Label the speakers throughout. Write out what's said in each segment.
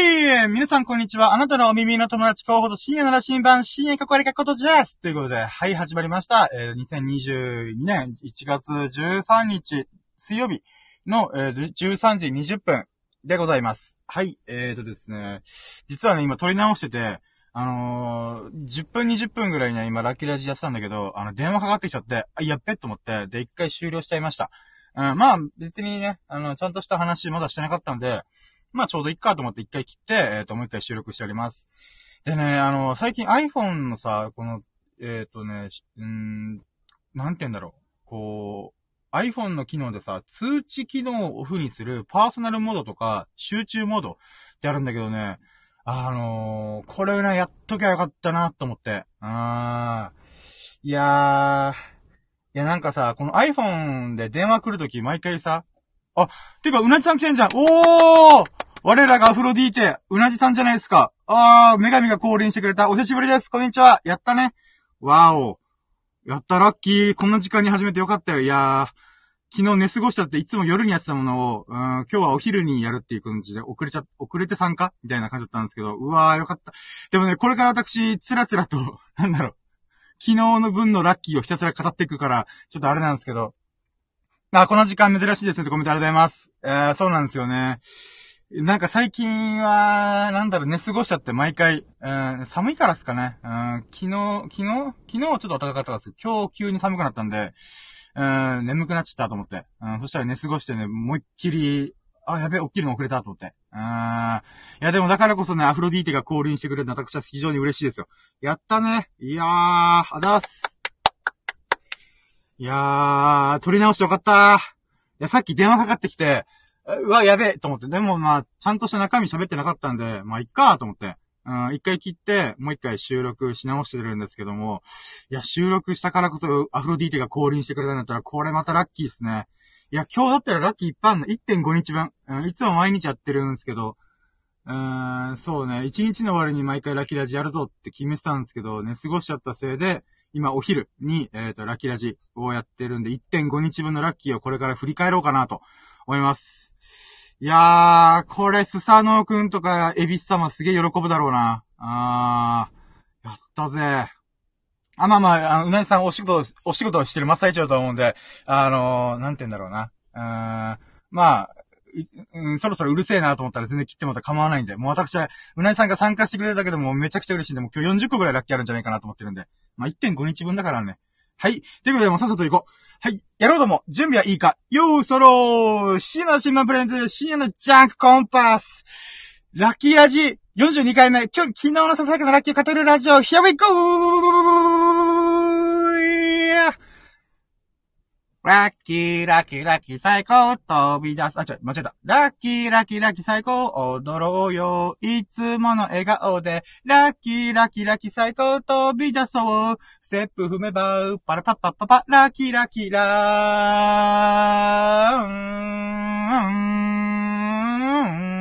Speaker 1: 皆さんこんにちは。あなたのお耳の友達候補と深夜の羅針盤、深夜かかりかことです。ということで、はい、始まりました。2022年1月13日水曜日の、13時20分でございます。はい、ですね。実はね、今撮り直してて、10分20分ぐらいね、今ラッキーラジやってたんだけど、電話かかってきちゃって、やっべと思って、で、一回終了しちゃいました。まあ、別にね、ちゃんとした話まだしてなかったんで、まあちょうどいっかと思って一回切って、もう一回収録しております。でね、最近 iPhone のさ、この、なんて言うんだろう。こう、iPhone の機能でさ、通知機能をオフにするパーソナルモードとか、集中モードってあるんだけどね、これをね、やっときゃよかったなと思って。いやなんかさ、この iPhone で電話来るとき毎回さ、てか、うなじさん来てんじゃん。おー、我らがアフロディーテ、うなじさんじゃないですか。女神が降臨してくれた。お久しぶりです。こんにちは。やったね。わーお。やった、ラッキー。こんな時間に始めてよかったよ。いやー、昨日寝過ごしたっていつも夜にやってたものを、今日はお昼にやるっていう感じで遅れて参加みたいな感じだったんですけど、うわー、よかった。でもね、これから私、つらつらと、なんだろう、昨日の分のラッキーをひたすら語っていくから、ちょっとあれなんですけど、この時間珍しいですねってコメントありがとうございます。そうなんですよね。なんか最近は、寝過ごしちゃって毎回、寒いからっすかね。昨日はちょっと暖かかったんですけど、今日急に寒くなったんで、眠くなっちゃったと思って。そしたら寝過ごしてね、思いっきり、やべえ、起きるの遅れたと思って。いやでもだからこそね、アフロディーテが降臨してくれるの私は非常に嬉しいですよ。やったね。いやー、あざーす。いやー、撮り直してよかったー。いや、さっき電話かかってきて、うわ、やべえと思って。でもまあ、ちゃんとした中身喋ってなかったんで、まあ、いっかーと思って。一回切って、もう一回収録し直してるんですけども、いや、収録したからこそ、アフロディーテが降臨してくれたんだったら、これまたラッキーですね。いや、今日だったらラッキーいっぱいあるの。1.5 日分。いつも毎日やってるんですけど、そうね、1日の終わりに毎回ラッキーラジやるぞって決めてたんですけど、寝過ごしちゃったせいで、今お昼に、ラッキーラジをやってるんで、1.5 日分のラッキーをこれから振り返ろうかなと思います。いやー、これ、スサノオくんとか、エビス様すげえ喜ぶだろうな。やったぜ。うなぎさんお仕事をしてる真っ最中だと思うんで、なんて言うんだろうな。まあ、そろそろうるせえなと思ったら全然切ってもらったら構わないんで、もう私は、うなぎさんが参加してくれるだけでもめちゃくちゃ嬉しいんで、もう今日40個ぐらいラッキーあるんじゃないかなと思ってるんで。まあ、1.5 日分だからね。はい。ということで、もうさっさと行こう。はい。やろうとも、準備はいいか。よーそろー深夜の新聞プレゼンツ、深夜のジャンクコンパス。ラッキーラジ、42回目。昨日のささやかなラッキーを語るラジオ、Here we go! ラッキー、ラッキー、ラッキー、最高、飛び出す。間違えた。ラッキー、ラッキー、ラッキー、最高、踊ろうよ。いつもの笑顔で。ラッキー、ラッキー、ラッキー、最高、飛び出そう。ステップ踏めば、パラパッパッパパ、ラッキー、ラッキー、ラー。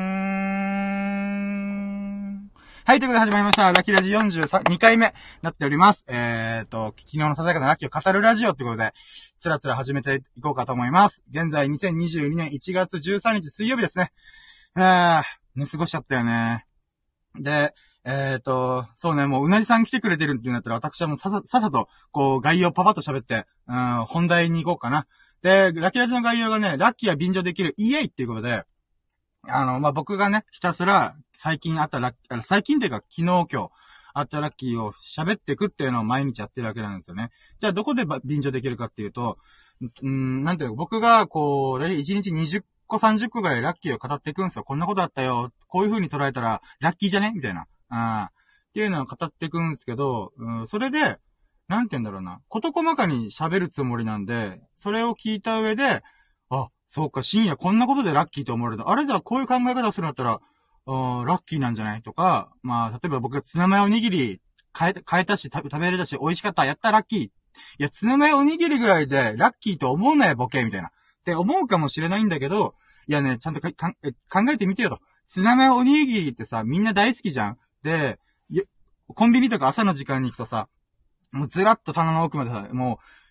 Speaker 1: はい、ということで始まりました。ラッキーラジ42回目なっております。昨日のささやかなラッキーを語るラジオということで、つらつら始めていこうかと思います。現在2022年1月13日水曜日ですね。寝過ごしちゃったよね。で、そうね、もううなじさん来てくれてるっていうんだったら、私はもうさっさと、こう、概要パパッと喋って、本題に行こうかな。で、ラッキーラジの概要がね、ラッキーは便乗できる EA っていうことで、僕がね、ひたすら、最近っていうか、昨日今日、あったラッキーを喋っていくっていうのを毎日やってるわけなんですよね。じゃあ、どこで便乗できるかっていうと、なんていうの、僕が、こう、1日20個、30個ぐらいラッキーを語っていくんですよ。こんなことあったよ。こういう風に捉えたら、ラッキーじゃねみたいな。っていうのを語っていくんですけど、それで、なんていうんだろうな。事細かに喋るつもりなんで、それを聞いた上で、そうか、深夜こんなことでラッキーと思われる。あれだ、こういう考え方をするんだったら、ラッキーなんじゃないとか、まあ、例えば僕がツナマヨおにぎり変えたし、食べれたし、美味しかった、やったラッキー。いや、ツナマヨおにぎりぐらいでラッキーと思うなよ、ボケ、みたいな。って思うかもしれないんだけど、いやね、ちゃんと考えてみてよと。ツナマヨおにぎりってさ、みんな大好きじゃん。で、コンビニとか朝の時間に行くとさ、もうずらっと棚の奥までさ、も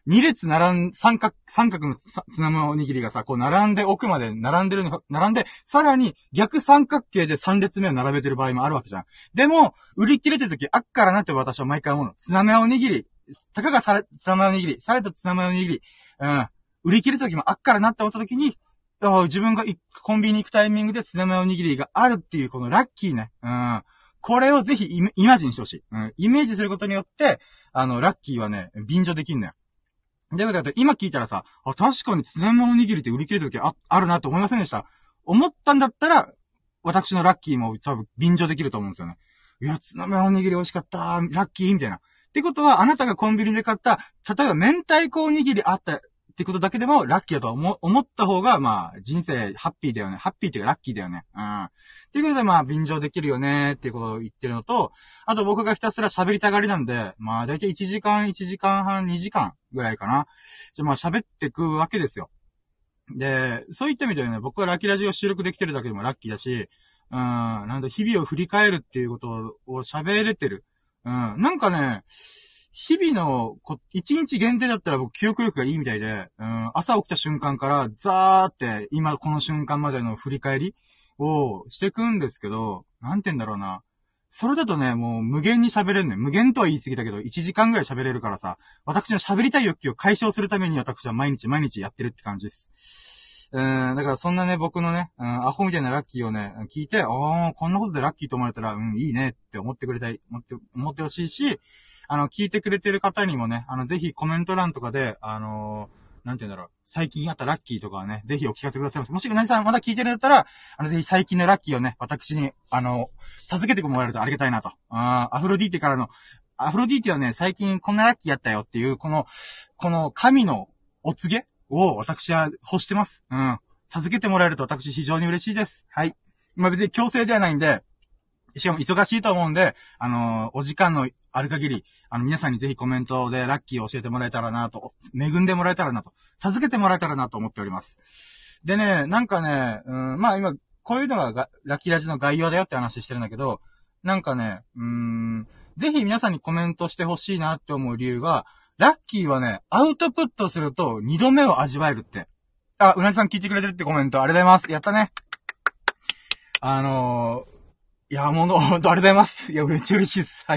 Speaker 1: 三角のツナマヨおにぎりがさ、こう並んで奥まで並んで、さらに逆三角形で3列目を並べてる場合もあるわけじゃん。でも、売り切れてる時あっからなって私は毎回思うの。ツナマヨおにぎり、たかがツナマヨおにぎり、されとツナマヨおにぎり、売り切れる時もあっからなって思った時に、自分がコンビニ行くタイミングでツナマヨおにぎりがあるっていうこのラッキーね。これをぜひイメージにしてほしい。イメージすることによって、ラッキーはね、便乗できんのよ。ということで、今聞いたらさ、確かにツナマヨおにぎりって売り切れる時あるなって思いませんでした？思ったんだったら、私のラッキーも多分便乗できると思うんですよね。いや、ツナマヨおにぎり美味しかった、ラッキーみたいな。ってことは、あなたがコンビニで買った、例えば明太子おにぎりあったってことだけでもラッキーだと思った方が、まあ、人生ハッピーだよね。ハッピーっていうかラッキーだよね。っていうことで、まあ、便乗できるよねっていうことを言ってるのと、あと僕がひたすら喋りたがりなんで、まあ、だいたい1時間半、2時間ぐらいかな。じゃあまあ、喋ってくわけですよ。で、そういった意味ではね、僕はラッキーラジオ収録できてるだけでもラッキーだし、なんだ、日々を振り返るっていうことを喋れてる。なんかね、日々の、一日限定だったら僕記憶力がいいみたいで、朝起きた瞬間からザーって今この瞬間までの振り返りをしていくんですけど、なんて言うんだろうな。それだとね、もう無限に喋れんね。無限とは言い過ぎだけど、1時間ぐらい喋れるからさ、私の喋りたい欲求を解消するために私は毎日やってるって感じです。だからそんなね、僕のね、アホみたいなラッキーをね、聞いて、こんなことでラッキーと思われたら、いいねって思って思ってほしいし、聞いてくれてる方にもね、ぜひコメント欄とかで、なんて言うんだろう、最近あったラッキーとかはね、ぜひお聞かせくださいませ。もしうなぎさんまだ聞いてるんだったら、ぜひ最近のラッキーをね、私に、授けてもらえるとありがたいなと。アフロディーテはね、最近こんなラッキーやったよっていう、この神のお告げを私は欲してます。授けてもらえると私非常に嬉しいです。はい。まあ、別に強制ではないんで、しかも忙しいと思うんで、お時間のある限り、皆さんにぜひコメントでラッキーを教えてもらえたらなと、恵んでもらえたらなと、授けてもらえたらなと思っております。でね、なんかね、まあ今、こういうのがラッキーラジの概要だよって話してるんだけど、なんかね、ぜひ皆さんにコメントしてほしいなって思う理由が、ラッキーはね、アウトプットすると二度目を味わえるって。うなぎさん聞いてくれてるってコメントありがとうございます。やったね。いや、もう、ほんとありがとうございます。いや、めっちゃ嬉しいです。はい。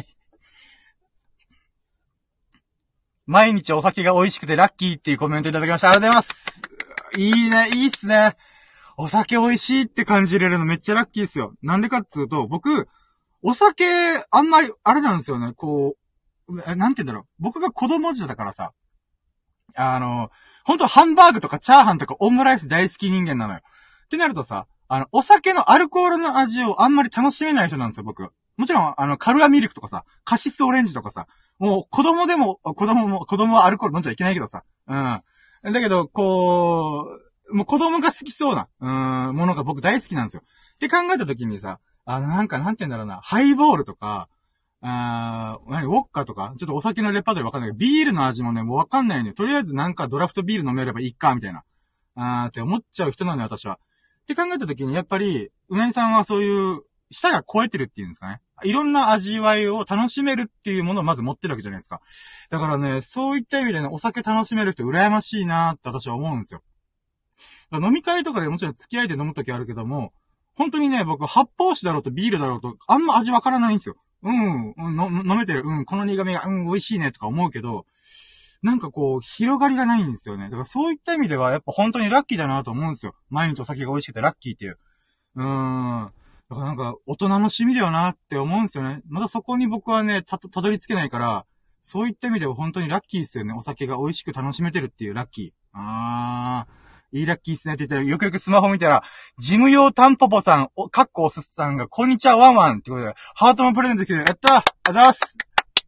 Speaker 1: 毎日お酒が美味しくてラッキーっていうコメントいただきました。ありがとうございます。いいね、いいっすね。お酒美味しいって感じれるのめっちゃラッキーですよ。なんでかっつうと、僕、お酒、あんまり、あれなんですよね、こう、なんて言うんだろう。僕が子供時代だからさ、ほんとハンバーグとかチャーハンとかオムライス大好き人間なのよ。ってなるとさ、お酒のアルコールの味をあんまり楽しめない人なんですよ、僕。もちろん、カルアミルクとかさ、カシスオレンジとかさ、もう子供はアルコール飲んじゃいけないけどさ、だけど、こう、もう子供が好きそうな、ものが僕大好きなんですよ。って考えた時にさ、なんて言うんだろうな、ハイボールとか、ウォッカとか、ちょっとお酒のレパートリーわかんないけど、ビールの味もね、もうわかんないのよ。とりあえずなんかドラフトビール飲めればいいか、みたいな。って思っちゃう人なのよ、私は。って考えたときに、やっぱり、うなぎさんはそういう、舌が超えてるっていうんですかね。いろんな味わいを楽しめるっていうものをまず持ってるわけじゃないですか。だからね、そういった意味でね、お酒楽しめる人羨ましいなって私は思うんですよ。飲み会とかでもちろん付き合いで飲むときあるけども、本当にね、僕発泡酒だろうとビールだろうと、あんま味わからないんですよ。飲めてる。この苦味が、美味しいねとか思うけど、なんかこう、広がりがないんですよね。だからそういった意味では、やっぱ本当にラッキーだなと思うんですよ。毎日お酒が美味しくてラッキーっていう。だからなんか、大人の趣味だよなって思うんですよね。まだそこに僕はね、たどり着けないから、そういった意味では本当にラッキーですよね。お酒が美味しく楽しめてるっていうラッキー。いいラッキーっすねって言ったら、よくよくスマホ見たら、事務用タンポポさん、おすすさんが、こんにちはワンワンってことで、ハートもプレゼント来て、やったーありがとうございます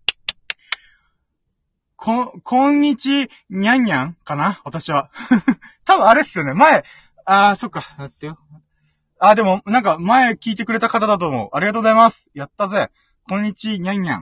Speaker 1: こんにち、にゃんにゃんかな私は。多分あれっすよね。前、そっか、やってよ。でも、なんか、前聞いてくれた方だと思う。ありがとうございます。やったぜ。こんにち、にゃんにゃん。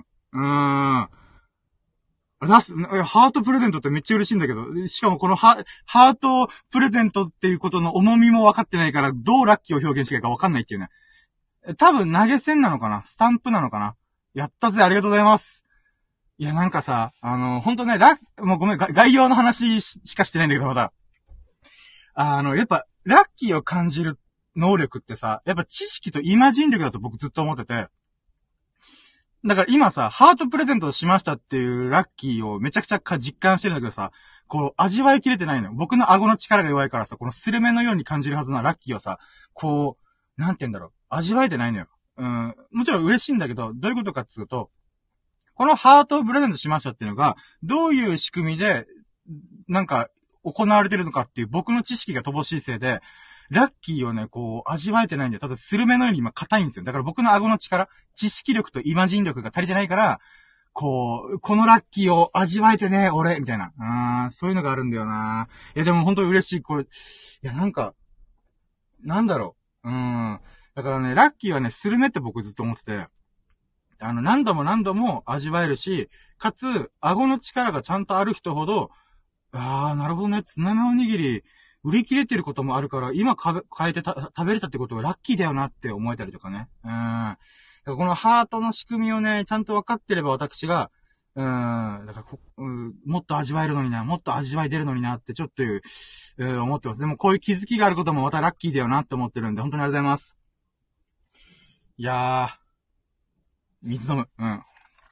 Speaker 1: ハートプレゼントってめっちゃ嬉しいんだけど、しかもこのハートプレゼントっていうことの重みも分かってないから、どうラッキーを表現していいか分かんないっていうね。多分投げ銭なのかなスタンプなのかなやったぜ、ありがとうございます。 いや、なんかさ、ほんとね、もうごめん、概要の話しかしてないんだけど、まだ。やっぱ、ラッキーを感じる能力ってさ、やっぱ知識とイマジン力だと僕ずっと思ってて。だから今さ、ハートプレゼントしましたっていうラッキーをめちゃくちゃ実感してるんだけどさ、こう、味わいきれてないのよ。僕の顎の力が弱いからさ、このスルメのように感じるはずなラッキーをさ、こう、なんて言うんだろう。味わえてないのよ。もちろん嬉しいんだけど、どういうことかっつうと、このハートをプレゼントしましたっていうのが、どういう仕組みで、なんか、行われてるのかっていう僕の知識が乏しいせいで、ラッキーをね、こう、味わえてないんだよ。ただ、スルメのように今硬いんですよ。だから僕の顎の力、知識力とイマジン力が足りてないから、こう、このラッキーを味わえてね、俺、みたいな。そういうのがあるんだよな。いや、でも本当に嬉しい。これ、いや、なんか、なんだろう。だからね、ラッキーはね、スルメって僕ずっと思ってて、何度も何度も味わえるし、かつ、顎の力がちゃんとある人ほど、なるほどね、ツナマおにぎり、売り切れてることもあるから、今変えて食べれたってことはラッキーだよなって思えたりとかね。だからこのハートの仕組みをね、ちゃんと分かってれば私が、だからもっと味わえるのにな、もっと味わい出るのになってちょっと思ってます。でもこういう気づきがあることもまたラッキーだよなって思ってるんで、本当にありがとうございます。いやー、水飲む。うん。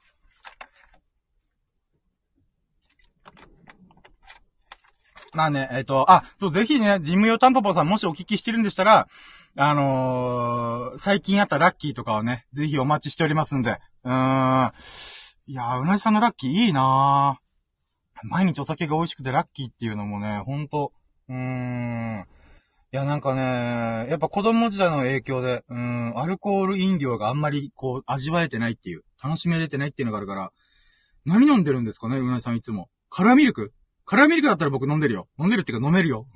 Speaker 1: まあね、そう、ぜひね、ジムヨタンポポさんもしお聞きしてるんでしたら、最近あったラッキーとかをね、ぜひお待ちしておりますんで。いやー、うなじさんのラッキーいいなー。毎日お酒が美味しくてラッキーっていうのもね、ほんと、いや、なんかね、やっぱ子供時代の影響で、アルコール飲料があんまりこう、味わえてないっていう、楽しめれてないっていうのがあるから、何飲んでるんですかね、うなじさんいつも。カラーミルクだったら僕飲んでるよ。飲んでるっていうか飲めるよ。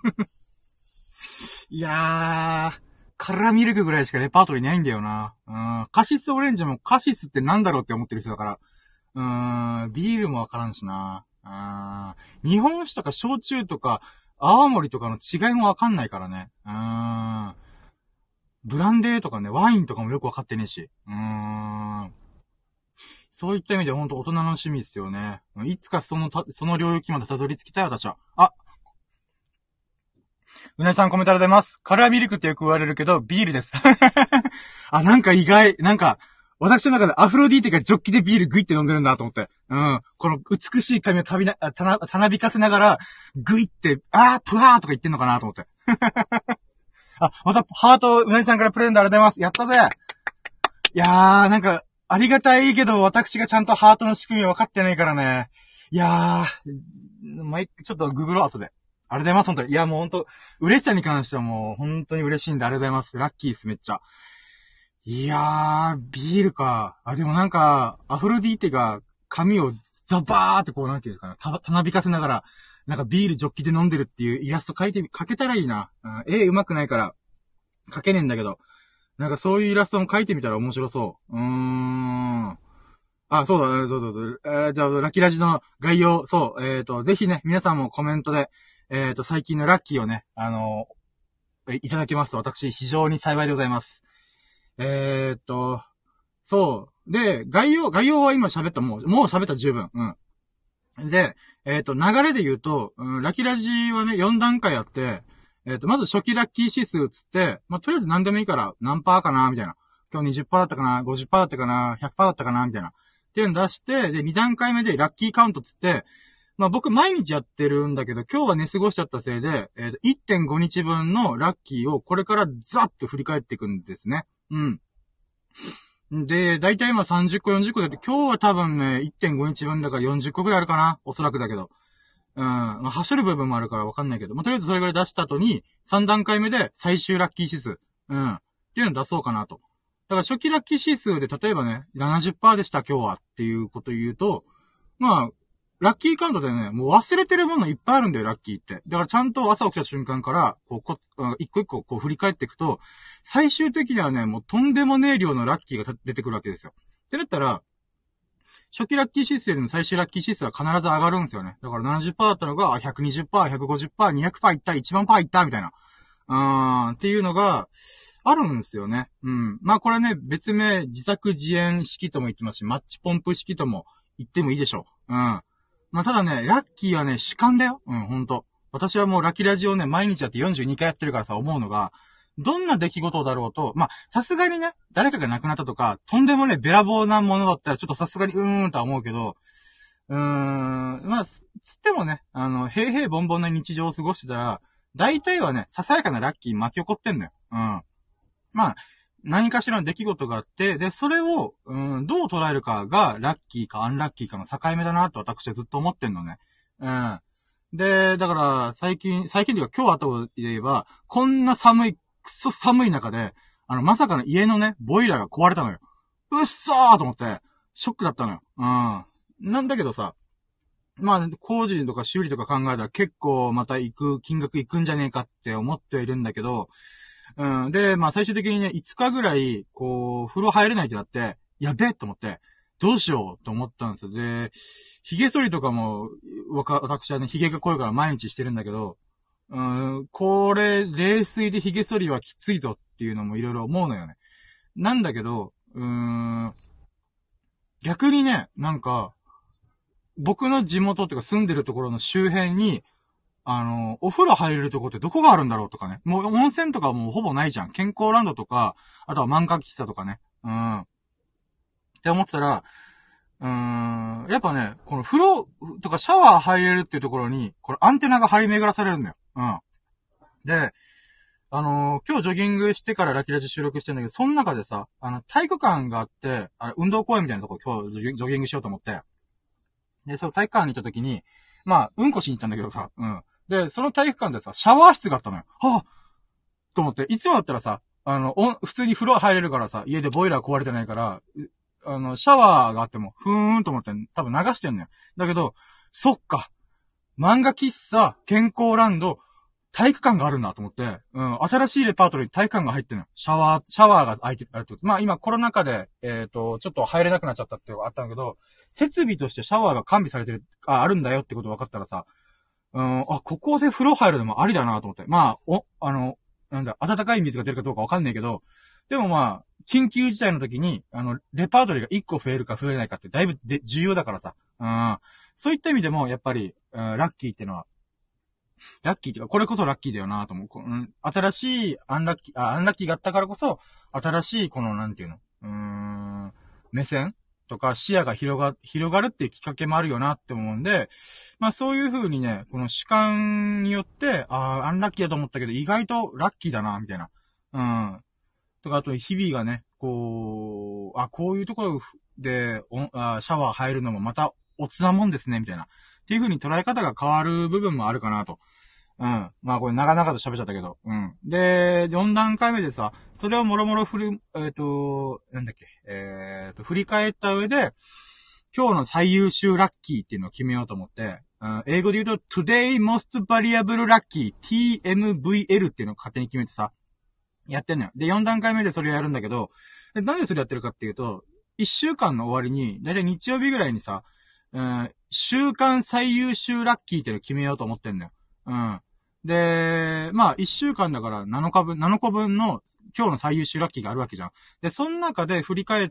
Speaker 1: いやー、カラーミルクぐらいしかレパートリーないんだよな。カシスオレンジもカシスってなんだろうって思ってる人だから。ビールもわからんしな。日本酒とか焼酎とか、泡盛とかの違いもわかんないからね。ブランデーとかね、ワインとかもよくわかってねえし。そういった意味でほんと大人の趣味ですよね。いつかその領域までたどり着きたい私は。うなぎさんコメントありがとうございます。カラーミルクってよく言われるけど、ビールです。なんか意外、なんか、私の中でアフロディーテがジョッキでビールグイって飲んでるんだと思って。この美しい髪をたなびかせながら、グイって、プワーとか言ってんのかなと思って。また、ハート、うなぎさんからプレゼントありがとうございます。やったぜ。いやー、なんか、ありがたいけど、私がちゃんとハートの仕組み分かってないからね。いやー、ちょっとググろう、後で。ありがとうございます、本当に。いや、もう本当嬉しさに関してはもう、本当に嬉しいんで、ありがとうございます。ラッキーっす、めっちゃ。いやー、ビールか。でもなんか、アフロディーテが髪をザバーってこう、なんていうんですかね、たなびかせながら、なんかビールジョッキで飲んでるっていうイラスト描けたらいいな。上手くないから、描けねえんだけど。なんかそういうイラストも描いてみたら面白そう。そうだ、そう。じゃあ、ラッキーラジの概要、そう、ぜひね、皆さんもコメントで、最近のラッキーをね、いただけますと、私、非常に幸いでございます。そう。で、概要は今喋った、もう喋った十分。で、流れで言うと、ラッキーラジはね、4段階あって、まず初期ラッキー指数つって、とりあえず何でもいいから何パーかなみたいな。今日 20% だったかな ?50% だったかな ?100% だったかなみたいな。っていうの出して、で、2段階目でラッキーカウントつって、僕毎日やってるんだけど、今日は寝過ごしちゃったせいで、1.5 日分のラッキーをこれからザッと振り返っていくんですね。で、だいたい今30個40個で、今日は多分ね、1.5 日分だから40個くらいあるかなおそらくだけど。走る部分もあるからわかんないけど、とりあえずそれぐらい出した後に、3段階目で最終ラッキー指数。っていうのを出そうかなと。だから初期ラッキー指数で、例えばね、70% でした今日はっていうことを言うと、ラッキーカウントでね、もう忘れてるものいっぱいあるんだよ、ラッキーって。だからちゃんと朝起きた瞬間から、一個一個こう振り返っていくと、最終的にはね、もうとんでもねえ量のラッキーが出てくるわけですよ。ってなったら、初期ラッキー指数よりも最終ラッキー指数は必ず上がるんですよね。だから 70% だったのが、120%、150%、200%いった、1万%いった、みたいな。っていうのが、あるんですよね。これね、別名、自作自演式とも言ってますし、マッチポンプ式とも言ってもいいでしょう。うん。まあ、ただね、ラッキーはね、主観だよ。うん、ほんと。私はもうラッキーラジオね、毎日やって42回やってるからさ、思うのが、どんな出来事だろうと、まあ、さすがにね、誰かが亡くなったとか、とんでもね、べらぼうなものだったら、ちょっとさすがにとは思うけど、まあ、つってもね、平々凡々な日常を過ごしてたら、大体はね、ささやかなラッキー巻き起こってんのよ。うん。まあ、何かしらの出来事があって、で、それを、どう捉えるかが、ラッキーかアンラッキーかの境目だなと私はずっと思ってんのね。うん。で、だから、最近というか今日後で言えば、こんなくそ寒い中で、まさかの家のね、ボイラーが壊れたのよ。うっそーと思って、ショックだったのよ。うん。なんだけどさ、まあ、工事とか修理とか考えたら結構また金額行くんじゃねえかって思ってはいるんだけど、うん。で、まあ最終的にね、5日ぐらい、風呂入れないってなって、やべえと思って、どうしようと思ったんですよ。で、髭剃りとかも、私はね、髭が濃いから毎日してるんだけど、これ、冷水で髭剃りはきついぞっていうのもいろいろ思うのよね。なんだけど、逆にね、なんか、僕の地元っていうか住んでるところの周辺に、お風呂入れるとこってどこがあるんだろうとかね。もう温泉とかもうほぼないじゃん。健康ランドとか、あとは漫画喫茶とかね。って思ったら、やっぱね、この風呂とかシャワー入れるっていうところに、これアンテナが張り巡らされるんだよ。で、今日ジョギングしてからラキラジ収録してんだけど、その中でさ、体育館があって、運動公園みたいなとこ今日ジョギングしようと思って。で、その体育館に行った時に、まあ、うんこしに行ったんだけどさ、で、その体育館でさ、シャワー室があったのよ。はぁと思って、いつもだったらさ、普通に風呂入れるからさ、家でボイラー壊れてないから、シャワーがあっても、ふーんと思って多分流してんのよ。だけど、そっか。漫画喫茶、健康ランド、体育館があるんだと思って、新しいレパートリーに体育館が入ってるのよ。シャワーが空いてあるってこと。まあ今コロナ禍で、ちょっと入れなくなっちゃったっていうのがあったんだけど、設備としてシャワーが完備されてる、あるんだよってこと分かったらさ、ここで風呂入るのもありだなと思って。まあ、温かい水が出るかどうか分かんないけど、でもまあ、緊急事態の時に、レパートリーが1個増えるか増えないかってだいぶ重要だからさ。そういった意味でも、やっぱり、ラッキーってのは、ラッキーっていうか、これこそラッキーだよなと思う。新しいアンラッキーがあったからこそ、新しい、なんていうの、目線とか視野が広がるっていうきっかけもあるよなって思うんで、まあそういう風にね、この主観によって、アンラッキーだと思ったけど、意外とラッキーだな、みたいな。とか、あと日々がね、こういうところで、シャワー入るのもまたおつなもんですね、みたいな。っていう風に捉え方が変わる部分もあるかなと。まあこれ長々と喋っちゃったけど。で、4段階目でさ、それをもろもろなんだっけ、振り返った上で、今日の最優秀ラッキーっていうのを決めようと思って、英語で言うと Today Most Variable Lucky TMVL っていうのを勝手に決めてさ、やってんのよ。で、4段階目でそれをやるんだけど、なんでそれやってるかっていうと、1週間の終わりに、だいたい日曜日ぐらいにさ、週間最優秀ラッキーっていうのを決めようと思ってんだよ。で、まあ、1週間だから7個分の今日の最優秀ラッキーがあるわけじゃん。で、その中で振り返って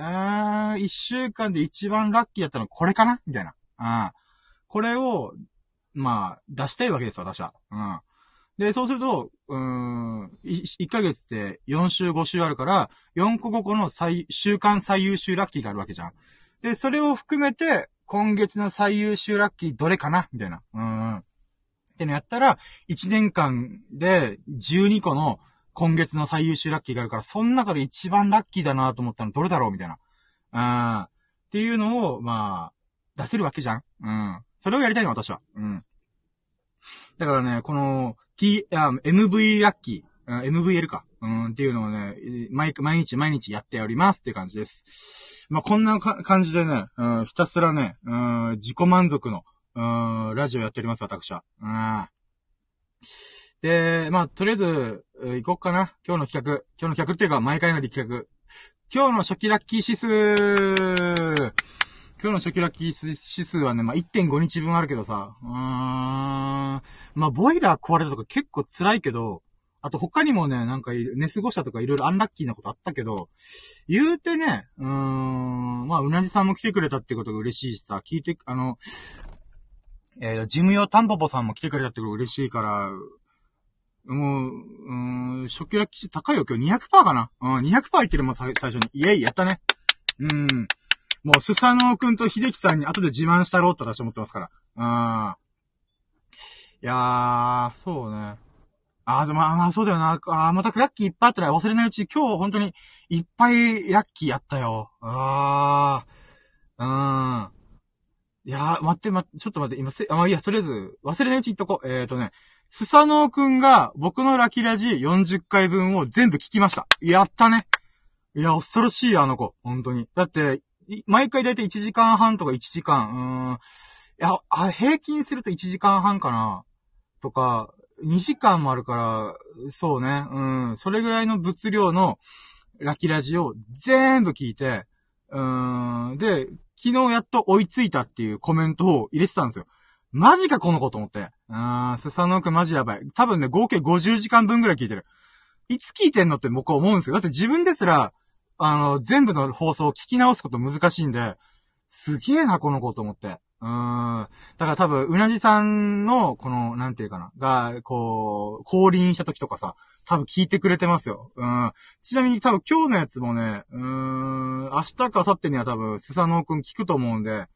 Speaker 1: 、1週間で一番ラッキーだったのはこれかなみたいな。これを、まあ、出したいわけです、私は。で、そうすると、1ヶ月って4週5週あるから、4個5個の週間最優秀ラッキーがあるわけじゃん。で、それを含めて、今月の最優秀ラッキーどれかなみたいな。ってのやったら、1年間で12個の今月の最優秀ラッキーがあるから、その中で一番ラッキーだなと思ったのどれだろうみたいな。っていうのを、まあ、出せるわけじゃん。それをやりたいの、私は。だからね、この、MV ラッキー、MVL か。っていうのをね、毎日やっておりますっていう感じです。まあ、こんな感じでね、ひたすらね、自己満足の、ラジオやっております、私は。で、まあ、とりあえず、行こうかな。今日の企画っていうか、毎回の企画。今日の初期ラッキー指数。今日の初期ラッキー指数はね、まあ、1.5 日分あるけどさ。まあ、ボイラー壊れたとか結構辛いけど、 あと他にもね、なんか寝過ごしたとかいろいろアンラッキーなことあったけど、言うてね、まあ、うなじさんも来てくれたってことが嬉しいしさ、事務用タンポポさんも来てくれたってことが嬉しいから、もう、初期ラッキー高いよ、今日200%かな。200% いってるもん、最初に。イェイ、やったね。もう、スサノオくんと秀樹さんに後で自慢したろうって私思ってますから。いやー、そうね。でも、そうだよな。またラッキーいっぱいあったら忘れないうち、今日本当にいっぱいラッキーやったよ。いやー、ちょっと待って、今、いや、とりあえず、忘れないうち言っとこう。スサノオくんが僕のラキラジ40回分を全部聞きました。やったね。いや、恐ろしい、あの子。本当に。だって、毎回だいたい1時間半とか1時間、いや、平均すると1時間半かな。とか、2時間もあるから、そうね、それぐらいの物量のラキラジを全部聞いて、で、昨日やっと追いついたっていうコメントを入れてたんですよ。マジかこの子と思って。スサノオくんマジやばい。多分ね、合計50時間分ぐらい聞いてる。いつ聞いてんのって僕は思うんですよ。だって自分ですら、全部の放送を聞き直すこと難しいんで、すげえな、この子と思って。だから多分、うなじさんの、この、なんていうかな、が、こう、降臨した時とかさ、多分聞いてくれてますよ。ちなみに多分今日のやつもね、明日か明後日には多分、スサノオくん聞くと思うんで、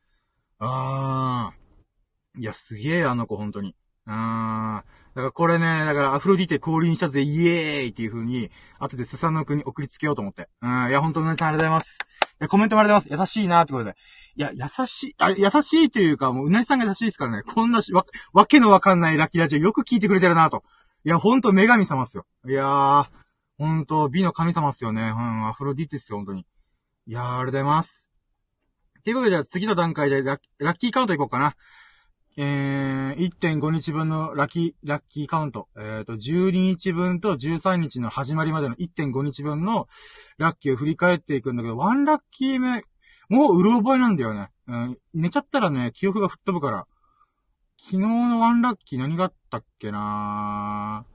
Speaker 1: いや、すげえ、あの子、本当に。だからこれね、だからアフロディテ降臨したぜ、イエーイっていう風に、後でスサノオくんに送りつけようと思って。いや、本当に皆さんありがとうございます。いや、コメントもありがとうございます。優しいなーってことで。いや、優しいというか、もう、うなじさんが優しいですからね。こんなわけのわかんないラッキーラジオよく聞いてくれてるなと。いや、ほんと女神様っすよ。いやー、ほんと美の神様っすよね。アフロディテっすよ、ほんとに。いやー、ありがとうございます。ということで、じゃあ次の段階でラッキーカウントいこうかな。1.5 日分のラッキーカウント。12日分と13日の始まりまでの 1.5 日分のラッキーを振り返っていくんだけど、1ラッキー目、もううる覚えなんだよね。寝ちゃったらね、記憶が吹っ飛ぶから。昨日の1ラッキー何があったっけな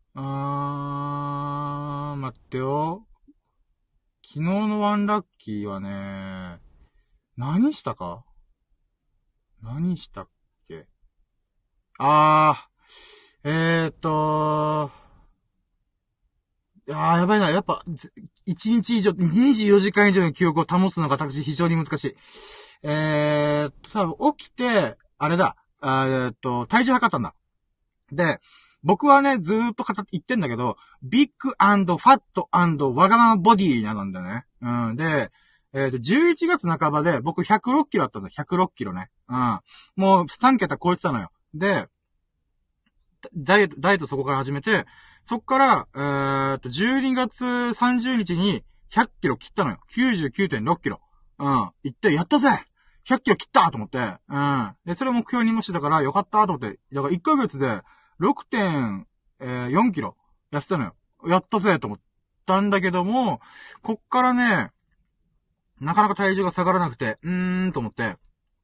Speaker 1: 待ってよ。昨日の1ラッキーはね、何したっけやばいな。やっぱ、1日以上、24時間以上の記憶を保つのが私非常に難しい。起きて、あれだ、体重測ったんだ。で、僕はね、ずーっと言ってんだけど、ビッグ&ファット&わがままボディなんだね。で、11月半ばで僕106キロあったんだ。106キロね。もう3桁超えてたのよ。で、ダイエットそこから始めて、そっから、12月30日に100キロ切ったのよ。99.6 キロ。行って、やったぜ !100 キロ切ったと思って。で、それを目標にもしてたからよかったと思って。だから1ヶ月で 6.4 キロ痩せたのよ。やったぜと思ったんだけども、こっからね、なかなか体重が下がらなくて、と思って。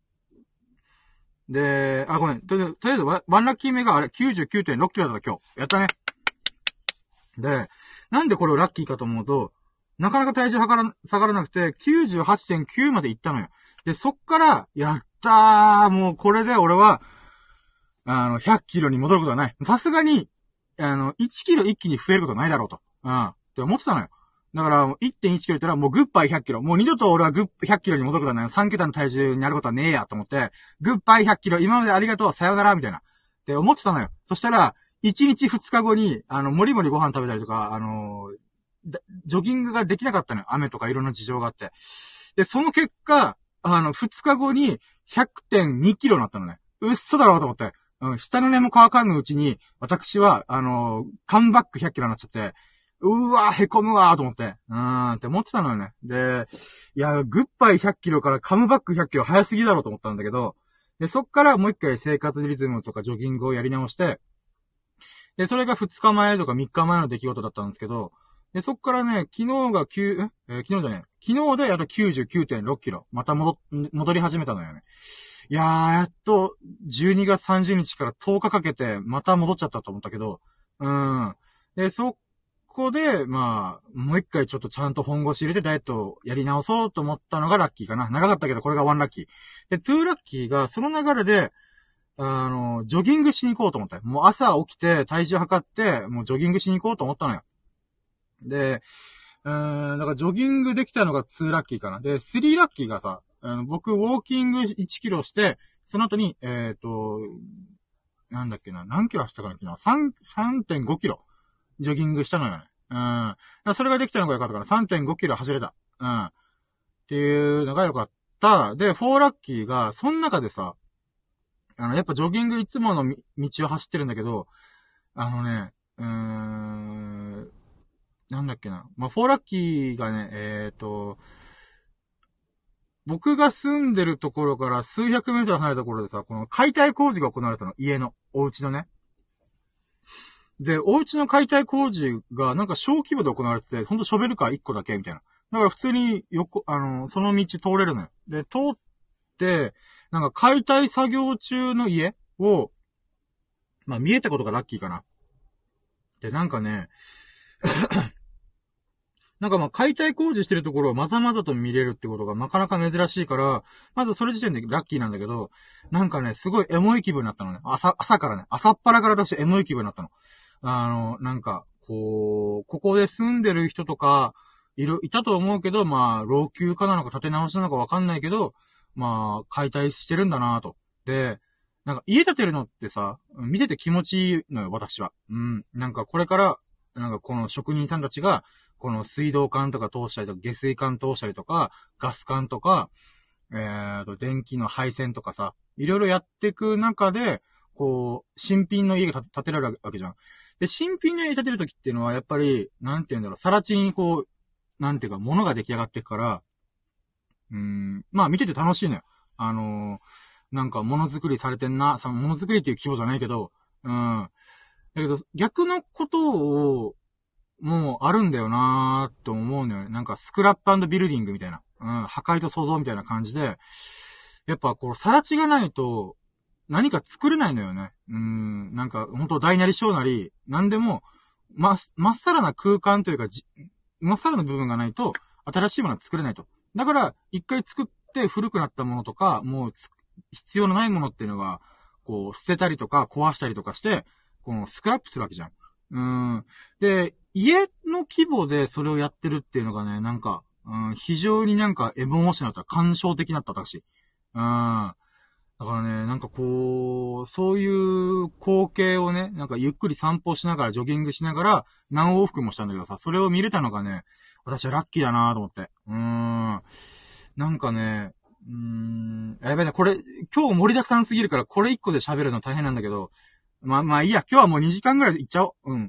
Speaker 1: で、ごめん。とりあえず、ワンラッキー目があれ、99.6 キロだった今日。やったね。で、なんでこれをラッキーかと思うと、なかなか体重下がらなくて、98.9 まで行ったのよ。で、そっから、やったー。もうこれで俺は、100キロに戻ることはない。さすがに、1キロ一気に増えることはないだろうと。って思ってたのよ。だから、1.1 キロ言ったらもうグッバイ100キロ。もう二度と俺は100キロに戻ることはない。3桁の体重になることはねえやと思って、グッバイ100キロ、今までありがとう、さよなら、みたいな。って思ってたのよ。そしたら、1日2日後に、もりもりご飯食べたりとか、ジョギングができなかったのよ。雨とかいろんな事情があって。で、その結果、2日後に 100.2 キロになったのね。うっそだろうと思って。下の根も乾かんのうちに、私は、カムバック100キロになっちゃって、うわー、凹むわーと思って。って思ってたのよね。で、いや、グッバイ100キロからカムバック100キロ早すぎだろうと思ったんだけど、で、そっからもう一回生活リズムとかジョギングをやり直して、で、それが2日前とか3日前の出来事だったんですけど、で、そっからね、昨日でやっと 99.6 キロ。また戻り始めたのよね。いやー、やっと、12月30日から10日かけて、また戻っちゃったと思ったけど、 で、そこで、まあ、もう一回ちょっとちゃんと本腰入れてダイエットをやり直そうと思ったのがラッキーかな。長かったけど、これがワンラッキー。で、ツーラッキーが、その流れで、ジョギングしに行こうと思ったよ。もう朝起きて、体重測って、もうジョギングしに行こうと思ったのよ。で、だからジョギングできたのが2ラッキーかな。で、3ラッキーがさ、僕、ウォーキング1キロして、その後に、なんだっけな、何キロ走ったかな昨日 ?3.5 キロ、ジョギングしたのよね。だからそれができたのが良かったから、3.5 キロ走れた。っていうのが良かった。で、4ラッキーが、その中でさ、やっぱジョギングいつもの道を走ってるんだけど、なんだっけな。まあ、4ラッキーがね、僕が住んでるところから数百メートル離れたところでさ、この解体工事が行われたの。家の、お家のね。で、お家の解体工事がなんか小規模で行われてて、ほんとショベルカー1個だけみたいな。だから普通にその道通れるのよ。で、通って、なんか解体作業中の家を、まあ見えたことがラッキーかな。で、なんかね、なんかまあ解体工事してるところをまざまざと見れるってことがなかなか珍しいから、まずそれ時点でラッキーなんだけど、なんかね、すごいエモい気分になったのね。朝からね、朝っぱらから私エモい気分になったの。なんか、ここで住んでる人とか、いたと思うけど、まあ、老朽化なのか建て直しなのかわかんないけど、まあ、解体してるんだなぁと。で、なんか家建てるのってさ、見てて気持ちいいのよ、私は。なんかこれから、なんかこの職人さんたちが、この水道管とか通したりとか、下水管通したりとか、ガス管とか、電気の配線とかさ、いろいろやっていく中で、こう、新品の家が建てられるわけじゃん。で、新品の家建てるときっていうのは、やっぱり、なんて言うんだろう、さら地にこう、なんていうか、物が出来上がっていくから、まあ見てて楽しいのよ。なんか物作りされてんな、物作りっていう規模じゃないけど、だけど、逆のことを、もうあるんだよなーって思うのよね。なんかスクラップ&ビルディングみたいな。破壊と創造みたいな感じで、やっぱこう、さら地がないと、何か作れないのよね。なんか、ほんと大なり小なり、なんでも、まっさらな空間というか、まっさらな部分がないと、新しいものは作れないと。だから、一回作って古くなったものとか、もう必要のないものっていうのは、こう、捨てたりとか、壊したりとかして、このスクラップするわけじゃん。で、家の規模でそれをやってるっていうのがね、なんか、非常になんかエモーショナルだった、感傷的だった、私。だからね、なんかこう、そういう光景をね、なんかゆっくり散歩しながら、ジョギングしながら、何往復もしたんだけどさ、それを見れたのがね、私はラッキーだなと思って。なんかね、やばいね、これ、今日盛りだくさんすぎるから、これ一個で喋るの大変なんだけど、まあいいや、今日はもう2時間ぐらいで行っちゃおう。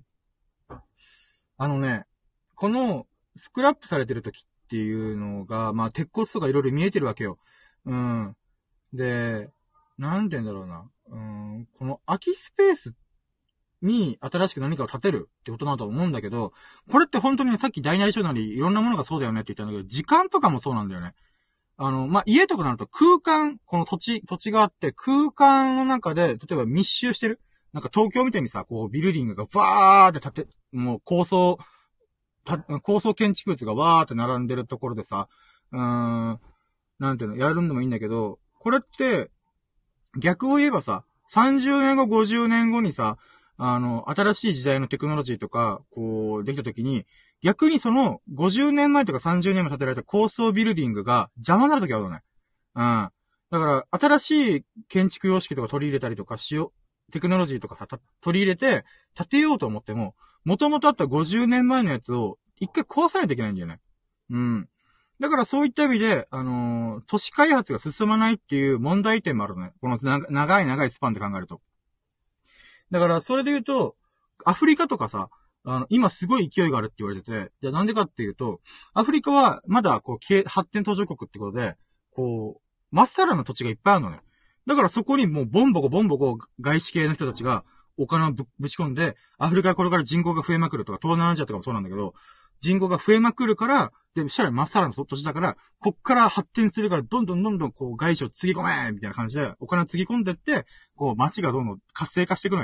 Speaker 1: この、スクラップされてる時っていうのが、まあ鉄骨とかいろいろ見えてるわけよ。で、なんて言うんだろうな。この空きスペースに新しく何かを建てるってことだと思うんだけど、これって本当にね、さっき大なり小なりいろんなものがそうだよねって言ったんだけど、時間とかもそうなんだよね。まあ、家とかなると空間、この土地があって空間の中で、例えば密集してる。なんか東京みたいにさ、こうビルディングがバーってもう高層建築物がわーって並んでるところでさ、なんていうの、やるんでもいいんだけど、これって、逆を言えばさ、30年後、50年後にさ、新しい時代のテクノロジーとか、こう、できた時に、逆にその、50年前とか30年前建てられた高層ビルディングが邪魔になる時あるのね。だから、新しい建築様式とか取り入れたりとかテクノロジーとか取り入れて、建てようと思っても、元々あった50年前のやつを、一回壊さないといけないんだよね。だからそういった意味で、都市開発が進まないっていう問題点もあるのね。この長いスパンで考えると。だから、それで言うと、アフリカとかさ、今すごい勢いがあるって言われてて、じゃあなんでかっていうと、アフリカはまだこう、発展途上国ってことで、こう、まっさらな土地がいっぱいあるのね。だからそこにもうボンボコ外資系の人たちがお金をぶち込んで、アフリカはこれから人口が増えまくるとか、東南アジアとかもそうなんだけど、人口が増えまくるから、で、したらまっさらな土地だから、こっから発展するから、どんどんこう、外資をつぎ込めみたいな感じで、お金をつぎ込んでって、こう、街がどんどん活性化していくのよ。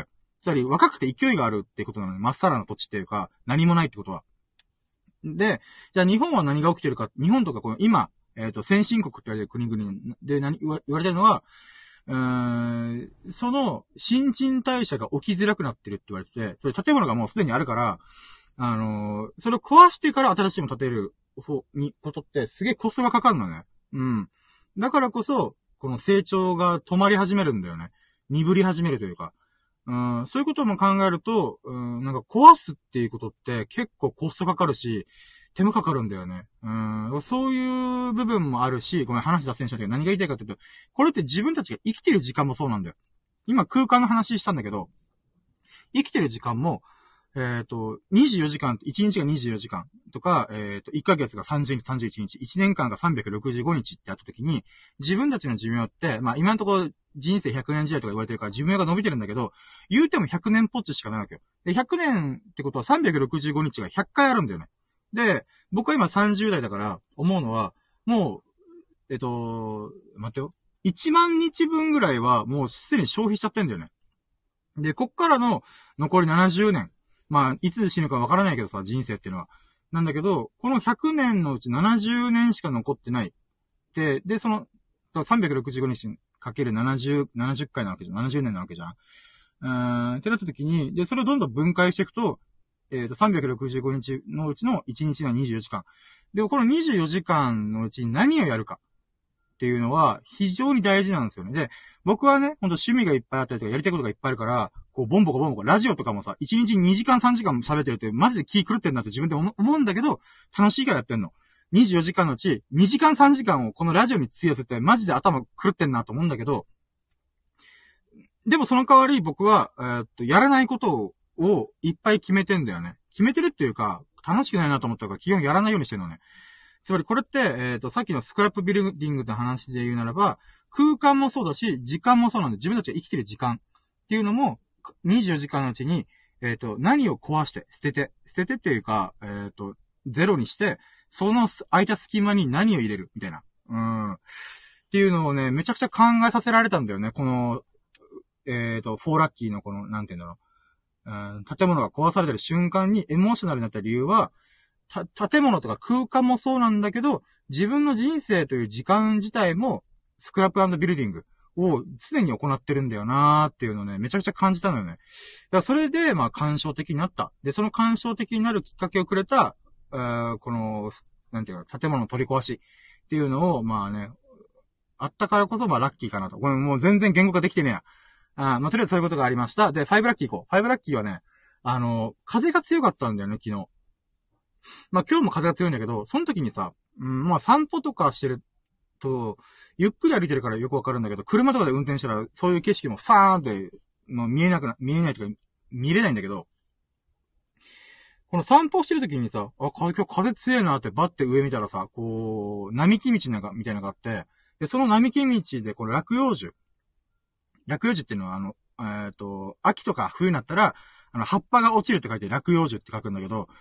Speaker 1: つまり若くて勢いがあるってことなのね。まっさらな土地っていうか、何もないってことは。で、じゃあ日本は何が起きてるか、日本とかこの今、先進国って言われる国々で言われてるのは、その新陳代謝が起きづらくなってるって言われてて、それ建物がもうすでにあるから、それを壊してから新しいもの建てることってすげえコストがかかるのね。うん。だからこそ、この成長が止まり始めるんだよね。鈍り始めるというか。そういうことも考えると、なんか壊すっていうことって結構コストかかるし、手間かかるんだよね。そういう部分もあるし、ごめん、話脱線したけど何が言いたいかというと、これって自分たちが生きてる時間もそうなんだよ。今空間の話したんだけど、生きてる時間も、24時間、1日が24時間とか、1ヶ月が30日、31日、1年間が365日ってあった時に、自分たちの寿命って、まあ今のところ人生100年時代とか言われてるから寿命が伸びてるんだけど、言うても100年ポッチしかないわけよ。で、100年ってことは365日が100回あるんだよね。で、僕は今30代だから思うのは、もう、待ってよ。1万日分ぐらいはもうすでに消費しちゃってんだよね。で、こっからの残り70年。まあ、いつ死ぬかわからないけどさ、人生っていうのは。なんだけど、この100年のうち70年しか残ってない。で、その、365日かける70回なわけじゃん。70年なわけじゃん。ってなった時に、で、それをどんどん分解していくと、365日のうちの1日が24時間。で、この24時間のうちに何をやるかっていうのは非常に大事なんですよね。で、僕はね、ほんと趣味がいっぱいあったりとかやりたいことがいっぱいあるから、こう、ボンボコ、ラジオとかもさ、1日2時間3時間も喋ってるって、マジで気狂ってんなって自分で思うんだけど、楽しいからやってんの。24時間のうち、2時間3時間をこのラジオに費やせて、マジで頭狂ってんなと思うんだけど、でもその代わり僕は、やらないことをいっぱい決めてんだよね。決めてるっていうか、楽しくないなと思ったから基本やらないようにしてるのね。つまりこれって、さっきのスクラップビルディングの話で言うならば、空間もそうだし、時間もそうなんで、自分たちが生きてる時間っていうのも、24時間のうちに、何を壊して、捨ててっていうか、ゼロにして、その空いた隙間に何を入れるみたいな。っていうのをね、めちゃくちゃ考えさせられたんだよね。この、フォーラッキーのこの、なんていうんだろう。建物が壊されてる瞬間にエモーショナルになった理由は、建物とか空間もそうなんだけど、自分の人生という時間自体も、スクラップ&ビルディングを常に行ってるんだよなーっていうのをね、めちゃくちゃ感じたのよね。だからそれで、まあ、感傷的になった。で、その感傷的になるきっかけをくれた、この、なんていうか、建物の取り壊しっていうのを、まあね、あったからこそ、まあ、ラッキーかなと。これもう全然言語化できてねえや。まあ、とりあえずそういうことがありました。で、5ラッキー行こう。5ラッキーはね、風が強かったんだよね、昨日。まあ、今日も風が強いんだけど、その時にさ、まあ、散歩とかしてると、ゆっくり歩いてるからよくわかるんだけど、車とかで運転したら、そういう景色もファーンって、もう見えないとか、見れないんだけど、この散歩してる時にさ、今日風強いなってバッて上見たらさ、こう、並木道なんか、みたいなのがあって、で、その並木道で、この落葉樹っていうのは秋とか冬になったら、葉っぱが落ちるって書いて落葉樹って書くんだけど、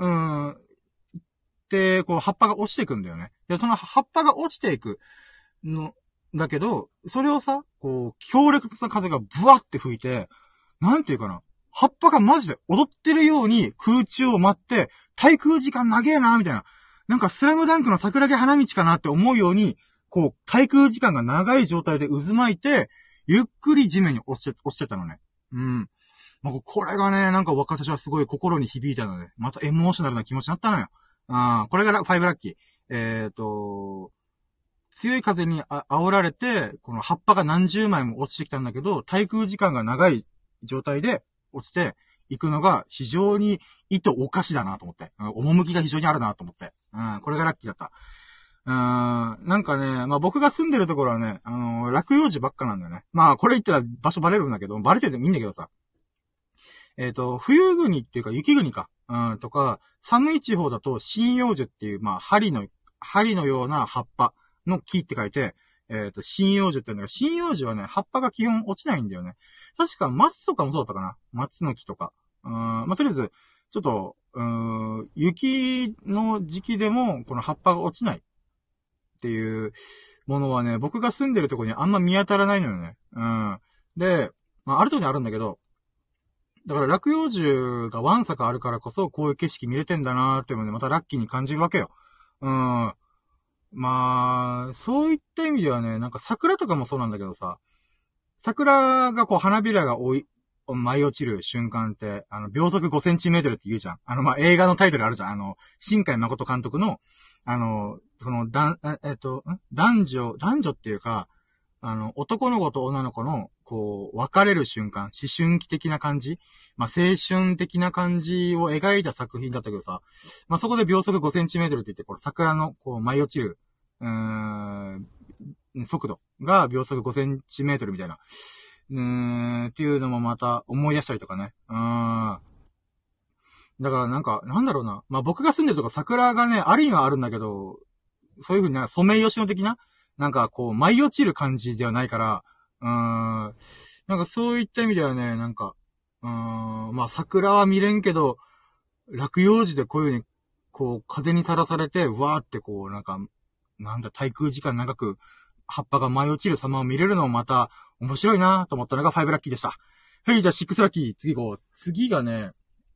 Speaker 1: で、こう、葉っぱが落ちていくんだよね。で、その葉っぱが落ちていくの、だけど、それをさ、こう、強烈な風がブワって吹いて、なんていうかな、葉っぱがマジで踊ってるように空中を舞って、滞空時間長えな、みたいな。なんかスラムダンクの桜木花道かなって思うように、こう、滞空時間が長い状態で渦巻いて、ゆっくり地面に落ちてたのね。まあ、これがね、なんか私はすごい心に響いたので、またエモーショナルな気持ちになったのよ。これが5ラッキー。強い風に煽られて、この葉っぱが何十枚も落ちてきたんだけど、滞空時間が長い状態で落ちていくのが非常に意図おかしだなと思って。趣が非常にあるなと思って。これがラッキーだった。なんかね、まあ、僕が住んでるところはね、落葉樹ばっかなんだよね。まあ、これ言ったら場所バレるんだけど、バレててもいいんだけどさ。冬国っていうか雪国か。とか、寒い地方だと針葉樹っていう、まあ、針のような葉っぱの木って書いて、針葉樹っていうのが、針葉樹はね、葉っぱが基本落ちないんだよね。確か松とかもそうだったかな。松の木とか。まあ、とりあえず、ちょっと、雪の時期でも、この葉っぱが落ちないっていうものはね、僕が住んでるところにあんま見当たらないのよね。で、まあ、あるときにあるんだけど、 だから落葉樹がワンサかあるからこそ、こういう景色見れてんだなーっていうので、またラッキーに感じるわけよ。うん。まあ、そういった意味ではね、なんか桜とかもそうなんだけどさ、桜がこう花びらが舞い落ちる瞬間って、秒速5センチメートルって言うじゃん。まあ、映画のタイトルあるじゃん。新海誠監督の、その、男女っていうか、男の子と女の子の、こう、別れる瞬間、思春期的な感じ、まあ、青春的な感じを描いた作品だったけどさ、まあ、そこで秒速5センチメートルって言って、これ桜の、こう、舞い落ちる、速度が秒速5センチメートルみたいな、っていうのもまた思い出したりとかね。だからなんか、なんだろうな。まあ、僕が住んでるとこ桜がね、あるにはあるんだけど、そういう風になんかソメイヨシノ的ななんかこう、舞い落ちる感じではないから、なんかそういった意味ではね、なんか、まあ桜は見れんけど、落葉樹でこういう風に、こう、風にさらされて、わーってこう、なんか、なんだ、滞空時間長く、葉っぱが舞い落ちる様を見れるのもまた、面白いなと思ったのが5ラッキーでした。はい、じゃあ6ラッキー、次行こう。次がね、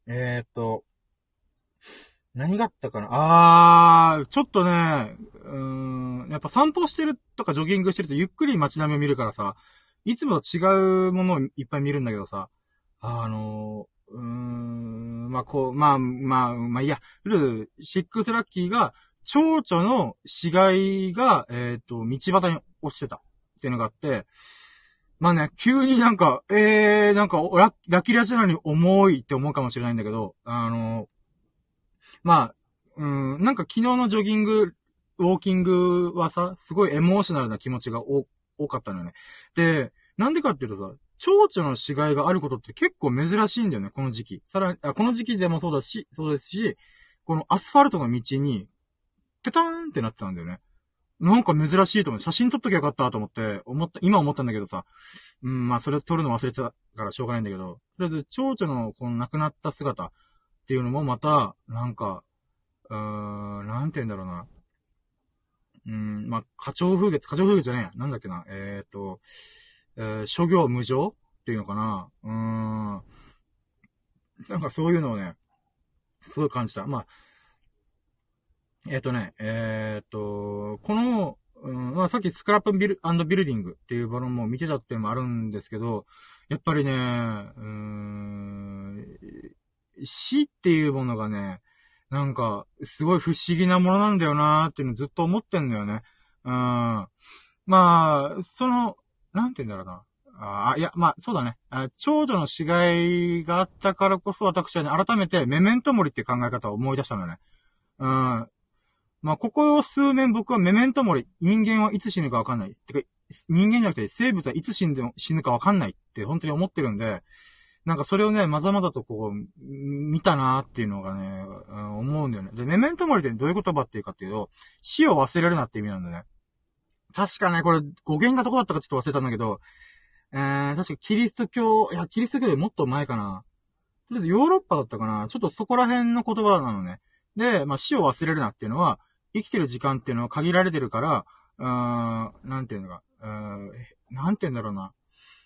Speaker 1: 何があったかなちょっとね、やっぱ散歩してるとかジョギングしてるとゆっくり街並みを見るからさ、いつもと違うものをいっぱい見るんだけどさ、まあ、こう、まあ、いいや、6ラッキーが、蝶々の死骸が、道端に落ちてたっていうのがあって、まあね、急になんか、なんか、ラキラジなのに重いって思うかもしれないんだけど、まあ、なんか昨日のジョギング、ウォーキングはさ、すごいエモーショナルな気持ちが多かったのよね。で、なんでかっていうとさ、蝶々の死骸があることって結構珍しいんだよね、この時期。この時期でもそうですし、このアスファルトの道に、ペターンってなってたんだよね。なんか珍しいと思う。写真撮っときゃよかったと今思ったんだけどさ、まあそれ撮るの忘れてたからしょうがないんだけど、とりあえず蝶々のこの亡くなった姿っていうのもまた、なんか、なんて言うんだろうな。まあ、花鳥風月じゃねえや。なんだっけな。諸行無常っていうのかな。なんかそういうのをね、すごい感じた。まあ、この、まあさっきスクラップビルディングっていうバロンも見てたっていうのもあるんですけど、やっぱりね、死っていうものがね、なんか、すごい不思議なものなんだよなーっていうのずっと思ってんだよね。まあ、なんて言うんだろうな。いや、まあ、そうだね。長女の死骸があったからこそ私はね、改めてメメントモリっていう考え方を思い出したのよね。まあ、ここ数年僕はメメントモリ、人間はいつ死ぬかわかんない。てか、人間じゃなくて生物はいつ死ぬかわかんないって本当に思ってるんで、なんかそれをね、まざまざとこう、見たなーっていうのがね、思うんだよね。で、メメントモリってどういう言葉っていうかっていうと、死を忘れるなって意味なんだよね。確かね、これ語源がどこだったかちょっと忘れたんだけど、確かキリスト教よりもっと前かな。とりあえずヨーロッパだったかな。ちょっとそこら辺の言葉なのね。で、まあ、死を忘れるなっていうのは、生きてる時間っていうのは限られてるから、なんていうのか、なんていうんだろうな。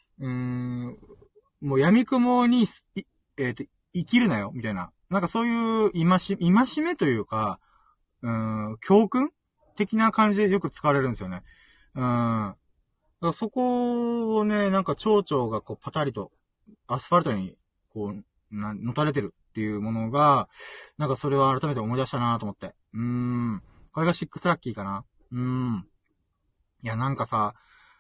Speaker 1: もう闇雲に、生きるなよ、みたいな。なんかそういう戒めというか、教訓的な感じでよく使われるんですよね。だからそこをね、なんか蝶々がこうパタリとアスファルトにこう、のたれてるっていうものが、なんかそれは改めて思い出したなと思って。これが6ラッキーかな。いや、なんかさ、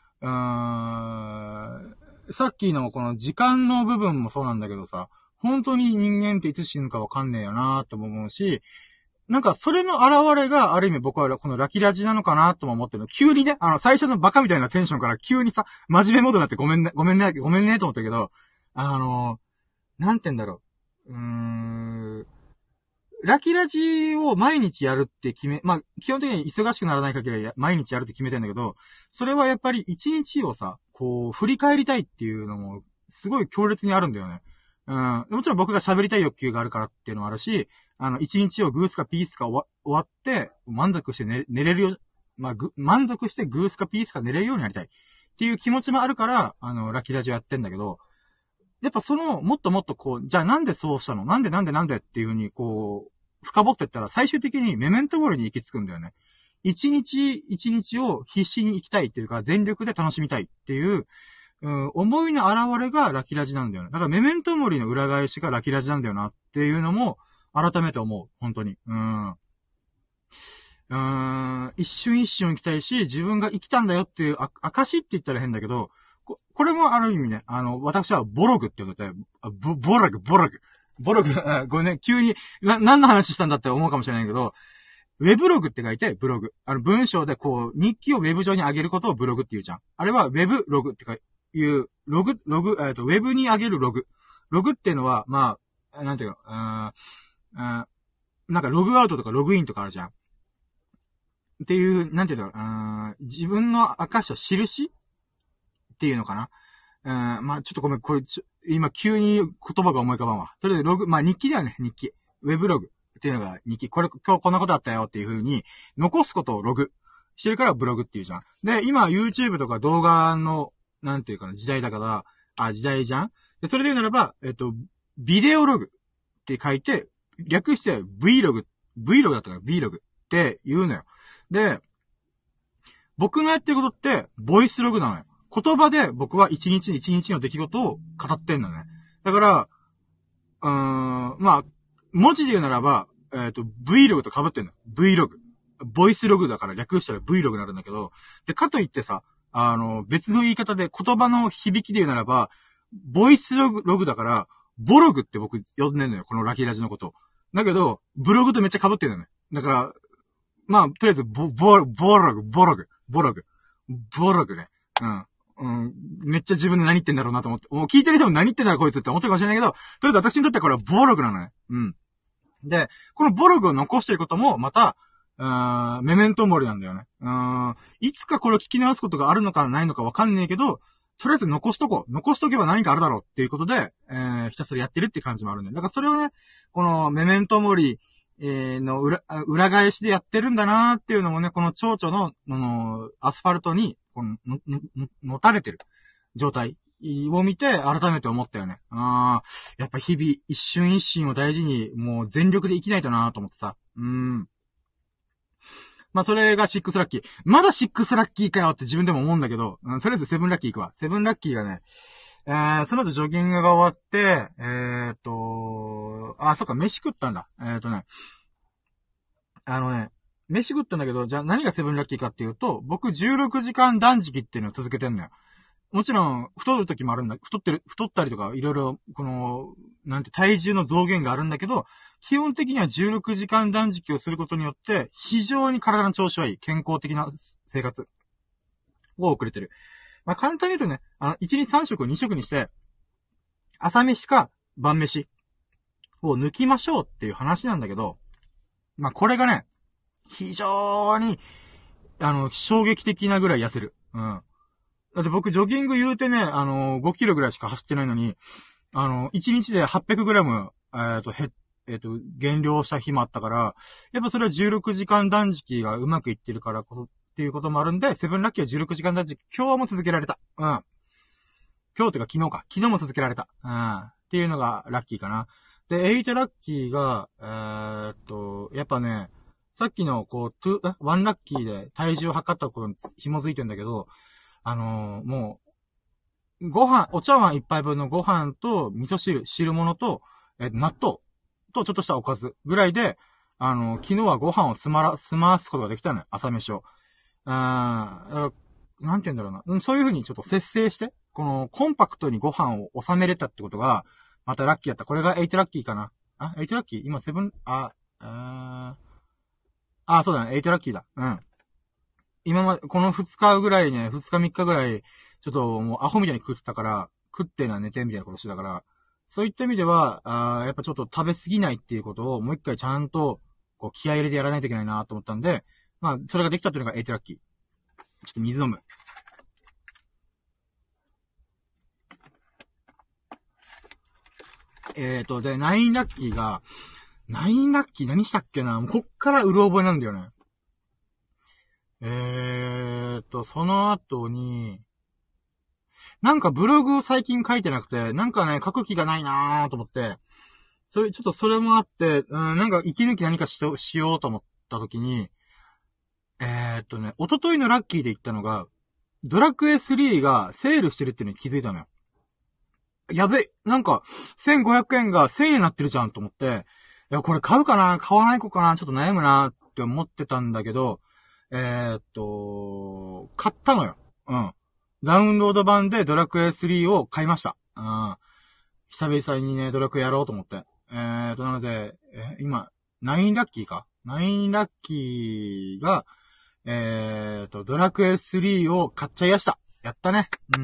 Speaker 1: さっきのこの時間の部分もそうなんだけどさ、本当に人間っていつ死ぬかわかんねえよなとも思うし、なんかそれの現れがある意味僕はこのラキラジなのかなとも思ってるの。急にね、最初のバカみたいなテンションから急にさ、真面目モードになってごめんねと思ったけど、なんて言うんだろう。ラキラジを毎日やるってまあ、基本的に忙しくならない限り毎日やるって決めてんだけど、それはやっぱり一日をさ、こう、振り返りたいっていうのも、すごい強烈にあるんだよね。もちろん僕が喋りたい欲求があるからっていうのもあるし、一日をグースかピースか終わって、満足して寝れるよ、まあ、満足してグースかピースか寝れるようになりたいっていう気持ちもあるから、ラキラジをやってんだけど、 やっぱもっともっとじゃあなんでそうしたのなんでっていう風に深掘ってったら最終的にメメントモリに行き着くんだよね。一日一日を必死に生きたいっていうか、全力で楽しみたいっていう、思いの表れがラキラジなんだよね。だからメメントモリの裏返しがラキラジなんだよなっていうのも、改めて思う。本当に。一瞬一瞬生きたいし、自分が生きたんだよっていう証って言ったら変だけど、これもある意味ね、私はボログって言ってて、ボログ、ごめんね、急に、何の話したんだって思うかもしれないけど、ウェブログって書いて、ブログ。文章で日記をウェブ上に上げることをブログって言うじゃん。あれはウェブログっていう、ウェブに上げるログ。ログっていうのは、まあ、なんていうの、なんかログアウトとかログインとかあるじゃん。っていう、なんていうの、自分の証した印っていうのかな。まあ、ちょっとごめん、今急に言葉が思い浮かばんわ。とりあえずまあ日記だよね、日記。ウェブログっていうのが日記。今日こんなことあったよっていう風に、残すことをログしてるからブログっていうじゃん。で、今 YouTube とか動画の、なんていうかな、時代だから、時代じゃん。で、それで言うならば、ビデオログって書いて、略して Vlog だったから Vlog って言うのよ。で、僕のやってることって、ボイスログなのよ。言葉で僕は一日一日の出来事を語ってんのね。だから、まあ、文字で言うならば、Vlog と被ってんの。Vlog。ボイスログだから略したら Vlog になるんだけど、で、かといってさ、別の言い方で言葉の響きで言うならば、ボイスログだから、ボログって僕呼んでんのよ。このラキラジのこと。だけど、ブログとめっちゃ被ってんのね。だから、まあ、とりあえず、ボログね。めっちゃ自分で何言ってんだろうなと思って。もう聞いてる人も何言ってんだろこいつって思ってるかもしれないけど、とりあえず私にとってはこれはボログなのね。で、このボログを残していることも、また、メメントモリなんだよね。いつかこれを聞き直すことがあるのかないのかわかんねえけど、とりあえず残しとけば何かあるだろうっていうことで、ひたすらやってるって感じもあるんだよ。だからそれをね、このメメントモリ、の裏返しでやってるんだなーっていうのもね、この蝶々の、アスファルトに、のたれてる状態を見て、改めて思ったよね。やっぱ日々、一瞬一瞬を大事に、もう全力で生きないとなーと思ってさ。まあ、それが6ラッキー。まだ6ラッキーかよって自分でも思うんだけど、とりあえず7ラッキー行くわ。7ラッキーがね、その後ジョギングが終わって、そっか、飯食ったんだ。飯食ったんだけど、じゃあ何がセブンラッキーかっていうと、僕16時間断食っていうのを続けてんのよ。もちろん、太る時もあるんだ。太ったりとか、いろいろ、体重の増減があるんだけど、基本的には16時間断食をすることによって、非常に体の調子はいい、健康的な生活を送れてる。まあ、簡単に言うとね、1日3食を2食にして、朝飯か晩飯を抜きましょうっていう話なんだけど、まあ、これがね、非常に、衝撃的なぐらい痩せる。だって僕、ジョギング言うてね、5キロぐらいしか走ってないのに、1日で800グラム、減量した日もあったから、やっぱそれは16時間断食がうまくいってるからこそっていうこともあるんで、セブンラッキーは16時間断食、今日も続けられた。今日ってか昨日か。昨日も続けられた。っていうのがラッキーかな。で、8ラッキーが、やっぱね、さっきの、1ラッキーで体重を測ったことに紐づいてんだけど、もう、お茶碗一杯分のご飯と味噌汁、汁物と、納豆とちょっとしたおかずぐらいで、昨日はご飯を済ますことができたのよ、朝飯を。なんて言うんだろうな。そういう風にちょっと節制して、このコンパクトにご飯を収めれたってことが、またラッキーだった。これが8ラッキーかな。8ラッキー今7、そうだね、8ラッキーだ。今まで、この2日ぐらいね、2日3日ぐらい、ちょっともうアホみたいに食ってたから、食ってな寝てみたいなことしてたから、そういった意味では、やっぱちょっと食べ過ぎないっていうことをもう一回ちゃんと、気合入れてやらないといけないなと思ったんで、まあ、それができたっていうのが8ラッキー。ちょっと水飲む。で、9ラッキーが、9ラッキー何したっけな？もうこっからうる覚えなんだよね。その後に、 なんかブログを最近書いてなくて、なんかね、書く気がないなーと思って、ちょっとそれもあって、なんか息抜き何かしようと思った時に、一昨日のラッキーで言ったのが、ドラクエ3がセールしてるっていうのに気づいたのよ。やべ、なんか、1500円が1000円になってるじゃんと思って、いや、これ買うかな買わない子かなちょっと悩むなって思ってたんだけど、買ったのよ。うん。ダウンロード版でドラクエ3を買いました。うん。久々にね、ドラクエやろうと思って。なので、今、9ラッキーか ?9 ラッキーが、ドラクエ3を買っちゃいました。やったね。うん。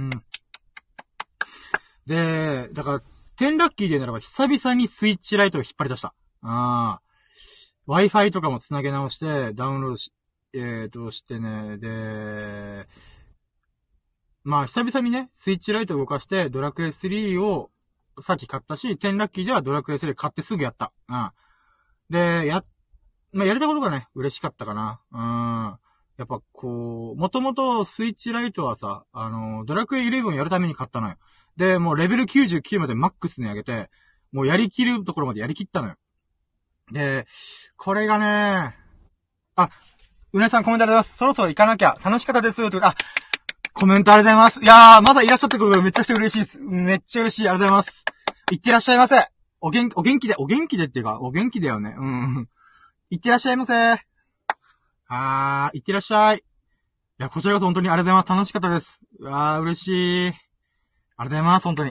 Speaker 1: で、だから、10ラッキーでならば久々にスイッチライトを引っ張り出した。Wi-Fi とかも繋げ直して、ダウンロードしてね、で、まあ、久々にね、スイッチライトを動かして、ドラクエ3をさっき買ったし、10ラッキーではドラクエ3買ってすぐやった。で、まあ、やれたことがね、嬉しかったかな。やっぱこう、もともとスイッチライトはさ、ドラクエ11やるために買ったのよ。で、もうレベル99までマックスに上げて、もうやりきるところまでやりきったのよ。で、これがね、うなさんコメントありがとうございます。そろそろ行かなきゃ。楽しかったです。コメントありがとうございます。いやー、まだいらっしゃってくれるめちゃくちゃ嬉しいです。めっちゃ嬉しい。ありがとうございます。行ってらっしゃいませ。お元気でっていうか、お元気だよね。うん。行ってらっしゃいませ。行ってらっしゃい。いや、こちらこそ本当にありがとうございます。楽しかったです。嬉しい。ありがとうございます、本当に。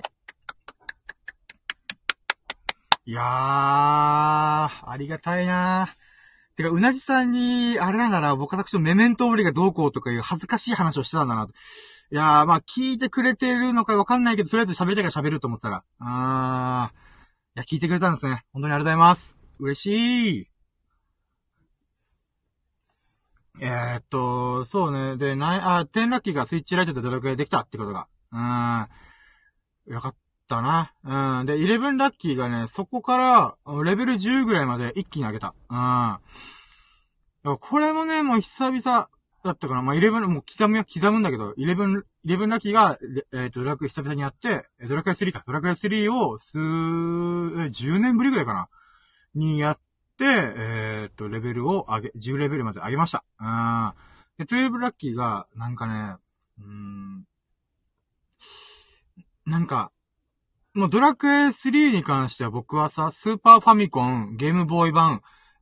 Speaker 1: いやー、ありがたいなー。てか、うなじさんに、あれなんだな、私のメメントモリがどうこうとかいう恥ずかしい話をしてたんだな。いやー、まあ、聞いてくれてるのかわかんないけど、とりあえず喋りたいから喋ると思ってたら。いや、聞いてくれたんですね。本当にありがとうございます。嬉しい。そうね。で、10ラッキーがスイッチライトでドラクエできたってことが。よかったな。で、11ラッキーがね、そこから、レベル10ぐらいまで一気に上げた。これもね、もう久々だったかな。まあ、11、もう刻むんだけど、11ラッキーが、ドラクエ久々にやって、ドラクエ3か。ドラクエ3を10年ぶりぐらいかな。にやって、レベルを10レベルまで上げました。で、12ラッキーが、なんかね、なんか、もうドラクエ3に関しては僕はさ、スーパーファミコン、ゲームボーイ版、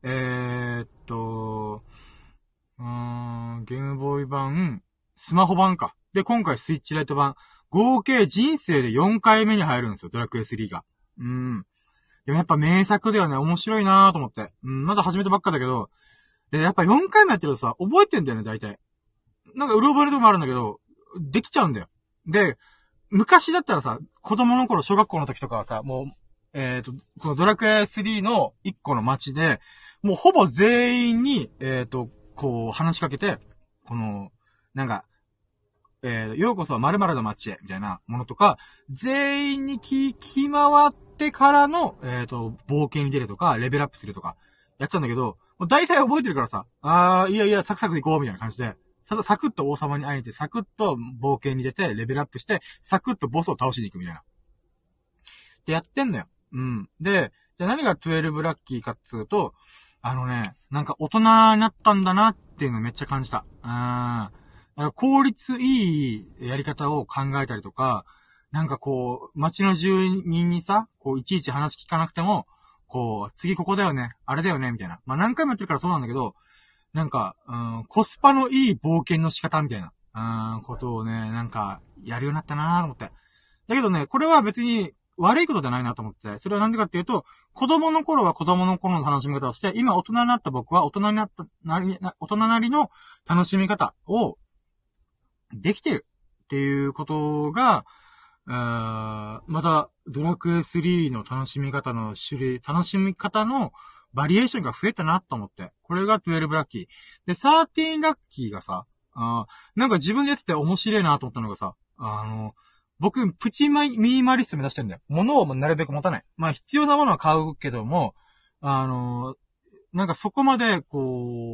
Speaker 1: ゲームボーイ版、スマホ版か。で、今回スイッチライト版、合計人生で4回目に入るんですよ、ドラクエ3が。でもやっぱ名作だよね、面白いなーと思って。まだ始めたばっかだけど、で、やっぱ4回目やってるとさ、覚えてんだよね、大体。なんかうろ覚えのとこもあるんだけど、できちゃうんだよ。で、昔だったらさ、子供の頃、小学校の時とかはさ、もう、このドラクエ3の1個の街で、もうほぼ全員に、こう話しかけて、この、なんか、ようこそは〇〇の街へ、みたいなものとか、全員に聞き回ってからの、冒険に出るとか、レベルアップするとか、やってたんだけど、もう大体覚えてるからさ、いや、サクサク行こう、みたいな感じで、サクッと王様に会えて、サクッと冒険に出て、レベルアップして、サクッとボスを倒しに行くみたいな。で、やってんのよ。で、じゃあ何が12ラッキーかっつうと、なんか大人になったんだなっていうのをめっちゃ感じた。効率いいやり方を考えたりとか、なんかこう、街の住人にさ、こう、いちいち話聞かなくても、こう、次ここだよね、あれだよね、みたいな。まあ何回もやってるからそうなんだけど、なんか、コスパのいい冒険の仕方みたいな、ことをね、なんか、やるようになったなと思って。だけどね、これは別に悪いことじゃないなと思って。それはなんでかっていうと、子供の頃は子供の頃の楽しみ方をして、今大人になった僕は大人なりの楽しみ方をできてるっていうことが、また、ドラクエ3の楽しみ方の種類、楽しみ方のバリエーションが増えたなと思って。これが12ラッキー。で、13ラッキーがさ、なんか自分でやってて面白いなと思ったのがさ、僕、プチミニマリスト目指してるんだよ。物をなるべく持たない。まあ必要なものは買うけども、なんかそこまで、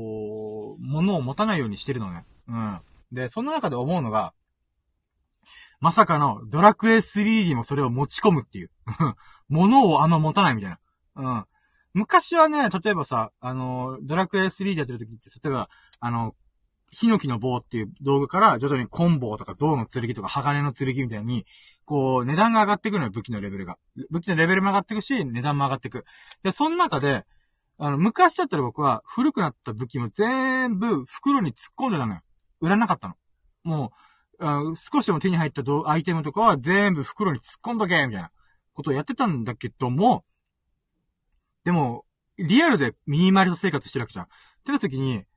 Speaker 1: こう、物を持たないようにしてるのね。で、その中で思うのが、 まさかのドラクエ3にもそれを持ち込むっていう。物をあんま持たないみたいな。うん。昔はね、例えばさ、ドラクエ3でやってる時って、例えば、ヒノキの棒っていう道具から徐々にコンボとか銅の剣とか鋼の剣みたいに、こう、値段が上がっていくのよ、武器のレベルが。武器のレベルも上がっていくし、値段も上がっていく。で、その中で、昔だったら僕は古くなった武器も全部袋に突っ込んでたのよ。売らなかったの。もう、少しでも手に入ったアイテムとかは全部袋に突っ込んどけみたいなことをやってたんだけども、でも、リアルでミニマリスト生活してるわけじゃん。ってな時に、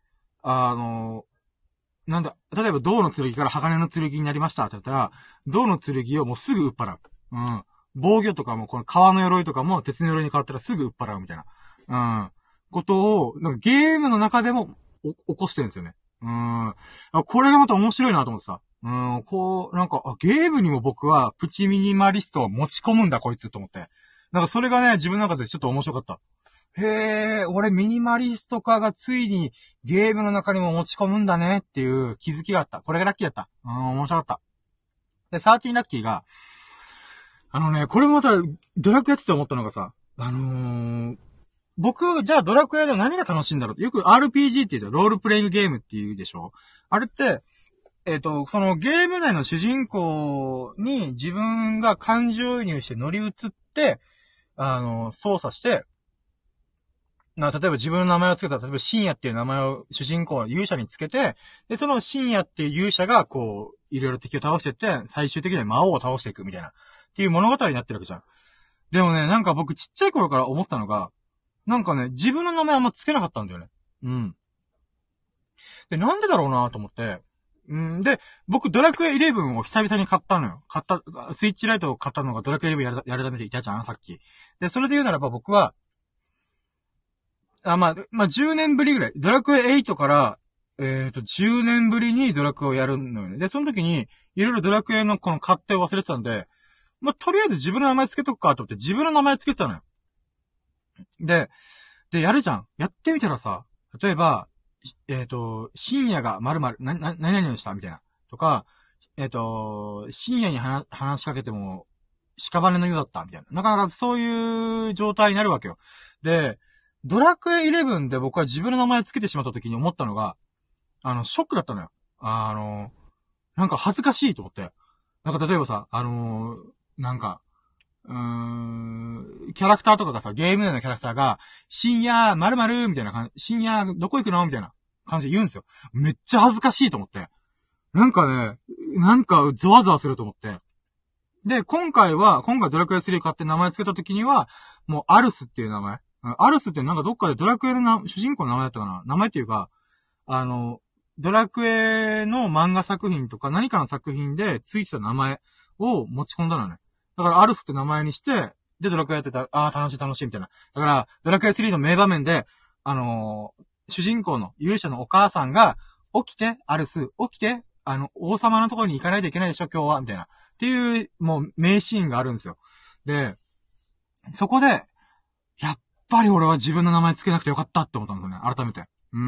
Speaker 1: なんだ、例えば銅の剣から鋼の剣になりましたって言ったら、銅の剣をもうすぐ売っ払う。うん。防御とかも、この革の鎧とかも鉄の鎧に変わったらすぐ売っ払うみたいな。うん。ことを、なんかゲームの中でも起こしてるんですよね。これがまた面白いなと思ってさ。なんか、ゲームにも僕はプチミニマリストを持ち込むんだこいつと思って。なんかそれがね、自分の中でちょっと面白かった。へえ、俺ミニマリスト化がついにゲームの中にも持ち込むんだねっていう気づきがあった。これがラッキーだった。面白かった。で、13ラッキーが、これもまたドラクエやってて思ったのがさ、僕、じゃあドラクエで何が楽しいんだろうって、よく RPG って言うじゃん、ロールプレイングゲームって言うでしょ。あれって、そのゲーム内の主人公に自分が感情移入して乗り移って、操作して、例えば自分の名前をつけたら、例えば深夜っていう名前を主人公、勇者につけて、で、その深夜っていう勇者が、こう、いろいろ敵を倒していって、最終的には魔王を倒していくみたいな、っていう物語になってるわけじゃん。でもね、なんか僕ちっちゃい頃から思ったのが、なんかね、自分の名前あんまつけなかったんだよね。うん。で、なんでだろうなと思って。で、僕ドラクエ11を久々に買ったのよ。スイッチライトを買ったのがドラクエ11やるためでいたじゃん、さっき。で、それで言うならば僕は、まあ、10年ぶりぐらい。ドラクエ8から、10年ぶりにドラクエをやるのよね。で、その時に、いろいろドラクエのこの勝手を忘れてたんで、とりあえず自分の名前つけとくかと思って自分の名前つけてたのよ。で、やるじゃん。やってみたらさ、例えば、深夜が〇〇、何々をしたみたいな。とか、深夜に話しかけても、屍のようだったみたいな。なかなかそういう状態になるわけよ。で、ドラクエ11で僕は自分の名前つけてしまった時に思ったのが、ショックだったのよ。なんか恥ずかしいと思って。なんか例えばさ、なんか、キャラクターとかがさ、ゲーム内のキャラクターが、深夜、〇〇みたいな感じ、深夜、どこ行くのみたいな感じで言うんですよ。めっちゃ恥ずかしいと思って。なんかね、なんかゾワゾワすると思って。で、今回ドラクエ3買って名前つけた時には、もうアルスっていう名前。アルスってなんかどっかでドラクエの主人公の名前だったかな、名前っていうか、ドラクエの漫画作品とか何かの作品でついてた名前を持ち込んだのね。だからアルスって名前にして、でドラクエやってたら、楽しいみたいな。だから、ドラクエ3の名場面で、主人公の勇者のお母さんが、起きて、アルス、起きて、王様のところに行かないといけないでしょ、今日は、みたいな。っていう、もう、名シーンがあるんですよ。で、そこで、やっぱり俺は自分の名前つけなくてよかったって思ったんですよね、改めて。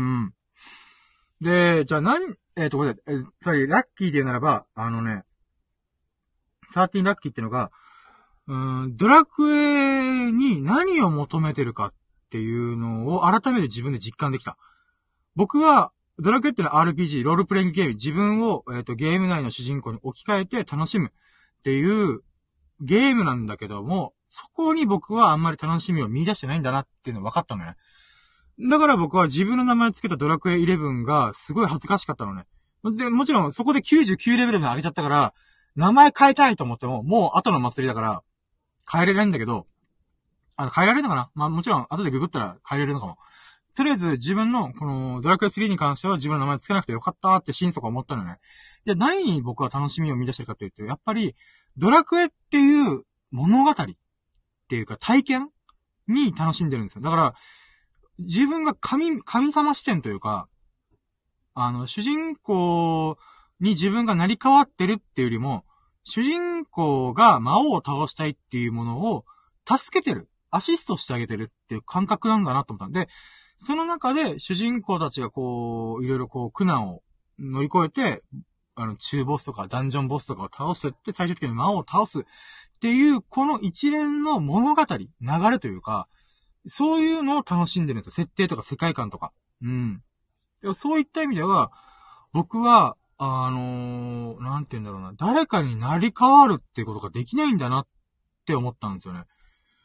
Speaker 1: で、じゃあこれ、つまり、ラッキーで言うならば、13ラッキーっていうのが、ドラクエに何を求めてるかっていうのを改めて自分で実感できた。僕は、ドラクエってのは RPG、ロールプレイングゲーム、自分を、ゲーム内の主人公に置き換えて楽しむっていうゲームなんだけども、そこに僕はあんまり楽しみを見出してないんだなっていうのが分かったのね。だから僕は自分の名前をつけたドラクエ11がすごい恥ずかしかったのね。で、もちろんそこで99レベルまで上げちゃったから、名前変えたいと思っても、もう後の祭りだから、変えれないんだけど、変えられるのかな、もちろん後でググったら変えれるのかも。とりあえず自分の、このドラクエ3に関しては自分の名前つけなくてよかったって心底思ったのね。で、何に僕は楽しみを見出してるかというと、やっぱり、ドラクエっていう物語っていうか体験に楽しんでるんですよ。だから、自分が神様視点というか、主人公に自分が成り変わってるっていうよりも、主人公が魔王を倒したいっていうものを助けてる、アシストしてあげてるっていう感覚なんだなと思ったんで、その中で主人公たちがこう、いろいろこう苦難を乗り越えて、 中ボスとかダンジョンボスとかを倒してって、最終的に魔王を倒すっていう、この一連の物語、流れというか、そういうのを楽しんでるんですよ。設定とか世界観とか。うん。そういった意味では、僕は、なんて言うんだろうな。誰かになり変わるっていうことができないんだなって思ったんですよね。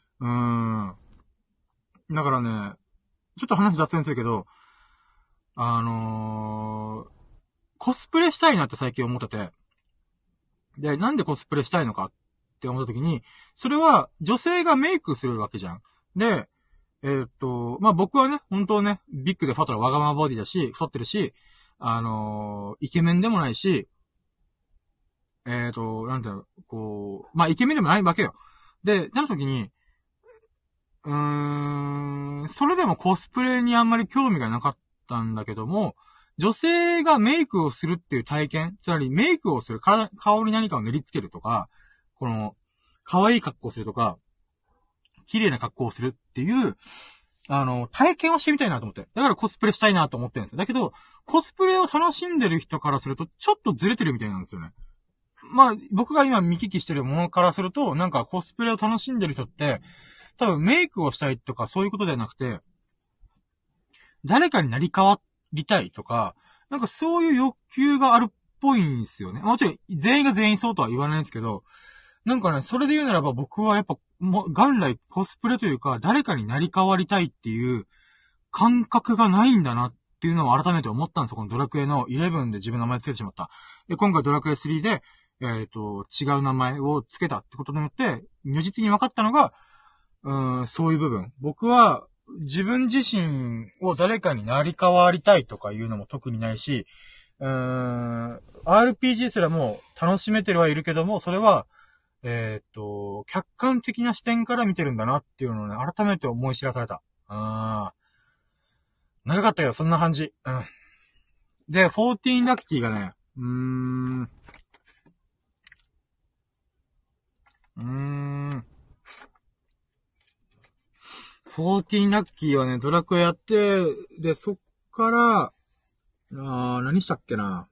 Speaker 1: だからね、ちょっと話脱線するけど、コスプレしたいなって最近思ってて。で、なんでコスプレしたいのかって思った時に、それは女性がメイクするわけじゃん。で、まあ、僕はね、本当ね、ビッグでファトなわがままボディだし、太ってるし、イケメンでもないし、なんていうの、こう、まあ、イケメンでもないわけよ。で、なる時に、それでもコスプレにあんまり興味がなかったんだけども、女性がメイクをするっていう体験、つまりメイクをする、顔に何かを塗りつけるとか、この、可愛い格好をするとか、綺麗な格好をするっていう、体験をしてみたいなと思って。だからコスプレしたいなと思ってるんですよ。だけど、コスプレを楽しんでる人からすると、ちょっとずれてるみたいなんですよね。まあ、僕が今見聞きしてるものからすると、なんかコスプレを楽しんでる人って、多分メイクをしたいとかそういうことではなくて、誰かになり変わりたいとか、なんかそういう欲求があるっぽいんですよね。もちろん全員が全員そうとは言わないんですけど、なんかね、それで言うならば僕はやっぱ、元来コスプレというか、誰かになり変わりたいっていう感覚がないんだなっていうのを改めて思ったんですよ。このドラクエの11で自分の名前つけてしまった。で、今回ドラクエ3で、違う名前をつけたってことによって、如実に分かったのが、そういう部分。僕は、自分自身を誰かになり変わりたいとかいうのも特にないし、RPG すらも楽しめてはいるけども、それは、客観的な視点から見てるんだなっていうのをね、改めて思い知らされた。長かったけど、そんな感じ。うん。で、14ラッキーがね、14ラッキーはね、ドラクエやって、で、そっから、何したっけな。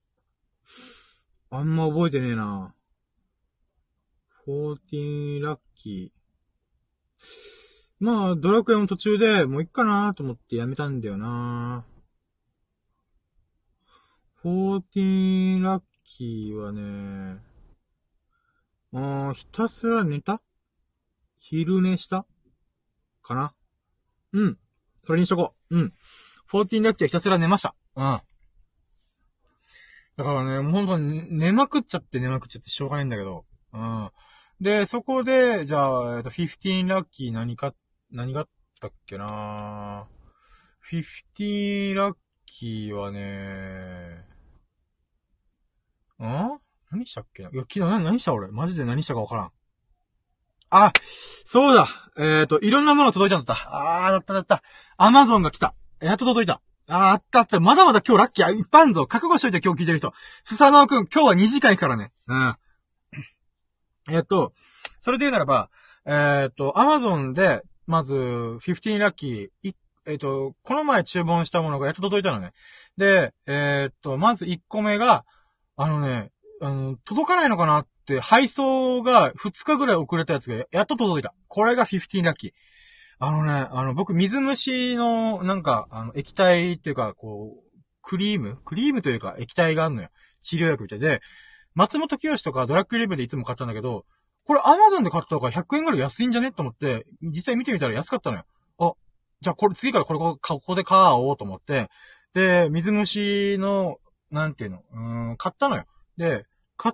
Speaker 1: あんま覚えてねえな。14ラッキー。まあ、ドラクエも途中でもういっかなと思ってやめたんだよな。14ラッキーはね、ひたすら寝た昼寝したかな。うん。それにしとこう。うん。14ラッキーはひたすら寝ました。うん。だからね、もうほんと寝まくっちゃってしょうがないんだけど。うん。で、そこで、じゃあ、15ラッキー何があったっけな15ラッキーはね、何したっけないや、昨日何した俺。マジで何したかわからん。あ、そうだ。いろんなもの届いたんだった。だった。アマゾンが来た。やっと届いた。あった。まだまだ今日ラッキー。一般像。覚悟しといて今日聞いてる人。スサノオくん、今日は2時間行くからね。うん。それで言うならば、アマゾンで、まず、15ラッキー、この前注文したものがやっと届いたのね。で、まず1個目が、届かないのかなって配送が2日ぐらい遅れたやつがやっと届いた。これが15ラッキー。僕水虫の、液体っていうか、こう、クリームというか液体があるのよ。治療薬みたいで、松本清とかドラッグイレブンでいつも買ったんだけど、これ Amazon で買った方が100円ぐらい安いんじゃねと思って、実際見てみたら安かったのよ。じゃあ次からここで買おうと思って、で、水虫の、買ったのよ。で、買って、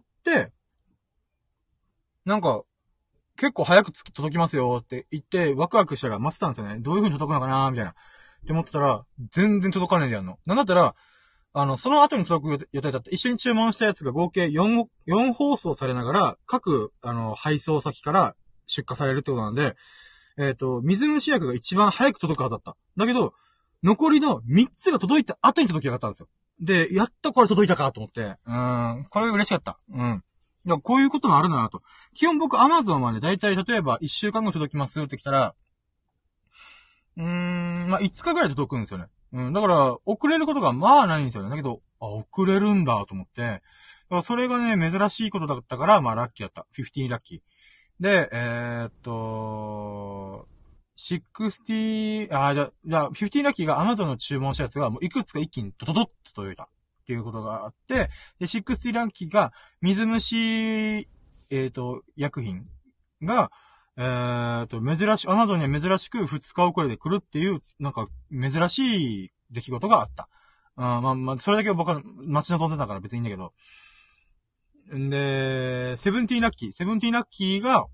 Speaker 1: 結構早く届きますよって言って、ワクワクしたら待ってたんですよね。どういう風に届くのかなみたいな。って思ってたら、全然届かないでやんの。なんだったら、その後に届く予定だった一緒に注文したやつが合計4包装されながら、各、配送先から出荷されるってことなんで、水虫薬が一番早く届くはずだった。だけど、残りの3つが届いた後に届きやがったんですよ。で、やっとこれ届いたかと思って、これ嬉しかった。いや、こういうこともあるんだなと。基本僕 Amazon はね、だいたい例えば1週間後届きますって来たら、5日ぐらいで届くんですよね。だから、遅れることがまあないんですよね。だけど、 送れるんだと思って、それがね、珍しいことだったから、まあラッキーだった。15ラッキー。で、60、じゃあ、15ラッキーが Amazon の注文したやつが、もういくつか一気にドドドッと届いた。っていうことがあって、で、60ラッキーが、水虫、薬品が、珍し、Amazon には珍しく2日遅れで来るっていう、なんか、珍しい出来事があった。まあ、それだけは僕は街の飛んでたから別にいいんだけど。んで、セブンティーラッキーが、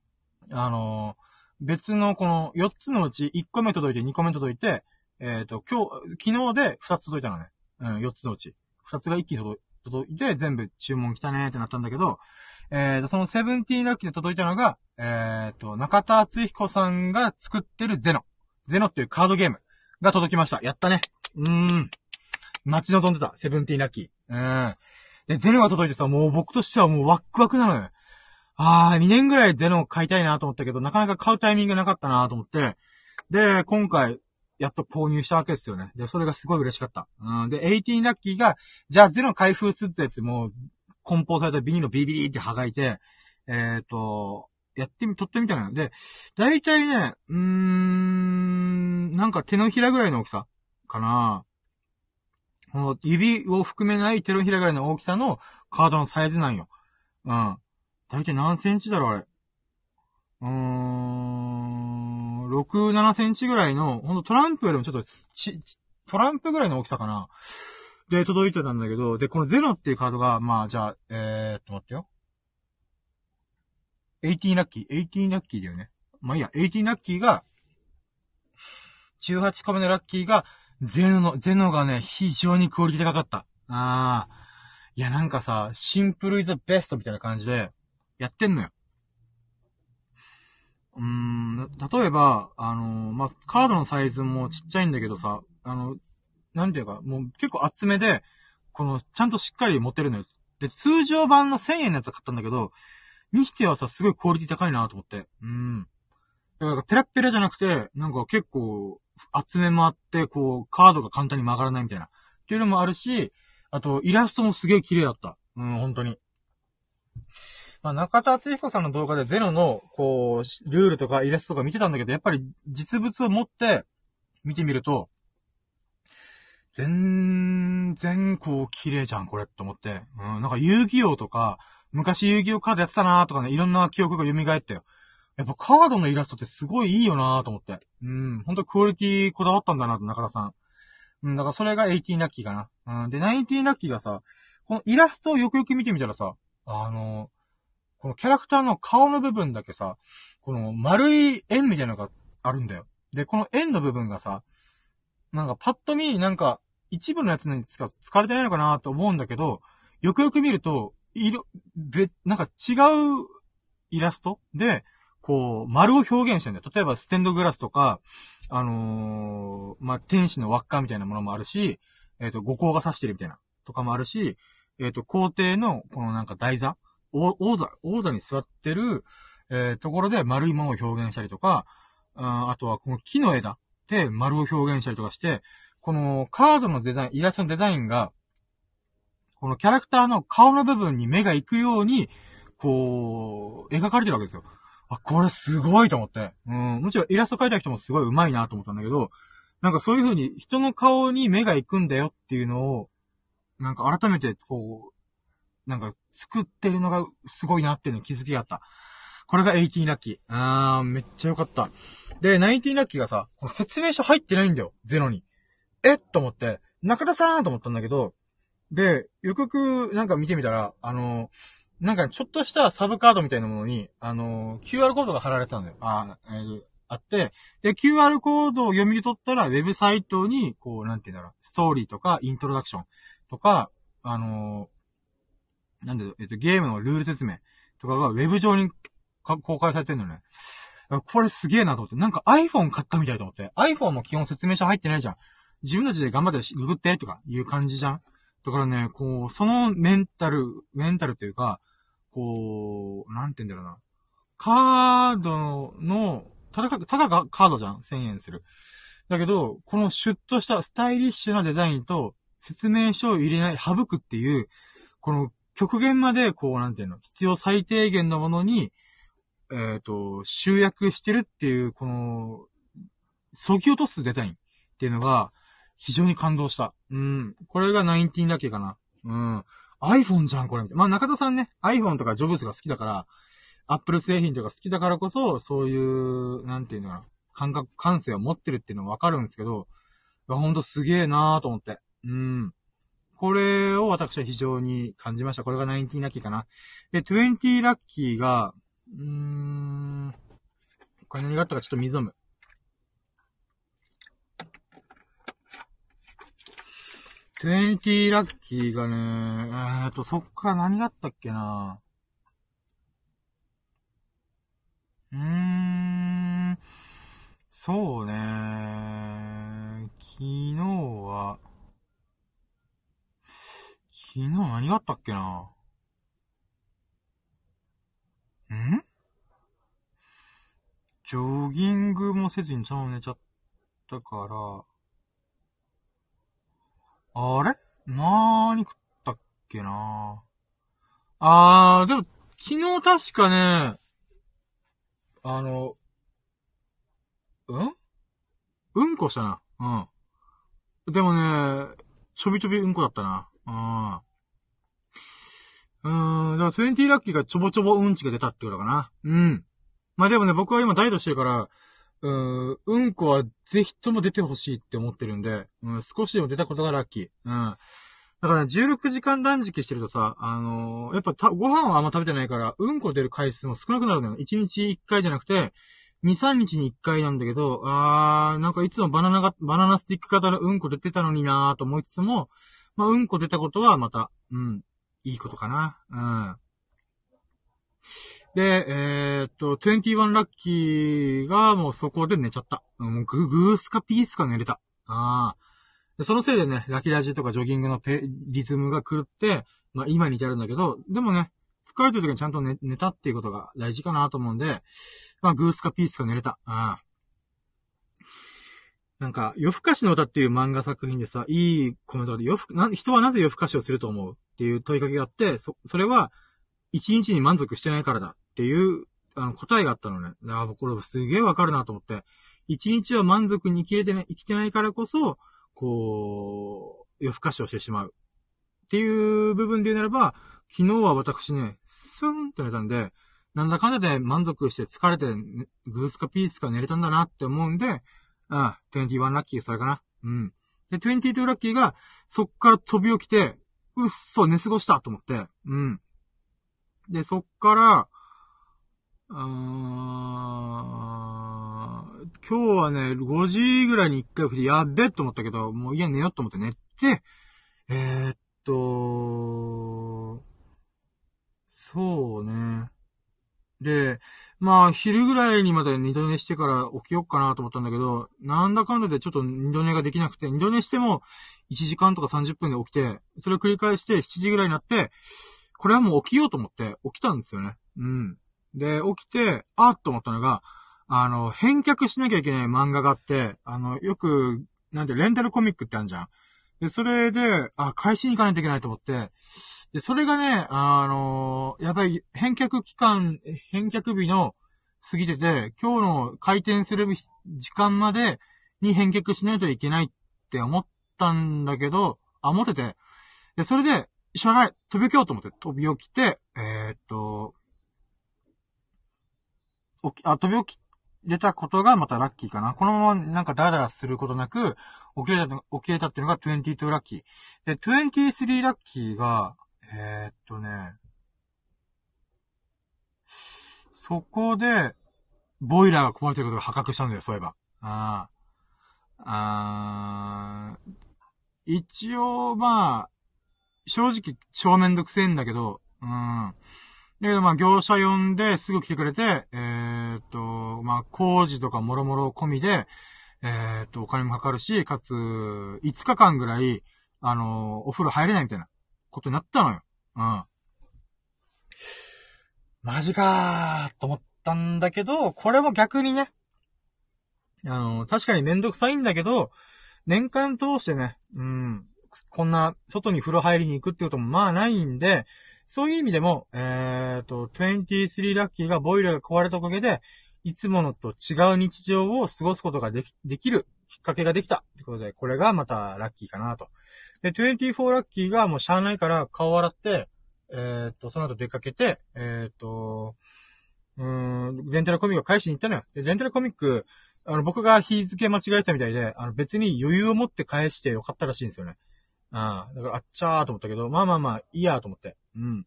Speaker 1: 別のこの4つのうち1個目届いて2個目届いて、昨日で2つ届いたのね。4つのうち。2つが一気に届いて、全部注文来たねーってなったんだけど、そのセブンティーラッキーで届いたのが、中田敦彦さんが作ってるゼノっていうカードゲームが届きました。やったね。待ち望んでた。セブンティーラッキー。で、ゼノが届いてさ、もう僕としてはもうワックワクなのよ。2年ぐらいゼノを買いたいなと思ったけど、なかなか買うタイミングなかったなと思って、で、今回、やっと購入したわけですよね。で、それがすごい嬉しかった。で、18ラッキーが、じゃあゼノ開封するってやつも、梱包されたビニールをビリビリって剥がいて、取ってみたのよ。で、だいたいね、なんか手のひらぐらいの大きさかな。この指を含めない手のひらぐらいの大きさのカードのサイズなんよ。だいたい何センチだろう、あれ。6、7センチぐらいの、ほんとトランプよりもちょっとトランプぐらいの大きさかな。で、届いてたんだけど、で、このゼロっていうカードが、まあ、じゃあ、待ってよ。18ラッキーだよね。まあいいや、18ラッキーが、18個目のラッキーが、ゼノがね、非常にクオリティ高かった。いやなんかさ、シンプルイズベストみたいな感じで、やってんのよ。例えば、まあ、カードのサイズもちっちゃいんだけどさ、なんていうか、もう結構厚めで、ちゃんとしっかり持てるのよ。で、通常版の1000円のやつ買ったんだけど、にしてはさ、すごいクオリティ高いなと思って。だから、ペラッペラじゃなくて、なんか結構、厚めもあって、カードが簡単に曲がらないみたいな。っていうのもあるし、あと、イラストもすげえ綺麗だった。本当に。まあ、中田敦彦さんの動画でゼロの、ルールとかイラストとか見てたんだけど、やっぱり実物を持って見てみると、全然綺麗じゃん、これって思って。なんか遊戯王とか、昔遊戯王カードやってたなーとかね、いろんな記憶が蘇ったよ。やっぱカードのイラストってすごいいいよなーと思って。ほんとクオリティこだわったんだなと、中田さん。だからそれが18ラッキーかな。で、19ラッキーがさ、このイラストをよくよく見てみたらさ、このキャラクターの顔の部分だけさ、この丸い円みたいなのがあるんだよ。で、この円の部分がさ、なんかパッと見、なんか一部のやつに使われてないのかなと思うんだけど、よくよく見ると、なんか違うイラストで、丸を表現してるんだよ。例えばステンドグラスとか、まあ、天使の輪っかみたいなものもあるし、五光が指してるみたいな、とかもあるし、皇帝の、このなんか台座王座に座ってる、ところで丸いものを表現したりとか、あとはこの木の枝で丸を表現したりとかして、このカードのデザイン、イラストのデザインが、このキャラクターの顔の部分に目が行くように、描かれてるわけですよ。これすごいと思って。もちろんイラスト描いた人もすごい上手いなと思ったんだけど、なんかそういう風に人の顔に目が行くんだよっていうのを、なんか改めてなんか作ってるのがすごいなっていうの気づきがあった。これが18ラッキー。めっちゃよかった。で、19ラッキーがさ、この説明書入ってないんだよ。ゼロに。と思って、中田さんと思ったんだけど、で、よくなんか見てみたら、なんかちょっとしたサブカードみたいなものに、QR コードが貼られてたんだよ。あって、で、QR コードを読み取ったら、ウェブサイトに、なんていうんだろう、ストーリーとか、イントロダクションとか、ゲームのルール説明とかがウェブ上に公開されてるのね。これすげえなと思って。なんか iPhone 買ったみたいと思って。iPhone も基本説明書入ってないじゃん。自分たちで頑張ってググってとかいう感じじゃん。だからね、そのメンタルというか、なんて言うんだろうな。カードの、たかがカードじゃん ?1000 円する。だけど、このシュッとしたスタイリッシュなデザインと、 説明書を入れない、省くっていう、この極限まで、こう、なんていうの、必要最低限のものに、集約してるっていう、この、削ぎ落とすデザインっていうのが、非常に感動した。うん。これが19ラッキーかな。うん。iPhone じゃん、これ。まあ、中田さんね、iPhone とかジョブズが好きだから、Apple 製品とか好きだからこそ、そういう、なんていうのかな、感性を持ってるっていうのはわかるんですけど、ほんとすげえなーと思って。うん。これを私は非常に感じました。これが19ラッキーかな。で、20ラッキーが、これ何があったかちょっと水飲む。20ラッキーがね、そっから何があったっけな。そうね。昨日何があったっけな。ジョギングもせずにちゃんと寝ちゃったから、あれなーに食ったっけな。でも、昨日確かね、あの、うんこしたな。うん。でもね、ちょびちょびうんこだったな。だから20ラッキーがちょぼちょぼうんちが出たってことかな。うん。まあでもね、僕は今ダイエットしてるから、うんこはぜひとも出てほしいって思ってるんで、少しでも出たことがラッキー。だからね、16時間断食してるとさ、やっぱご飯はあんま食べてないから、うんこ出る回数も少なくなるのよ。1日1回じゃなくて、2、3日に1回なんだけど、なんかいつもバナナスティック型のうんこ出てたのになーと思いつつも、まあ、うんこ出たことはまた、いいことかな。で、21ラッキーがもうそこで寝ちゃった。もうグースかピースか寝れた。でそのせいでね、ラキラジとかジョギングのリズムが狂って、まあ今に至るんだけど、でもね、疲れてる時にちゃんと寝たっていうことが大事かなと思うんで、まあグースかピースか寝れた。なんか、夜更かしの歌っていう漫画作品でさ、いいコメントで、人はなぜ夜更かしをすると思うっていう問いかけがあって、それは、一日に満足してないからだっていう、答えがあったのね。これすげえわかるなと思って。一日は満足に生きてないからこそ、こう、夜更かしをしてしまう。っていう部分で言うならば、昨日は私ね、スンと寝たんで、なんだかんだで満足して疲れて、グースかピースか寝れたんだなって思うんで、21ラッキーそれかな。で、22ラッキーが、そっから飛び起きて、うっそ、寝過ごしたと思って、で、そっから、今日はね、5時ぐらいに1回起きて、やっべと思ったけど、もういや寝ようと思って寝て、そうね。で、まあ、昼ぐらいにまで二度寝してから起きよっかなと思ったんだけど、なんだかんだでちょっと二度寝ができなくて、二度寝しても1時間とか30分で起きて、それを繰り返して7時ぐらいになって、これはもう起きようと思って起きたんですよね。で、起きて、と思ったのが、返却しなきゃいけない漫画があって、よく、レンタルコミックってあるじゃん。で、それで、返しに行かないといけないと思って、で、それがね、やばい、返却日の過ぎてて、今日の開店する時間までに返却しないといけないって思ったんだけど、思ってて、で、それで、しょうがない、飛び起きようと思って飛び起きて、飛び起きれたことがまたラッキーかな。このままなんかダラダラすることなく、起きれたっていうのが22ラッキー。で、23ラッキーが、そこで、ボイラーが壊れてることが破格したんだよ、そういえば。一応、まあ、正直、超めんどくせえんだけど、で、まあ、業者呼んですぐ来てくれて、まあ、工事とかもろもろ込みで、お金もかかるし、かつ、5日間ぐらい、お風呂入れないみたいなことになったのよ。マジかーと思ったんだけど、これも逆にね、確かにめんどくさいんだけど、年間通してね、 こんな、外に風呂入りに行くってこともまあないんで、そういう意味でも、23ラッキーがボイラーが壊れたおかげで、いつものと違う日常を過ごすことができるきっかけができた。ってことで、これがまたラッキーかなと。で、24ラッキーがもうしゃあないから顔洗って、その後出かけて、レンタルコミックを返しに行ったのよ。で、レンタルコミック、僕が日付間違えたみたいで、別に余裕を持って返してよかったらしいんですよね。だから、あっちゃーと思ったけど、まあ、いいやと思って。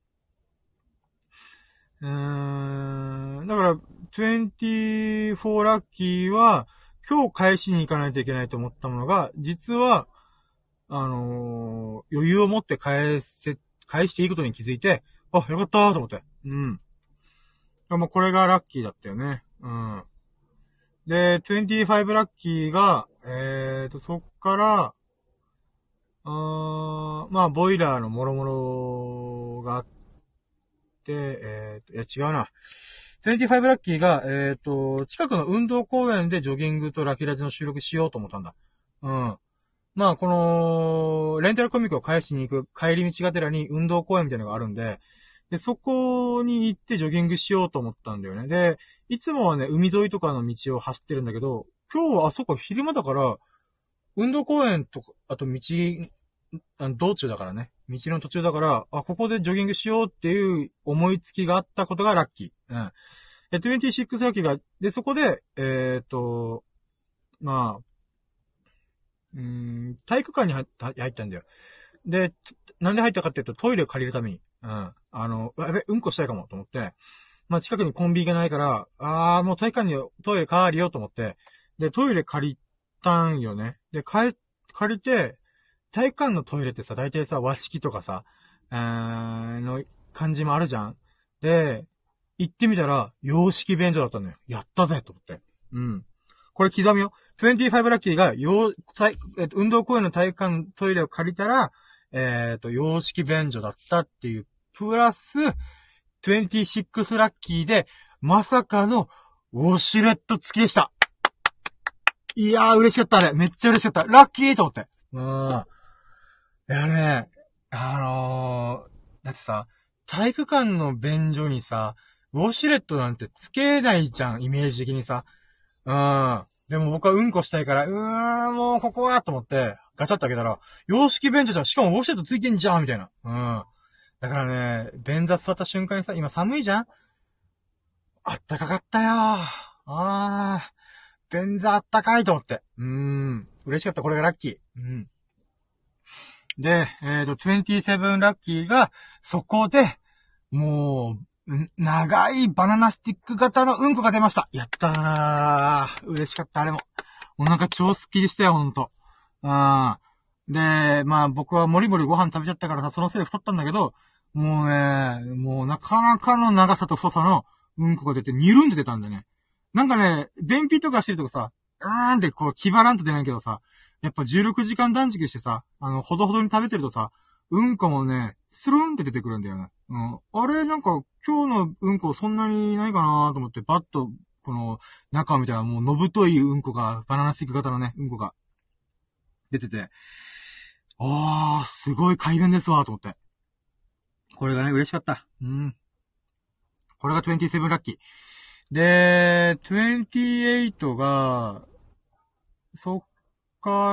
Speaker 1: だから、24ラッキーは、今日返しに行かないといけないと思ったものが、実は、余裕を持って返していいことに気づいて、あ、よかったーと思って。もうこれがラッキーだったよね。で、25ラッキーが、そっから、まあ、ボイラーのもろもろがあって、いや違うな。25ラッキーが、近くの運動公園でジョギングとラキラジの収録しようと思ったんだ。まあ、この、レンタルコミックを返しに行く帰り道がてらに運動公園みたいなのがあるんで、で、そこに行ってジョギングしようと思ったんだよね。で、いつもはね、海沿いとかの道を走ってるんだけど、今日はあそこ昼間だから、運動公園とか、あと道、道中だからね。道の途中だから、ここでジョギングしようっていう思いつきがあったことがラッキー。26ラッキーが、で、そこで、まあ、体育館に入ったんだよ。で、なんで入ったかっていうとトイレを借りるために。やべ、うんこしたいかもと思って、まあ近くにコンビニがないから、もう体育館にトイレ借りようと思って、で、トイレ借りたんよね。で、借りて、体育館のトイレってさ、大体さ、和式とかさ、の感じもあるじゃん。で、行ってみたら、洋式便所だったのよ。やったぜと思って。これ刻みよ。25ラッキーが、運動公園の体育館トイレを借りたら、洋式便所だったっていう、プラス、26ラッキーで、まさかの、ウォシュレット付きでした。いやー、嬉しかったね。めっちゃ嬉しかった。ラッキーと思って。いやね、だってさ、体育館の便所にさ、ウォシュレットなんてつけないじゃん、イメージ的にさ。でも僕はうんこしたいから、もうここはと思って、ガチャッと開けたら、洋式便所じゃん、しかもウォシュレットついてんじゃんみたいな。だからね、便座座った瞬間にさ、今寒いじゃんあったかかったよ便座あったかいと思って。嬉しかった、これがラッキー。で、27ラッキーが、そこで、もう、長いバナナスティック型のうんこが出ました。やったー。嬉しかった、あれも。お腹超スッキリしたよ、ほんと。で、まあ僕はもりもりご飯食べちゃったからさ、そのせいで太ったんだけど、もうね、もうなかなかの長さと太さのうんこが出て、ニュルンって出たんだね。なんかね、便秘とかしてるとこさ、ってこう、気張らんと出ないけどさ、やっぱ16時間断食してさ、ほどほどに食べてるとさ、うんこもね、スルンって出てくるんだよね。あれ、なんか、今日のうんこそんなにないかなと思って、バッと、この、中を見たらもうのぶというんこが、バナナスティック型のね、うんこが、出てて、すごい快便ですわ、と思って。これがね、嬉しかった。これが27ラッキー。で、28が、そっから、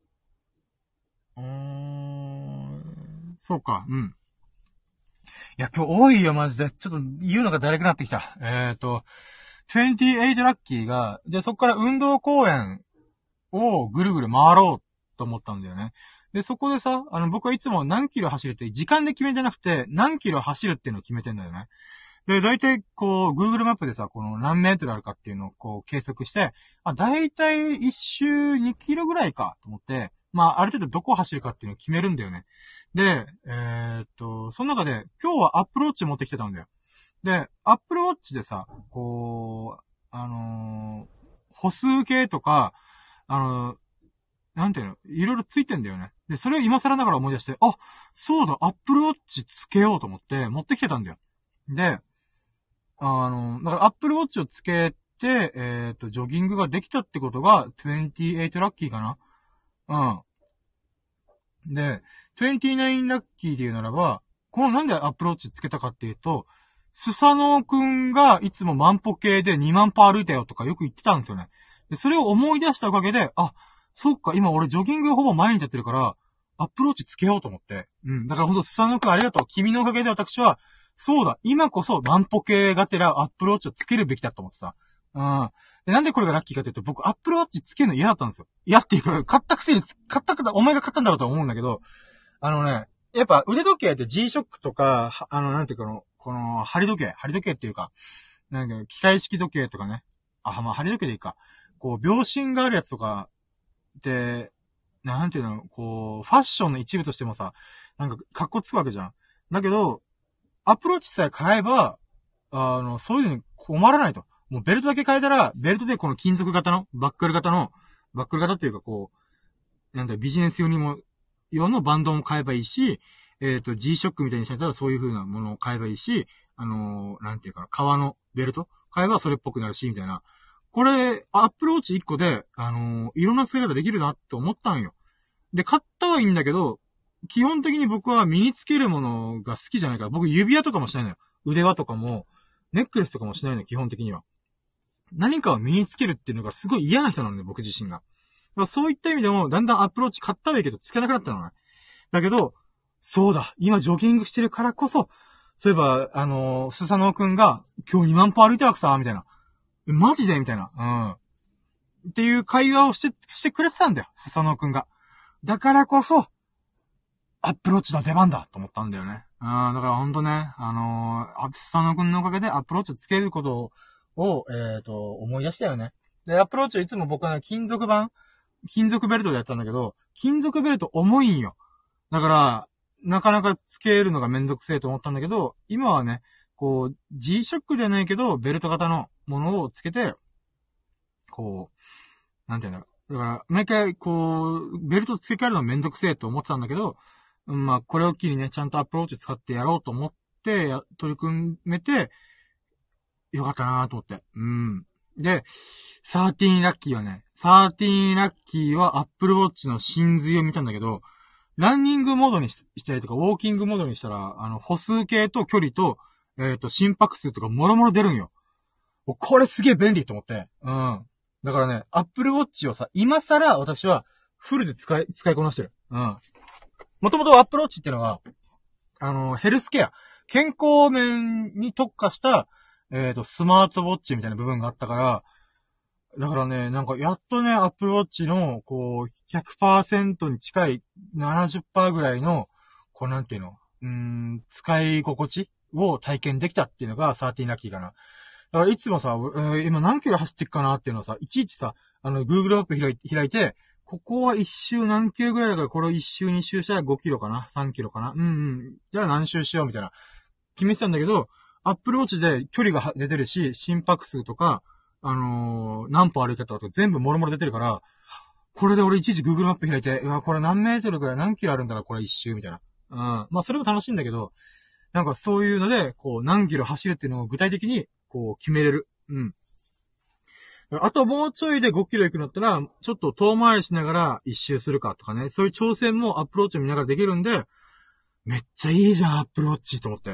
Speaker 1: そうか、いや、今日多いよ、マジで。ちょっと言うのがだるくなってきた。28ラッキーが、で、そっから運動公園をぐるぐる回ろうと思ったんだよね。で、そこでさ、僕はいつも何キロ走るって、時間で決めてなくて、何キロ走るっていうのを決めてんだよね。で、だいたいこう、Google マップでさ、この何メートルあるかっていうのをこう計測して、だいたい1周2キロぐらいかと思って、まあ、ある程度どこを走るかっていうのを決めるんだよね。で、その中で、今日はアップルウォッチ持ってきてたんだよ。で、アップルウォッチでさ、こう、歩数計とか、なんていうの、いろいろついてんだよね。で、それを今更ながら思い出して、そうだ、アップルウォッチつけようと思って持ってきてたんだよ。で、だからアップルウォッチをつけて、ジョギングができたってことが28ラッキーかな。 で、29ラッキーで言うならば、このなんでアプローチつけたかっていうと、スサノオくんがいつも万歩計で2万歩歩いたよとかよく言ってたんですよね。で、それを思い出したおかげで、あ、そっか、今俺ジョギングほぼ毎日やってるから、アプローチつけようと思って。うん。だからほんとスサノオくんありがとう。君のおかげで私は、そうだ、今こそ万歩計がてらアプローチをつけるべきだと思ってさ。うん。で、なんでこれがラッキーかというと、僕アップルウォッチつけるの嫌だったんですよ。嫌っていうか、買ったくせに、お前が買ったんだろうと思うんだけど、やっぱ腕時計って G-SHOCK とか、なんていうかこの、針時計っていうか、なんか、機械式時計とかね。まあ、針時計でいいか。こう、秒針があるやつとか、で、なんていうの、こう、ファッションの一部としてもさ、なんか、格好つくわけじゃん。だけど、アプローチさえ買えば、そういうのに困らないと。もうベルトだけ変えたら、ベルトでこの金属型の、バックル型っていうかこう、なんだ、ビジネス用のバンドも買えばいいし、G-SHOCK みたいにしたらそういう風なものを買えばいいし、なんていうかな、革のベルト買えばそれっぽくなるし、みたいな。これ、アプローチ1個で、いろんな使い方できるなって思ったんよ。で、買ったはいいんだけど、基本的に僕は身につけるものが好きじゃないから、僕指輪とかもしないのよ。腕輪とかも、ネックレスとかもしないのよ、基本的には。何かを身につけるっていうのがすごい嫌な人なんだよ、僕自身が。だからそういった意味でも、だんだんアプローチ買ったはいいけど、つけなくなったのね。だけど、そうだ、今ジョギングしてるからこそ、そういえば、スサノオくんが、今日2万歩歩いたわけさ、みたいな。マジでみたいな。うん。っていう会話をしてくれてたんだよ、スサノオくんが。だからこそ、アップローチの出番だと思ったんだよね。だからほんとね、スサノオくんのおかげでアップローチをつけることを、思い出したよね。で、アップローチはいつも僕は金属ベルトでやったんだけど、金属ベルト重いんよ。だから、なかなかつけるのがめんどくせえと思ったんだけど、今はね、こう、G-SHOCK じゃないけど、ベルト型のものをつけて、こう、なんていうんだろう。だから、毎回、こう、ベルト付け替えるのめんどくせえと思ってたんだけど、まあ、これを機にね、ちゃんとアプローチ使ってやろうと思って、取り組めて、よかったなと思って。うん。で、13ラッキーはね、13ラッキーはアップルウォッチの真髄を見たんだけど、ランニングモードにしたりとか、ウォーキングモードにしたら、歩数計と距離と、心拍数とかもろもろ出るんよ。これすげえ便利と思って。うん。だからね、アップルウォッチをさ、今更私はフルで使いこなしてる。うん。もともとアップルウォッチっていうのは、ヘルスケア、健康面に特化した、スマートウォッチみたいな部分があったから、だからね、なんかやっとね、アップルウォッチの、こう、100% に近い70%ぐらいの、こうなんていうの、使い心地を体験できたっていうのが13ラッキーかな。だからいつもさ、今何キロ走ってっかなっていうのはさ、いちいちさ、Google マップ開いて、ここは一周何キロぐらいだから、これを一周二周したら5キロかな ?3 キロかなじゃあ何周しようみたいな。決めてたんだけど、Apple Watch で距離が出てるし、心拍数とか、何歩歩いたとか全部もろもろ出てるから、これで俺いちいち Google マップ開いて、これ何メートルぐらい何キロあるんだろうこれ一周みたいな。まあそれも楽しいんだけど、なんかそういうので、こう何キロ走るっていうのを具体的に、こう決めれる。あともうちょいで5キロ行くんだったら、ちょっと遠回りしながら一周するかとかね。そういう挑戦もアプローチを見ながらできるんで、めっちゃいいじゃん、アプローチと思って。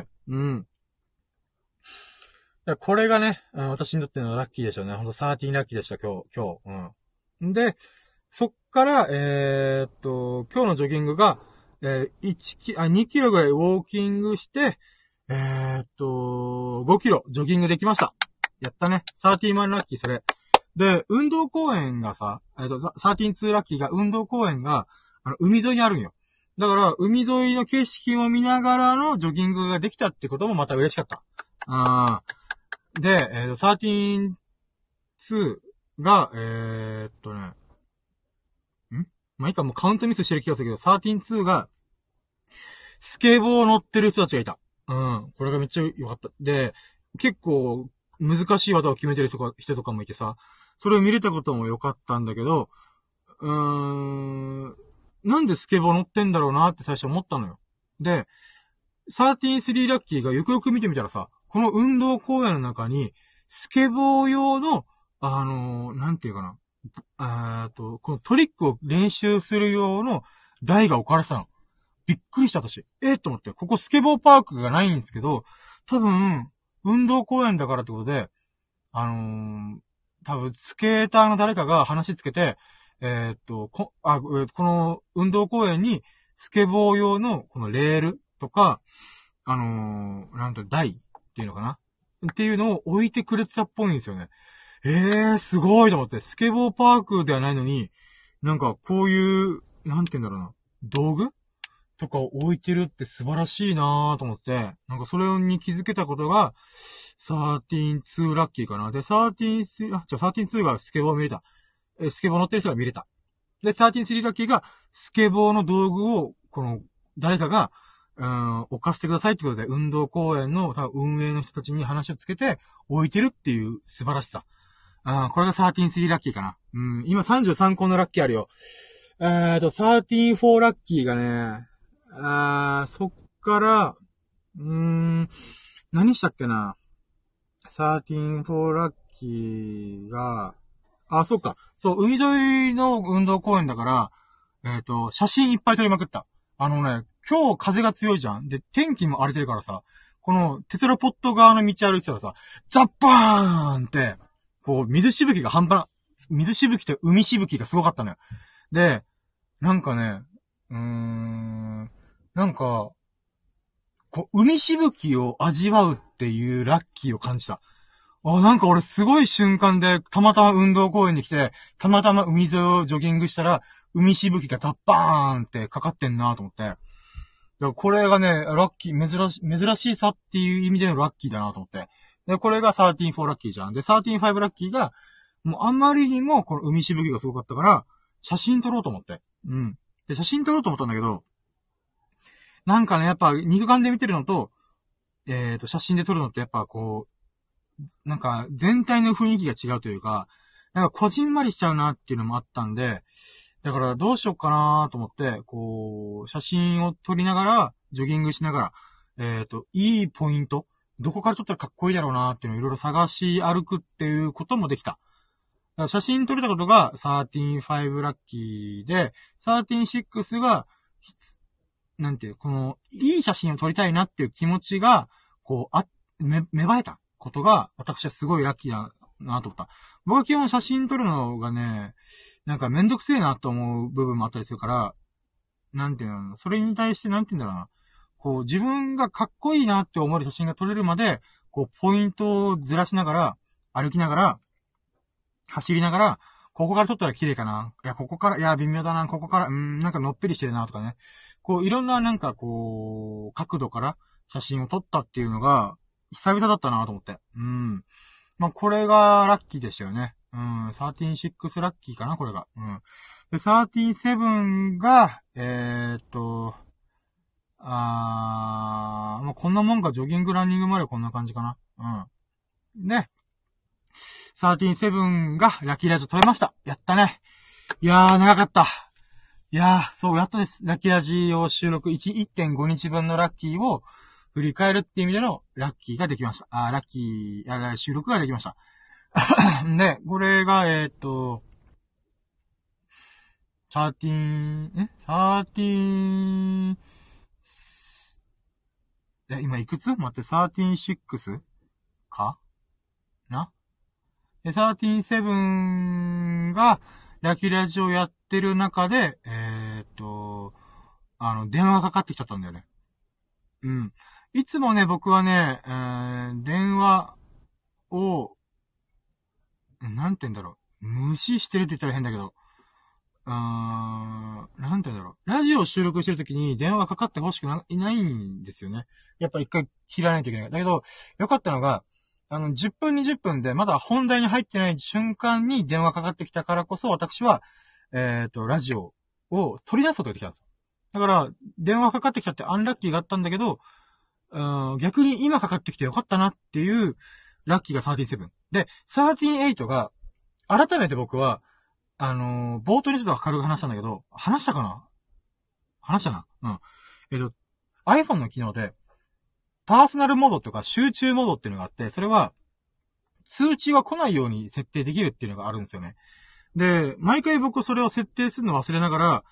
Speaker 1: これがね、私にとってのラッキーでしたね。ほんと13ラッキーでした、今日。で、そっから、今日のジョギングが、2キロぐらいウォーキングして、5キロジョギングできました。やったね。13ラッキー、それ。で、運動公園がさ、13ラッキーが運動公園が、海沿いにあるんよ。だから、海沿いの景色を見ながらのジョギングができたってこともまた嬉しかった。で、13-2が、まあ、いいか、もうカウントミスしてる気がするけど、13-2が、スケボーを乗ってる人たちがいた。これがめっちゃ良かった。で、結構、難しい技を決めてる人とかもいてさ、それを見れたことも良かったんだけど、なんでスケボー乗ってんだろうなって最初思ったのよ。で、13-3ラッキーがよくよく見てみたらさ、この運動公園の中に、スケボー用の、なんていうかな、このトリックを練習する用の、 台が置かれてたの。びっくりした私。と思って、ここスケボーパークがないんですけど、多分、運動公園だからってことで、多分、スケーターの誰かが話つけて、この運動公園に、スケボー用の、このレールとか、台っていうのかなっていうのを置いてくれてたっぽいんですよね。すごいと思って、スケボーパークではないのに、なんかこういう、なんて言うんだろうな、道具とかを置いてるって素晴らしいなぁと思って、なんかそれに気づけたことが、13-2ラッキーかな。で、13-2がスケボー見れた。スケボー乗ってる人が見れた。で、13-3ラッキーが、スケボーの道具を、誰かが、置かせてくださいってことで、運動公園の運営の人たちに話をつけて、置いてるっていう素晴らしさ。これが13-3ラッキーかな。今33個のラッキーあるよ。13-4ラッキーがね、そっから、何したっけな。13-4ラッキーが、そっか。そう、海沿いの運動公園だから、写真いっぱい撮りまくった。今日風が強いじゃん。で、天気も荒れてるからさ、このテトラポット側の道歩いてたらさ、ザッバーンって、こう、水しぶきと海しぶきがすごかったのよ。で、なんかね、海しぶきを味わうっていうラッキーを感じた。なんか俺すごい瞬間で、たまたま運動公園に来て、たまたま海沿いをジョギングしたら、海しぶきがザッバーンってかかってんなと思って。だからこれがね、ラッキー、珍しいさっていう意味でのラッキーだなと思って。で、これが13-4ラッキーじゃん。で、13-5ラッキーが、もうあんまりにもこの海しぶきがすごかったから、写真撮ろうと思って。で、写真撮ろうと思ったんだけど、なんかね、やっぱ肉眼で見てるのと、写真で撮るのってやっぱこう、なんか全体の雰囲気が違うというか、なんかこじんまりしちゃうなっていうのもあったんで、だからどうしようかなと思って、こう、写真を撮りながら、ジョギングしながら、いいポイント、どこから撮ったらかっこいいだろうなっていうのをいろいろ探し歩くっていうこともできた。だから写真撮れたことが13-5ラッキーで、13-6が、なんていう、この、いい写真を撮りたいなっていう気持ちが、こう、芽生えたことが、私はすごいラッキーだなと思った。僕は基本写真撮るのがね、なんかめんどくせえなと思う部分もあったりするから、なんていうの、それに対してなんていうんだろうな。こう、自分がかっこいいなって思える写真が撮れるまで、こう、ポイントをずらしながら、歩きながら、走りながら、ここから撮ったら綺麗かな。いや、ここから、いや、微妙だな。ここから、なんかのっぺりしてるなとかね。こう、いろんななんかこう、角度から写真を撮ったっていうのが、久々だったなと思って。まあ、これがラッキーでしたよね。13-6ラッキーかな、これが。で、13-7が、もうこんなもんか、ジョギング、ランニングまでこんな感じかな。ね。13-7がラッキーラジオ撮れました。やったね。いやー、長かった。いやー、そう、やっとです。ラッキーラジオ収録 1.5 日分のラッキーを振り返るっていう意味でのラッキーができました。収録ができました。で、これが、今いくつ待って、13-6 かなで、13-7が、ラキラジオやってる中で、電話がかかってきちゃったんだよね。いつもね、僕はね、電話を、なんて言うんだろう。無視してるって言ったら変だけど、なんて言うんだろう。ラジオを収録してるときに電話がかかってほしくいないんですよね。やっぱ一回切らないといけない。だけど、よかったのが、10分20分でまだ本題に入ってない瞬間に電話かかってきたからこそ、私は、ラジオを取り出すことができたんですよ。だから、電話かかってきたってアンラッキーがあったんだけど、逆に今かかってきてよかったなっていう、ラッキーが13-7。で、13-8が、改めて僕は、冒頭にちょっと軽く話したんだけど、話したかな iPhone の機能で、パーソナルモードとか集中モードっていうのがあって、それは、通知が来ないように設定できるっていうのがあるんですよね。で、毎回僕それを設定するの忘れながら、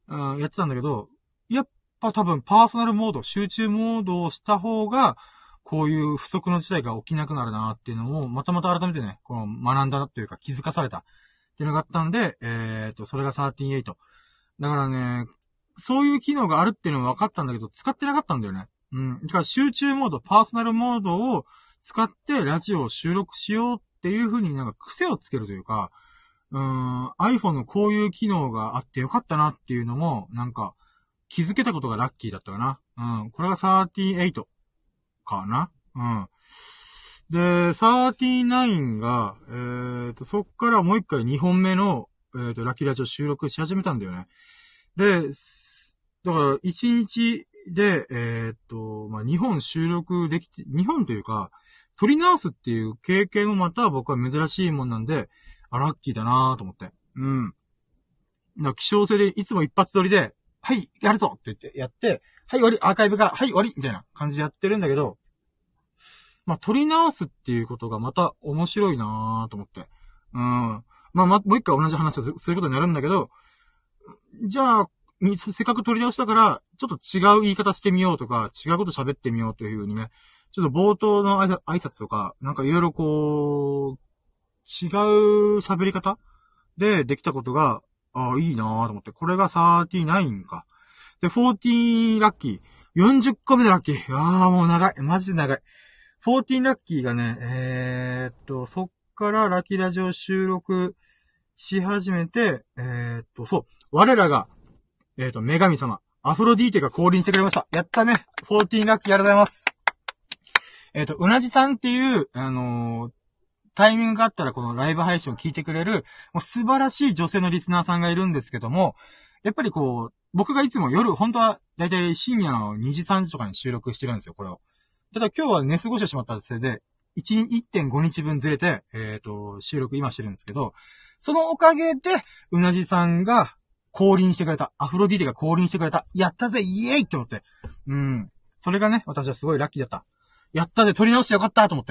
Speaker 1: やってたんだけど、やっぱ多分パーソナルモード、集中モードをした方が、こういう不測の事態が起きなくなるなっていうのを、また改めてね、この学んだというか気づかされたっていうのがあったんで、それが13.8。だからね、そういう機能があるっていうのは分かったんだけど、使ってなかったんだよね。だから集中モード、パーソナルモードを使ってラジオを収録しようっていう風になんか癖をつけるというか、iPhone のこういう機能があってよかったなっていうのも、なんか、気づけたことがラッキーだったかな。これが38かな。で、39が、そっからもう一回2本目の、ラッキーラジオ収録し始めたんだよね。で、だから1日で、2本収録できて、2本というか、撮り直すっていう経験もまた僕は珍しいもんなんで、ラッキーだなぁと思って。希少性でいつも一発撮りで、はい、やるぞって言ってやって、はい、終わり、アーカイブが、はい、終わりみたいな感じでやってるんだけど、撮り直すっていうことがまた面白いなぁと思って。もう一回同じ話をすることになるんだけど、じゃあ、せっかく取り直したから、ちょっと違う言い方してみようとか、違うこと喋ってみようという風にね、ちょっと冒頭の挨拶とか、なんかいろいろこう、違う喋り方でできたことが、いいなぁと思って。これが39か。で、40ラッキー。40個目のラッキー。もう長い。マジで長い。14ラッキーがね、そっからラッキーラジオ収録し始めて、そう。我らが、女神様、アフロディーテが降臨してくれました。やったね。14ラッキーありがとうございます。うなじさんっていう、タイミングがあったらこのライブ配信を聞いてくれる、もう素晴らしい女性のリスナーさんがいるんですけども、やっぱりこう、僕がいつも夜、本当はだいたい深夜の2時3時とかに収録してるんですよ、これを。ただ今日は寝過ごしてしまったせいで、1.5 日分ずれて、収録今してるんですけど、そのおかげで、うなじさんが降臨してくれた。アフロディーテが降臨してくれた。やったぜイエーイって思って。それがね、私はすごいラッキーだった。やったぜ撮り直してよかったと思って。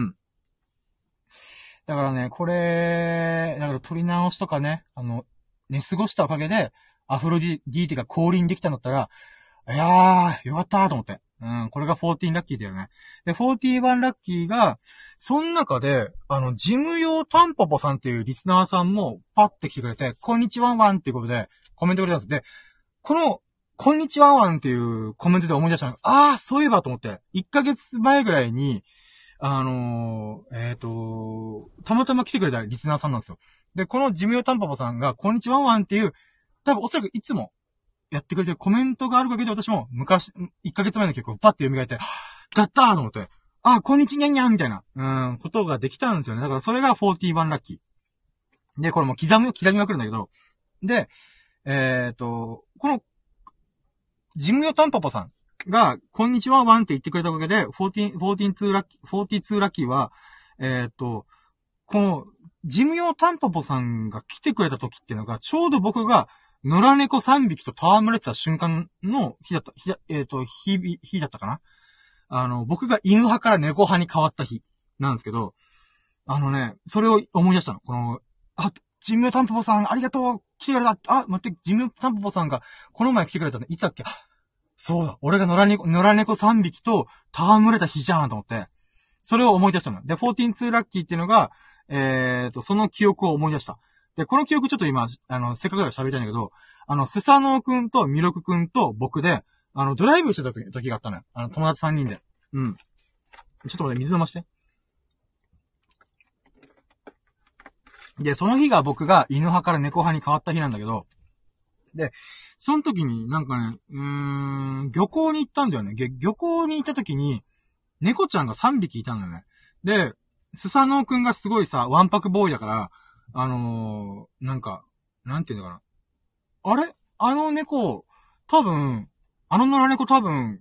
Speaker 1: だからね、これ、だから撮り直しとかね、寝過ごしたおかげで、アフロディーテが降臨できたんだったら、いやー、よかったと思って。これが14ラッキーだよね。で、41ラッキーが、その中で、事務用タンポポさんっていうリスナーさんもパッて来てくれて、こんにちはワンっていうことでコメントくれたんです。で、この、こんにちはワンっていうコメントで思い出したの。そういえばと思って、1ヶ月前ぐらいに、たまたま来てくれたリスナーさんなんですよ。で、この事務用タンポポさんが、こんにちはワンっていう、多分おそらくいつも、やってくれてるコメントがあるおかげで私も昔、1ヶ月前の曲をパッて読み替えて、だったーと思って、こんにちにゃんにゃんみたいな、ことができたんですよね。だからそれが41ラッキー。で、これも刻みまくるんだけど、で、この、事務用タンポポさんが、こんにちはワンって言ってくれたおかげで、42ラッキーは、この、事務用タンポポさんが来てくれた時っていうのが、ちょうど僕が、野良猫3匹と戯れてた瞬間の日だった、日だったかな。僕が犬派から猫派に変わった日なんですけど、それを思い出したの。この、ジムタンポポさんありがとう来てくれた待って、ジムタンポポさんがこの前来てくれたのいつだっけそうだ、俺が野良猫3匹と戯れた日じゃんと思って、それを思い出したの。で、14ラッキーっていうのが、その記憶を思い出した。で、この記憶ちょっと今、せっかくだから喋りたいんだけど、スサノオくんとミロクくんと僕で、ドライブしてた時があったのよ。友達3人で。ちょっと待って、水飲まして。で、その日が僕が犬派から猫派に変わった日なんだけど、で、その時になんかね、漁港に行ったんだよね。漁港に行った時に、猫ちゃんが3匹いたんだよね。で、スサノオくんがすごいさ、わんぱくボーイだから、なんか、なんていうのかな。あれ猫、多分、野良猫多分、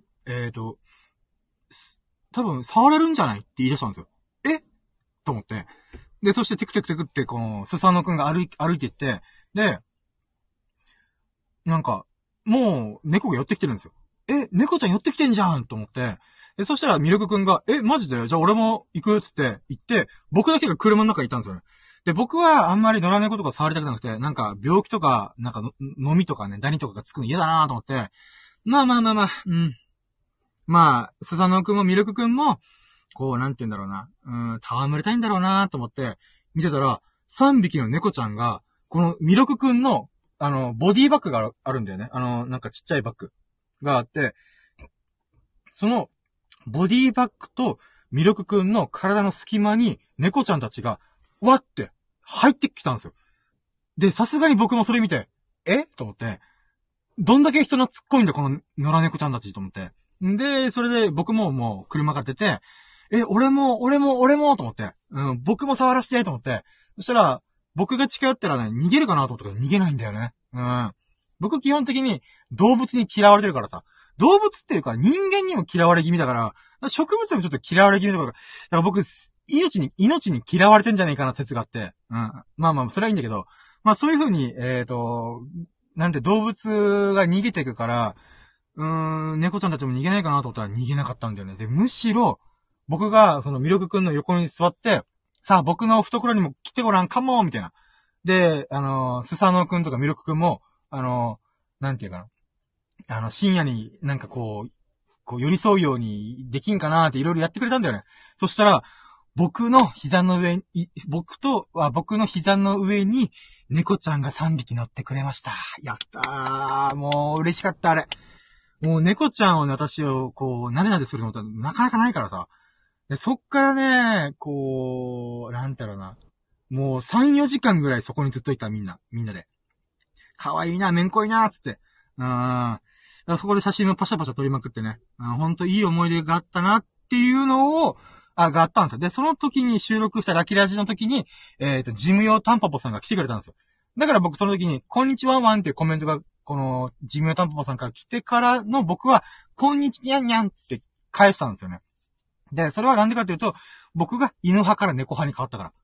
Speaker 1: 多分触れるんじゃないって言い出したんですよ。と思って。で、そしてテクテクテクって、この、スサノオくんが歩いて行って、で、なんか、もう、猫が寄ってきてるんですよ。猫ちゃん寄ってきてんじゃんと思って、で、そしたらミルクくんが、マジでじゃあ俺も行くっつって行って、僕だけが車の中にいたんですよね。 で、僕はあんまり野良猫とか触りたくなくて、なんか病気とか、なんか飲みとかね、ダニとかがつくの嫌だなと思って、まあ、うん。まあ、スサノオくんもミルクくんも、こう、なんて言うんだろうな、戯れたいんだろうなと思って、見てたら、3匹の猫ちゃんが、このミルクくんの、ボディバッグがあるんだよね。なんかちっちゃいバッグがあって、その、ボディバッグとミルクくんの体の隙間に猫ちゃんたちが、わって入ってきたんですよ。で、さすがに僕もそれ見て、と思って、どんだけ人の突っ込んでこの野良猫ちゃんたちと思って。で、それで僕ももう車から出て、俺もと思って、僕も触らせてと思って、そしたら、僕が近寄ったらね、逃げるかなと思ったけど逃げないんだよね。僕基本的に動物に嫌われてるからさ、動物っていうか人間にも嫌われ気味だから、植物でもちょっと嫌われ気味だから、僕、命に嫌われてんじゃねえかな説があって、まあ、それはいいんだけど、まあそういう風に、なんて動物が逃げていくから、猫ちゃんたちも逃げないかなと思ったら逃げなかったんだよね。で、むしろ、僕が、そのミルクくんの横に座って、さあ僕の懐にも来てごらん、カモーみたいな。で、スサノオくんとかミルクくんも、なんていうかな。深夜になんかこう寄り添うようにできんかなーっていろいろやってくれたんだよね。そしたら、僕の膝の上に猫ちゃんが3匹乗ってくれました。やったー。もう嬉しかった、あれ。もう猫ちゃんをね、私をこう、なでなでするのってなかなかないからさ。で、そっからね、こう、なんだろうな。もう3、4時間ぐらいそこにずっといたみんなで。かわいいな、めんこいな、つって。そこで写真をパシャパシャ撮りまくってね。ほんといい思い出があったなっていうのを、があったんですよ。で、その時に収録したラキラジの時に、事務用タンポポさんが来てくれたんですよ。だから僕その時に、こんにちはワンっていうコメントが、この、事務用タンポポさんから来てからの僕は、こんにちにゃんにゃんって返したんですよね。で、それはなんでかというと、僕が犬派から猫派に変わったから。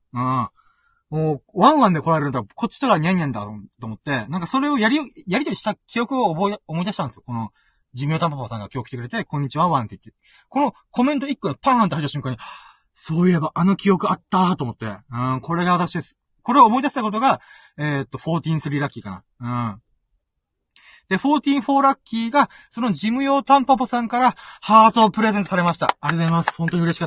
Speaker 1: もう、ワンワンで来られるんだったら、こっちとらニャンニャンだと思って、なんかそれをやりとりした記憶を思い出したんですよ。この、ジミオタンポポさんが今日来てくれて、こんにちはワンって言って。このコメント1個がパーンって入った瞬間に、そういえばあの記憶あったーと思って、これが私です。これを思い出したことが、143ラッキーかな。で、144ラッキーが、その事務用タンポポさんから、ハートをプレゼントされました。ありがとうございます。本当に嬉しかった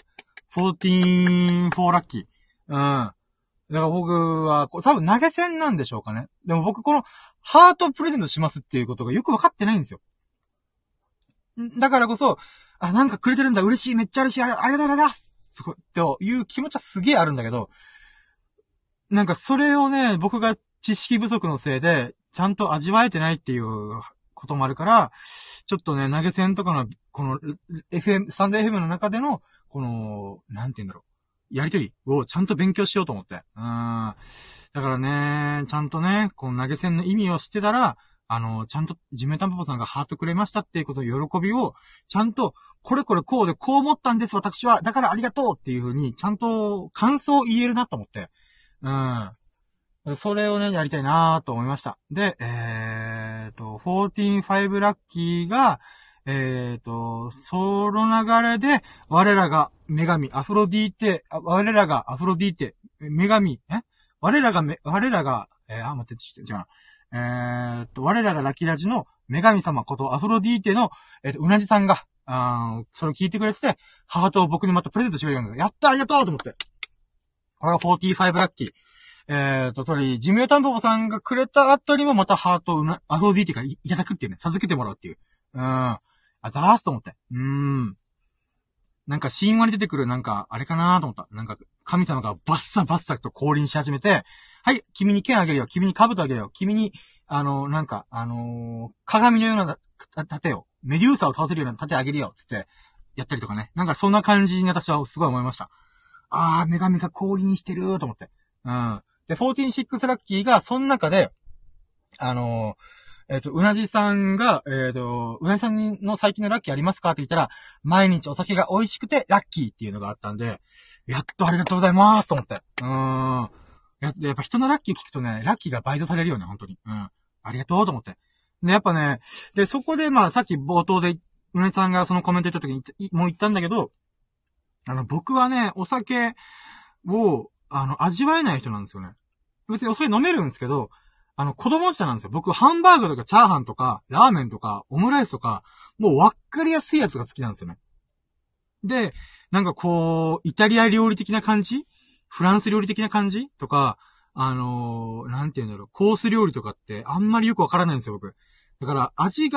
Speaker 1: 。144ラッキー。だから僕は、多分投げ銭なんでしょうかね。でも僕この、ハートプレゼントしますっていうことがよくわかってないんですよ。だからこそ、なんかくれてるんだ、嬉しい、めっちゃ嬉しい、ありがとうございます。という気持ちはすげえあるんだけど、なんかそれをね、僕が知識不足のせいで、ちゃんと味わえてないっていうこともあるから、ちょっとね、投げ銭とかの、この、スタンド FM の中での、この、なんて言うんだろう。やりとりをちゃんと勉強しようと思って。だからね、ちゃんとね、この投げ銭の意味をしてたら、ちゃんと、ジメタンポポさんがハートくれましたっていうことの喜びを、ちゃんと、これこれこうでこう思ったんです、私は。だからありがとうっていう風に、ちゃんと感想を言えるなと思って。それをね、やりたいなと思いました。で、145ラッキーが、その流れで、我らが女神、アフロディーテ、我らが、女神、我らが、待って、違うな。我らがラキラジの女神様ことアフロディーテの、うなじさんが、それを聞いてくれてて、ハートを僕にまたプレゼントしてくれるんです。やった、ありがとうと思って。これが45ラッキー。それ、ジムヨタンポポさんがくれた後にもまたハートをアフロディーテからいただくっていうね、授けてもらうっていう。ザースと思って。なんか神話に出てくるなんか、あれかなと思った。なんか、神様がバッサと降臨し始めて、はい、君に剣あげるよ、君に兜あげるよ、君に、なんか、鏡のような盾を、メデューサを倒せるような盾あげるよ、つって、やったりとかね。なんかそんな感じに私はすごい思いました。女神が降臨してると思って。で、146ラッキーが、その中で、うなじさんが、うなじさんの最近のラッキーありますかって言ったら、毎日お酒が美味しくてラッキーっていうのがあったんで、やっとありがとうございますと思って。やっぱ人のラッキー聞くとね、ラッキーが倍増されるよね、本当に。ありがとうと思って。で、やっぱね、で、そこでまあ、さっき冒頭で、うなじさんがそのコメント言った時に、もう言ったんだけど、僕はね、お酒を、 味わえない人なんですよね。別にお酒飲めるんですけど、子供舌なんですよ。僕、ハンバーグとかチャーハンとか、ラーメンとか、オムライスとか、もうわかりやすいやつが好きなんですよね。で、なんかこう、イタリア料理的な感じフランス料理的な感じとか、なんて言うんだろう、コース料理とかってあんまりよくわからないんですよ、僕。だから、味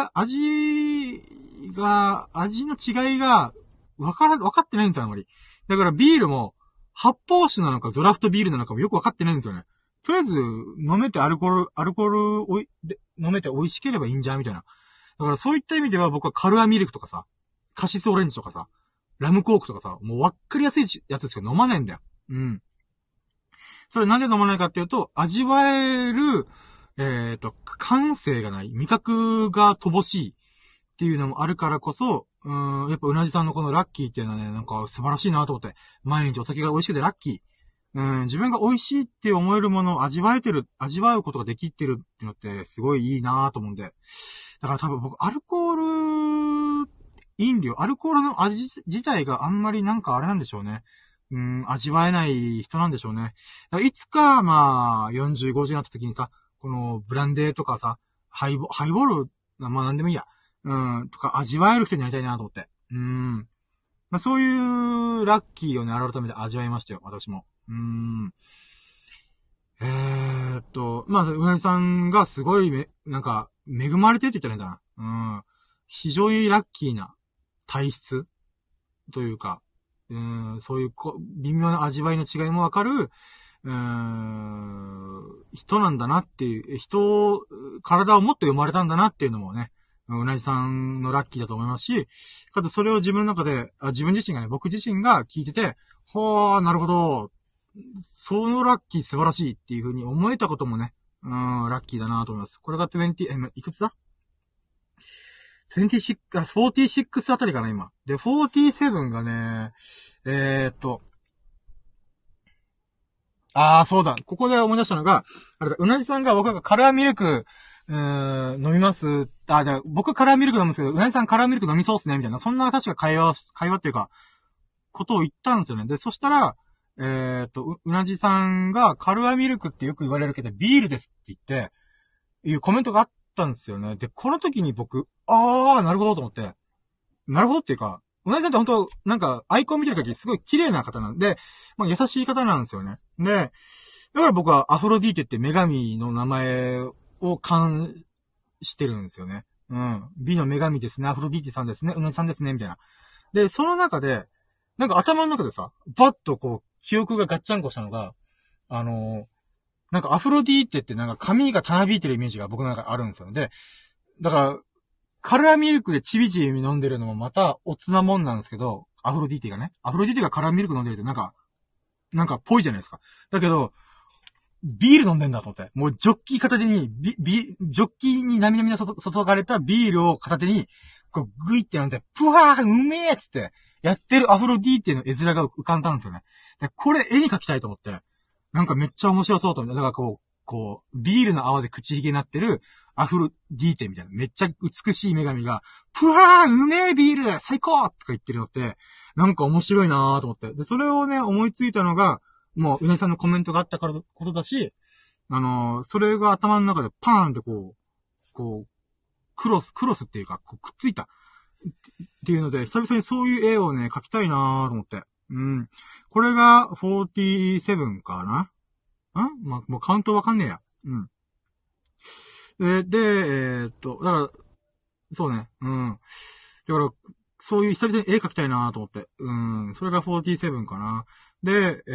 Speaker 1: の違いが、わかってないんですよ、あんまり。だからビールも、発泡酒なのかドラフトビールなのかもよくわかってないんですよね。とりあえず、飲めてアルコールで飲めて美味しければいいんじゃんみたいな。だからそういった意味では僕はカルアミルクとかさ、カシスオレンジとかさ、ラムコークとかさ、もうわっかりやすいやつしか飲まないんだよ。うん。それなんで飲まないかっていうと、味わえる、感性がない。味覚が乏しいっていうのもあるからこそ、やっぱうなじさんのこのラッキーっていうのはね、なんか素晴らしいなと思って。毎日お酒が美味しくてラッキー。自分が美味しいって思えるものを味わうことができてるっていうのってすごいいいなと思うんで。だから多分僕、アルコールの味自体があんまりなんかあれなんでしょうね。味わえない人なんでしょうね。いつか、まあ、40、50になった時にさ、このブランデーとかさ、ハイボール、まあなんでもいいや。とか味わえる人になりたいなと思って。まあそういうラッキーをね、改めて味わいましたよ、私も。まあ、うなぎさんがすごいなんか、恵まれてって言ったらいいんだな。非常にラッキーな体質というか、そういう微妙な味わいの違いもわかる、人なんだなっていう、体をもっと読まれたんだなっていうのもね、うなぎさんのラッキーだと思いますし、かつそれを自分の中で、自分自身がね、僕自身が聞いてて、なるほど、そのラッキー素晴らしいっていう風に思えたこともね、ラッキーだなと思います。これがいくつだ?46、46あたりかな、今。で、47がね、そうだ。ここで思い出したのが、あれだ、うなじさんが僕がカラーミルク、飲みます。僕カラーミルク飲むんですけど、うなじさんカラーミルク飲みそうっすね、みたいな。そんな確か会話っていうか、ことを言ったんですよね。で、そしたら、うなじさんがカルアミルクってよく言われるけど、ビールですって言って、いうコメントがあったんですよね。で、この時に僕、なるほどと思って、なるほどっていうか、うなじさんって本当なんか、アイコン見てる限りすごい綺麗な方なんで、まあ優しい方なんですよね。で、だから僕はアフロディーテって女神の名前を冠してるんですよね。美の女神ですね、アフロディーテさんですね、うなじさんですね、みたいな。で、その中で、なんか頭の中でさ、バッとこう、記憶がガッチャンコしたのが、なんかアフロディーテってなんか髪がたなびいてるイメージが僕の中であるんですよね。で、だから、カルアミルクでチビチビ飲んでるのもまたおつなもんなんですけど、アフロディーテがね。アフロディーテがカルアミルク飲んでるってなんかぽいじゃないですか。だけど、ビール飲んでんだと思って。もうジョッキ片手に、ジョッキになみなみの注がれたビールを片手に、こうグイって飲んで、プワーうめえっつって、やってるアフロディーテの絵面が浮かんだんですよね。で、これ絵に描きたいと思って、なんかめっちゃ面白そうと思って、だからビールの泡で口ひげになってるアフロディーテみたいな、めっちゃ美しい女神が、プワーうめえビール最高とか言ってるのって、なんか面白いなーと思って。で、それをね、思いついたのが、もう、うなぎさんのコメントがあったからことだし、それが頭の中でパーンってクロスっていうか、くっついた。っていうので、久々にそういう絵をね、描きたいなーと思って。これが47かなもうカウントわかんねえや。だから、そうね。だから、そういう久々に絵描きたいなと思って。それが47かな。で、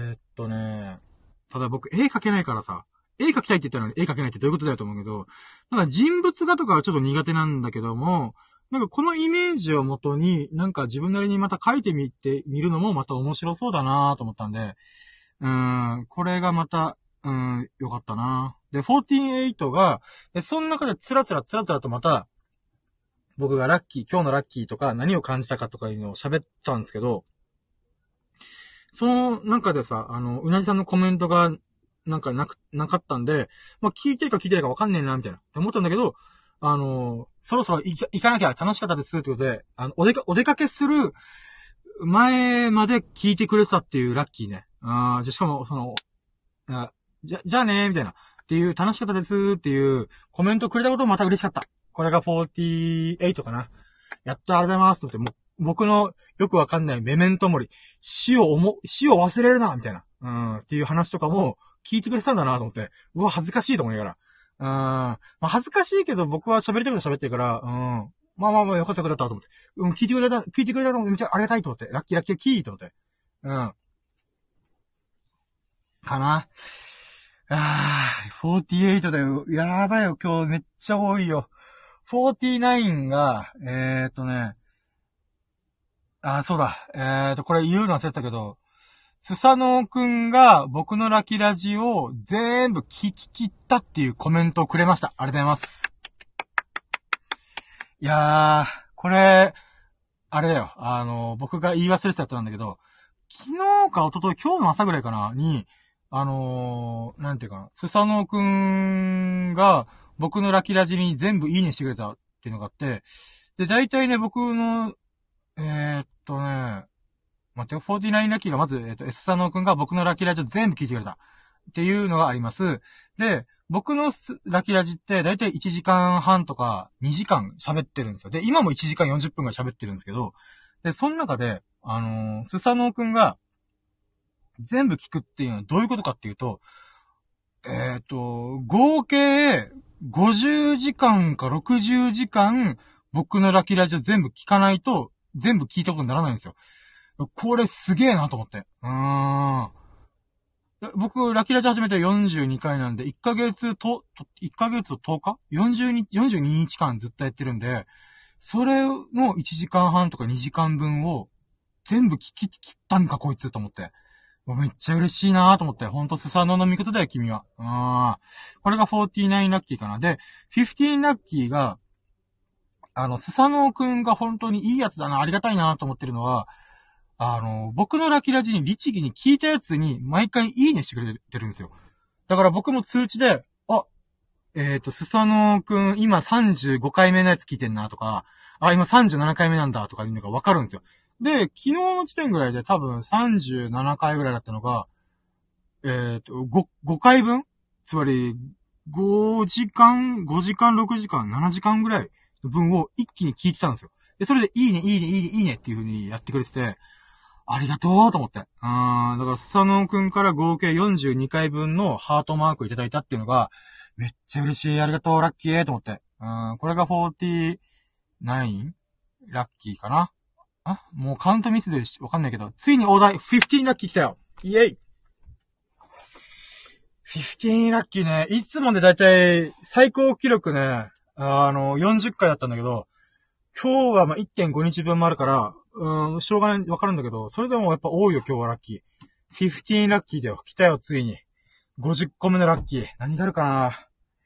Speaker 1: ただ僕絵描けないからさ、絵描きたいって言ったのに絵描けないってどういうことだよと思うけど、なんか人物画とかはちょっと苦手なんだけども、なんかこのイメージをもとに、なんか自分なりにまた描いてみるのもまた面白そうだなと思ったんで、これがまた、よかったなで、48が、その中でつらつらとまた、僕が今日のラッキーとか何を感じたかとかいうのを喋ったんですけど、その中でさ、うなじさんのコメントが、なんかなかったんで、まあ、聞いてるか聞いてないかわかんねえな、みたいな。って思ったんだけど、そろそろ行かなきゃ楽しかったですってことで、お出かけする、 前まで聞いてくれてたっていうラッキーね。しかも、じゃあねー、みたいな。っていう、楽しかったですーっていうコメントくれたこともまた嬉しかった。これが48かな。やっとありがとうございますって、もう、僕のよくわかんないメメントモリ。死を忘れるなみたいな。っていう話とかも聞いてくれてたんだなと思って。うわ、恥ずかしいと思いながら。まあ、恥ずかしいけど僕は喋りたいこと喋ってるから、まあ、よかったよかったと思って。聞いてくれたと思ってめっちゃありがたいと思って。ラッキーキーと思って。かな。48だよ。やばいよ、今日めっちゃ多いよ。49が、そうだ。これ言うの忘れてたけど、スサノオくんが僕のラキラジを全部聞き切ったっていうコメントをくれました。ありがとうございます。いやー、これ、あれだよ。僕が言い忘れてたやつなんだけど、昨日か一昨日、今日の朝ぐらいかな、に、なんていうかな、スサノオくんが僕のラキラジに全部いいねしてくれたっていうのがあって、で、大体ね、僕の、待ってよ、49ラッキーがまず、S サノオくんが僕のラキラジを全部聞いてくれた。っていうのがあります。で、僕のラキラジってだいたい1時間半とか2時間喋ってるんですよ。で、今も1時間40分ぐらい喋ってるんですけど、で、その中で、スサノオくんが全部聞くっていうのはどういうことかっていうと、合計50時間か60時間僕のラキラジを全部聞かないと全部聞いたことにならないんですよ。これすげえなと思って。僕、ラキラジ始めて42回なんで、1ヶ月と10日 ?42 日間ずっとやってるんで、それの1時間半とか2時間分を全部聞き切ったんかこいつと思って。めっちゃ嬉しいなと思って。ほんとスサノオの味方だよ、君は。これが49ラッキーかな。で、15ラッキーが、スサノオくんが本当にいいやつだな、ありがたいなと思ってるのは、僕のラキラジに律儀に聞いたやつに毎回いいねしてくれてるんですよ。だから僕も通知で、スサノオくん今35回目のやつ聞いてんなとか、今37回目なんだとかいうのがわかるんですよ。で、昨日の時点ぐらいで多分37回ぐらいだったのが、5回分つまり、5時間、6時間、7時間ぐらいの分を一気に聞いてたんですよ。で、それでいいねっていう風にやってくれてて、ありがとうと思って。だから、スサノオくんから合計42回分のハートマークいただいたっていうのが、めっちゃ嬉しい。ありがとう、ラッキーと思って。これが49ラッキーかな。もうカウントミスでわかんないけど、ついに大台、15ラッキー来たよ。イェイ !15 ラッキーね。いつもでだいたい最高記録ね、40回だったんだけど、今日は1.5 日分もあるから、しょうがない、わかるんだけど、それでもやっぱ多いよ、今日はラッキー。15ラッキーだよ。来たよ、ついに。50個目のラッキー。何があるかな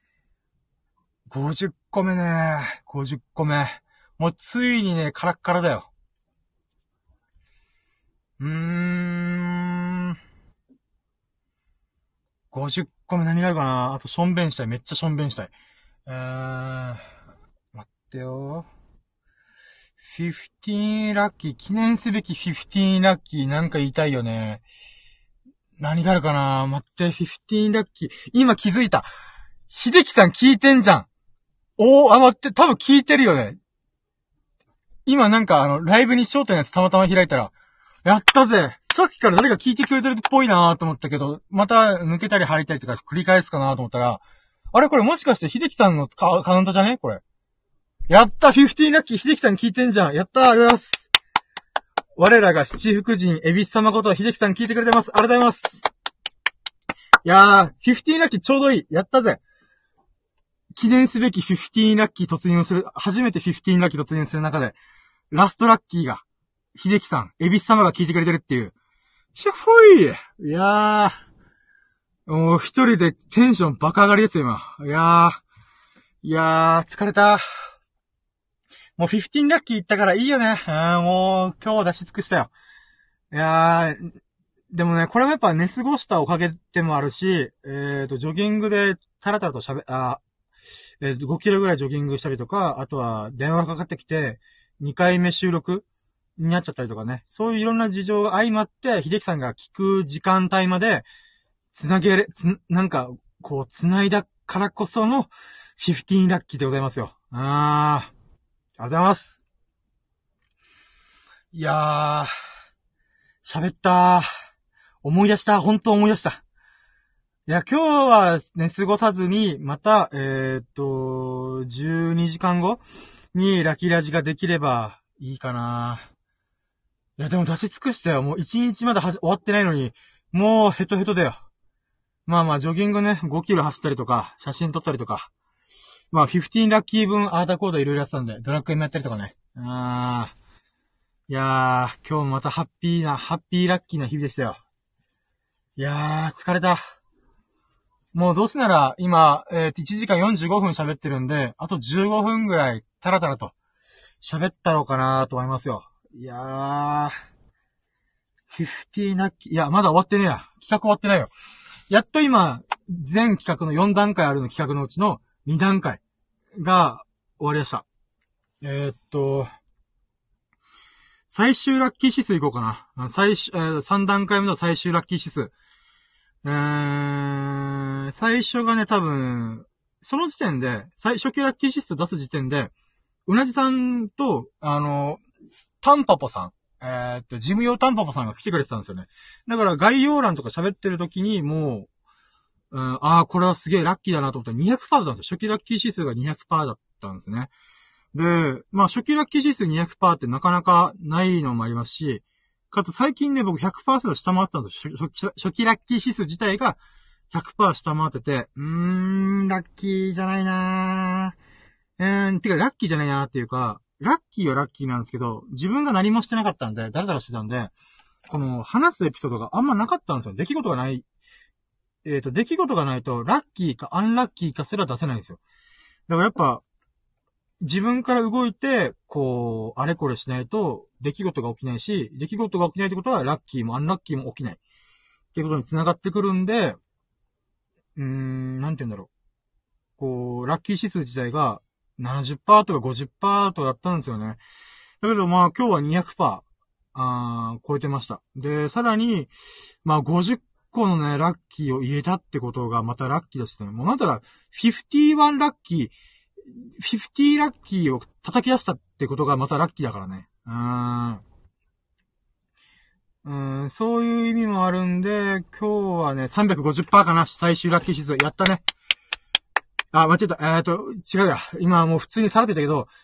Speaker 1: ?50 個目ね。50個目。もうついにね、カラッカラだよ。50個目何があるかなあと、しょんべんしたい。めっちゃしょんべんしたい。待ってよ。15ラッキー、記念すべき15ラッキーなんか言いたいよね。何があるかな待って、15ラッキー。今気づいた。秀樹さん聞いてんじゃん。待って、多分聞いてるよね。今なんかライブに焦点のやつたまたま開いたら、やったぜ。さっきから誰か聞いてくれてるっぽいなと思ったけど、また抜けたり張りたりとか繰り返すかなと思ったら、あれこれもしかして秀樹さんのカウントじゃねこれ。やった !15 ラッキー秀樹さん聞いてんじゃんやったありがとうございます我らが七福神、エビス様こと秀樹さん聞いてくれてます。ありがとうございます。いやー、15ラッキーちょうどいい。やったぜ。記念すべき15ラッキー突入する、初めて15ラッキー突入する中で、ラストラッキーが、秀樹さん、エビス様が聞いてくれてるっていう。ひゃっほいいやー、もう一人でテンションバカ上がりですよ、今。いやー、疲れた。もう15ラッキー行ったからいいよね。もう今日出し尽くしたよ。いやー、でもね、これもやっぱ寝過ごしたおかげでもあるし、ジョギングでタラタラと5キロぐらいジョギングしたりとか、あとは電話かかってきて、2回目収録になっちゃったりとかね。そういういろんな事情が相まって、秀樹さんが聞く時間帯まで、なんか、こう、繋いだからこその、15ラッキーでございますよ。ありがとうございます。いや喋った思い出した。本当思い出した。いや、今日はね、過ごさずに、また、12時間後にラキラジができればいいかな。いや、でも出し尽くしたよ。もう1日まだ終わってないのに、もうヘトヘトだよ。まあまあ、ジョギングね、5キロ走ったりとか、写真撮ったりとか。まあ、15ラッキー分、アータコードいろいろやってたんで、ドラッグ M やったりとかね。いやー、今日もまたハッピーラッキーな日々でしたよ。いやー、疲れた。もうどうせなら、今、1時間45分喋ってるんで、あと15分ぐらい、タラタラと、喋ったろうかなと思いますよ。いやー、50ラッキー、いや、まだ終わってねえや。企画終わってないよ。やっと今、全企画の4段階あるの企画のうちの2段階が終わりました。最終ラッキー指数いこうかな。3段階目の最終ラッキー指数。最初がね、多分、その時点で、初期ラッキー指数出す時点で、うなじさんと、タンパポさん。事務用タンパポさんが来てくれてたんですよね。だから概要欄とか喋ってる時にもう、これはすげえラッキーだなと思ったら 200% だったんですよ。初期ラッキー指数が 200% だったんですね。で、まあ初期ラッキー指数 200% ってなかなかないのもありますし、かつ最近ね、僕 100% 下回ってたんですよ。初期ラッキー指数自体が 100% 下回ってて、ラッキーじゃないなてかラッキーじゃないなっていうか、ラッキーはラッキーなんですけど、自分が何もしてなかったんで、だらだらしてたんで、この話すエピソードがあんまなかったんですよ。出来事がない。出来事がないと、ラッキーかアンラッキーかすら出せないんですよ。だからやっぱ、自分から動いて、こう、あれこれしないと、出来事が起きないし、出来事が起きないってことは、ラッキーもアンラッキーも起きない。っていうことに繋がってくるんで、なんて言うんだろう。こう、ラッキー指数自体が70%とか50%とかだったんですよね。だけどまあ今日は200%、超えてました。で、さらに、まあ50個のね、ラッキーを言えたってことがまたラッキーだしね。もうなんたら、51ラッキー、50ラッキーを叩き出したってことがまたラッキーだからね。そういう意味もあるんで、今日はね、350%かな、最終ラッキー指数。やったね。間違えた。違うや。今はもう普通にさらってたけど、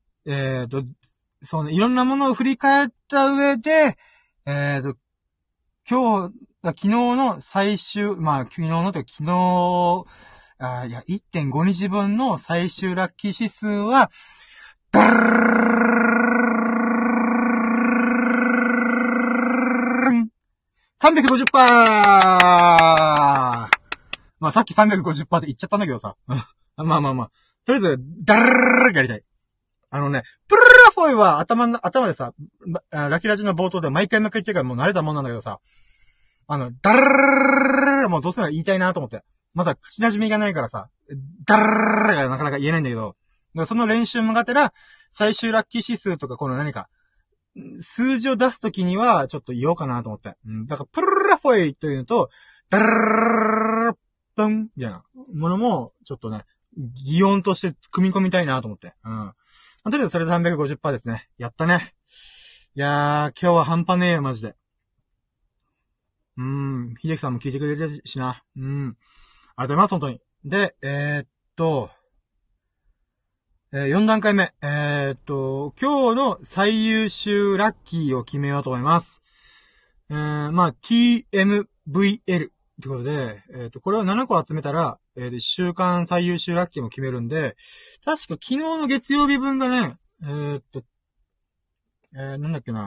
Speaker 1: そうね、いろんなものを振り返った上で、昨日の最終、まあ、昨日のと昨日、1.5 日分の最終ラッキー指数は、350%! まあさっき 350% って言っちゃったんだけどさ。まあ。とりあえず、ダラーやりたい。プルルラフォイは頭でさ、ラキラジの冒頭で毎回言ってるからもう慣れたもんなんだけどさ、ダラーもうどうせなら言いたいなと思って。まだ口馴染みがないからさ、ダラーがなかなか言えないんだけど、その練習もがてら、最終ラッキー指数とかこの何か、数字を出すときには、ちょっと言おうかなと思って。だから、プルルラフォイというのと、ダラープンみたいなものも、ちょっとね、擬音として組み込みたいなと思って。とりあえずそれで 350% ですね。やったね。いやー、今日は半端ねえよ、マジで。秀樹さんも聞いてくれてるしな。ありがとうございます、本当に。で、4段階目。今日の最優秀ラッキーを決めようと思います。TMVL ってことで、これを7個集めたら、週間最優秀ラッキーも決めるんで、確か昨日の月曜日分がね、なんだっけな。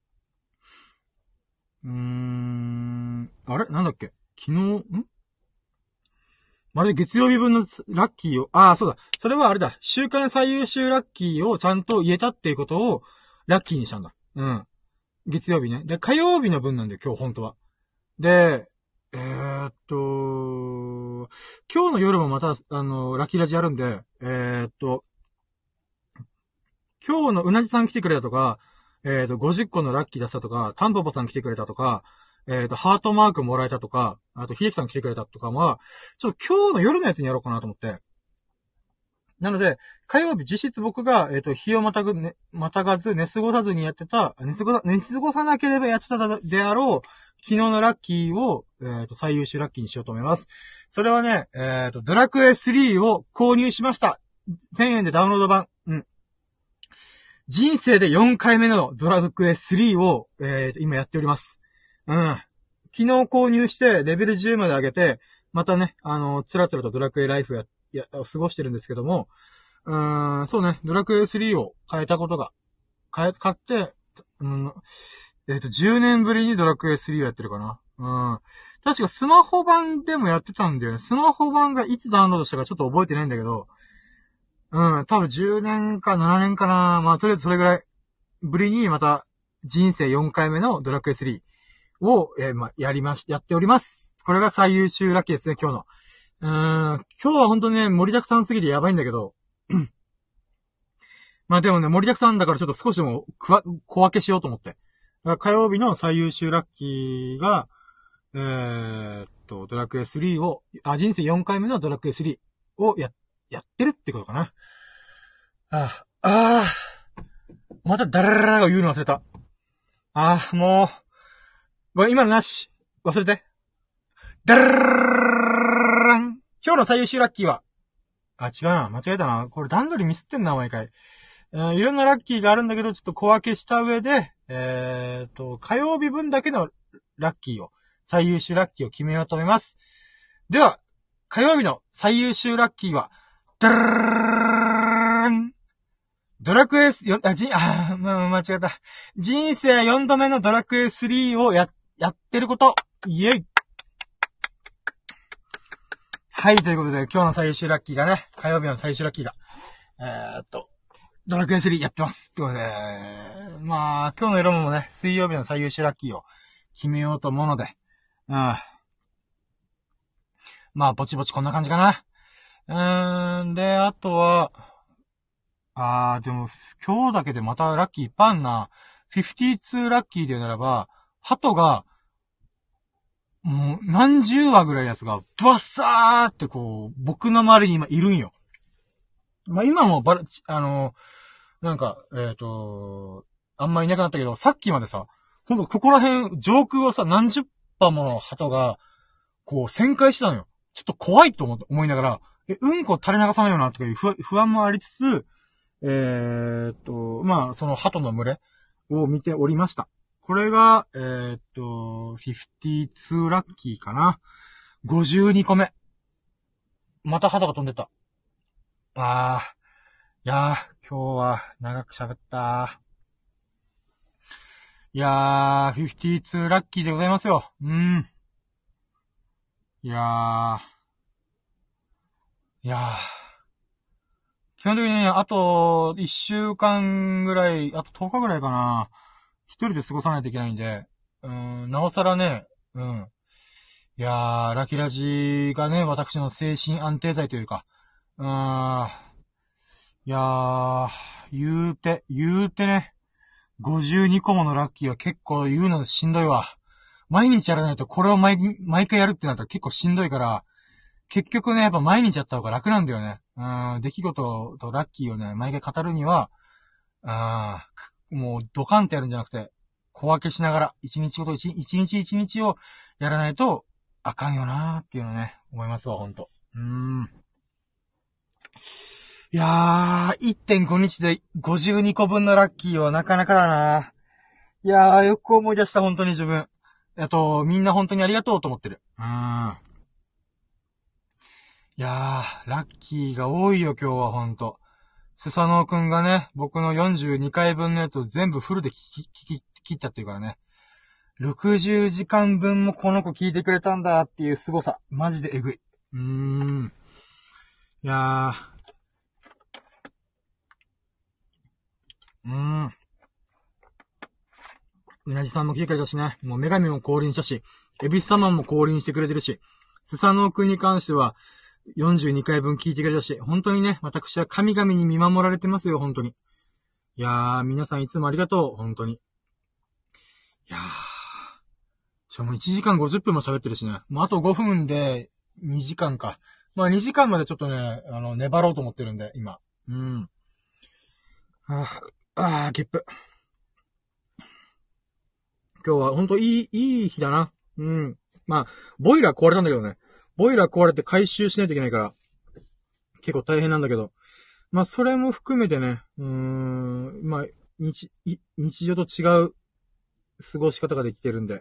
Speaker 1: あれなんだっけ昨日、まるで月曜日分のラッキーを、そうだ。それはあれだ。週間最優秀ラッキーをちゃんと言えたっていうことを、ラッキーにしたんだ。月曜日ね。で、火曜日の分なんだよ、今日本当は。で、今日の夜もまた、ラッキーラジやるんで、今日のうなじさん来てくれたとか、 50個のラッキー出したとか、タンポポさん来てくれたとか、ハートマークもらえたとか、あと、秀樹さん来てくれたとかは、ちょっと今日の夜のやつにやろうかなと思って。なので、火曜日実質僕が、日をまたがず、寝過ごさずにやってた、寝過ごさなければやってたであろう、昨日のラッキーを、最優秀ラッキーにしようと思います。それはね、ドラクエ3を購入しました。1000円でダウンロード版。うん。人生で4回目のドラクエ3を、今やっております。うん。昨日購入して、レベル10まで上げて、またね、つらつらとドラクエライフ過ごしてるんですけども、そうね、ドラクエ3を変えたことが、買って、10年ぶりにドラクエ3をやってるかな。確かスマホ版でもやってたんだよね。スマホ版がいつダウンロードしたかちょっと覚えてないんだけど、多分10年か7年かな。まあ、とりあえずそれぐらいぶりにまた人生4回目のドラクエ3を、やっております。これが最優秀ラッキーですね、今日の。今日は本当にね、盛りだくさんすぎてやばいんだけど。まあでもね、盛りだくさんだからちょっと少しでも小分けしようと思って。火曜日の最優秀ラッキーが、ドラクエ3を、人生4回目のドラクエ3をやってるってことかな。またダラララを言うの忘れた。もう。これ今のなし。忘れて。ダラララン。今日の最優秀ラッキーは。違うな。間違えたな。これ段取りミスってんな、毎回。いろんなラッキーがあるんだけど、ちょっと小分けした上で、火曜日分だけのラッキーを、最優秀ラッキーを決めようと思います。では、火曜日の最優秀ラッキーは、ダララン。ドラクエ間違えた。人生4度目のドラクエ3をやってること。イェイ。はい、ということで、今日の最優秀ラッキーがね、火曜日の最優秀ラッキーが、ドラクエ3やってます。ということで、まあ、今日の色もね、水曜日の最優秀ラッキーを決めようと思うので、まあ、ぼちぼちこんな感じかな。で、あとは、でも、今日だけでまたラッキーいっぱいあんな。52ラッキーで言うならば、鳩が、もう何十羽ぐらいやつが、ブワッサーってこう、僕の周りに今いるんよ。まあ、今もなんか、あんまいなくなったけど、さっきまでさ、ほんとここら辺、上空をさ、何十羽もの鳩が、こう、旋回してたのよ。ちょっと怖いと思いながら、うんこ垂れ流さないよな、とかいう不安もありつつ、まあ、その鳩の群れを見ておりました。これが、52ラッキーかな。52個目。また鳩が飛んでた。いやー、今日は長く喋った。いやー、52ラッキーでございますよ。いやー。基本的にね、あと、1週間ぐらい、あと10日ぐらいかな。一人で過ごさないといけないんで、なおさらね、いやー、ラキラジがね、私の精神安定剤というか、いやー、言うてね、52個ものラッキーは結構言うのしんどいわ。毎日やらないとこれを毎回やるってなったら結構しんどいから、結局ね、やっぱ毎日やった方が楽なんだよね。出来事とラッキーをね、毎回語るには、もうドカンってやるんじゃなくて、小分けしながら、一日一日をやらないと、あかんよなーっていうのね、思いますわ、ほんと。いやー、1.5 日で52個分のラッキーはなかなかだな。いやー、よく思い出した、本当に自分。みんな本当にありがとうと思ってる。いやー、ラッキーが多いよ、今日はほんと。スサノオくんがね、僕の42回分のやつを全部フルで切ったっていうからね。60時間分もこの子聞いてくれたんだっていう凄さ。マジでエグい。いやー。うなじさんも来てくれたしね。もう女神も降臨したし、エビス様も降臨してくれてるし、スサノオくんに関しては、42回分聞いてくれたし、本当にね、私は神々に見守られてますよ、本当に。 いやー、皆さんいつもありがとう。本当に。いやー。しかも1時間50分も喋ってるしね。もうあと5分で2時間か。まあ2時間までちょっとね、粘ろうと思ってるんで、今。うん。ゲップ。今日はほんといい日だな。うん。まあ、ボイラー壊れたんだけどね。ボイラー壊れて回収しないといけないから、結構大変なんだけど。まあ、それも含めてね、まあ、日常と違う過ごし方ができてるんで。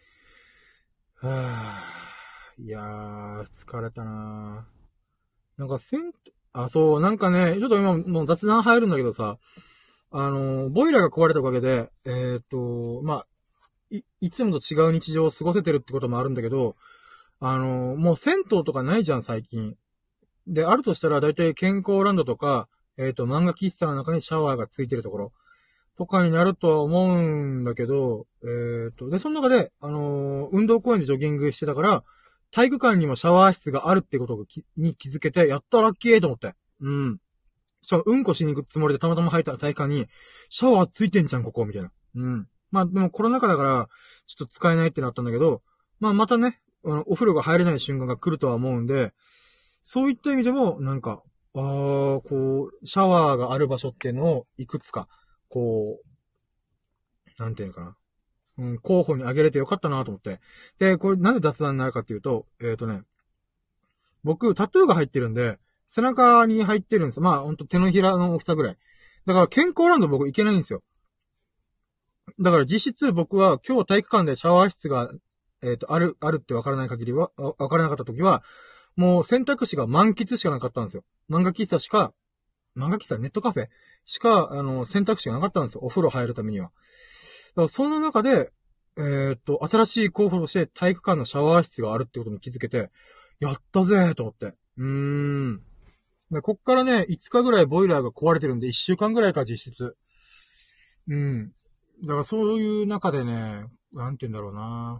Speaker 1: いやー、疲れたなー。なんか、そう、なんかね、ちょっと今、もう雑談入るんだけどさ、ボイラーが壊れたおかげで、まあ、いつもと違う日常を過ごせてるってこともあるんだけど、もう銭湯とかないじゃん、最近。で、あるとしたら、だいたい健康ランドとか、漫画喫茶の中にシャワーがついてるところ、とかになるとは思うんだけど、で、その中で、運動公園でジョギングしてたから、体育館にもシャワー室があるってことに気づけて、やったラッキーと思って。うん。しかも、うんこしに行くつもりでたまたま入った体育館に、シャワーついてんじゃん、ここ、みたいな。うん。まあ、でもコロナ禍だから、ちょっと使えないってなったんだけど、まあ、またね、お風呂が入れない瞬間が来るとは思うんで、そういった意味でも、なんか、こう、シャワーがある場所っていうのを、いくつか、こう、なんていうのかな。候補に挙げれてよかったなと思って。で、これなんで雑談になるかっていうと、僕、タトゥーが入ってるんで、背中に入ってるんですよ。まあ、ほんと手のひらの大きさぐらい。だから健康ランド僕行けないんですよ。だから実質僕は今日体育館でシャワー室が、あるってわからない限りは、わからなかった時は、もう選択肢が満喫しかなかったんですよ。漫画喫茶ネットカフェしか、選択肢がなかったんですよ。お風呂入るためには。だからその中で、新しい候補として体育館のシャワー室があるってことに気づけて、やったぜーと思って。でこっからね、5日ぐらいボイラーが壊れてるんで、1週間ぐらいか実質。うん。だからそういう中でね、なんて言うんだろうな。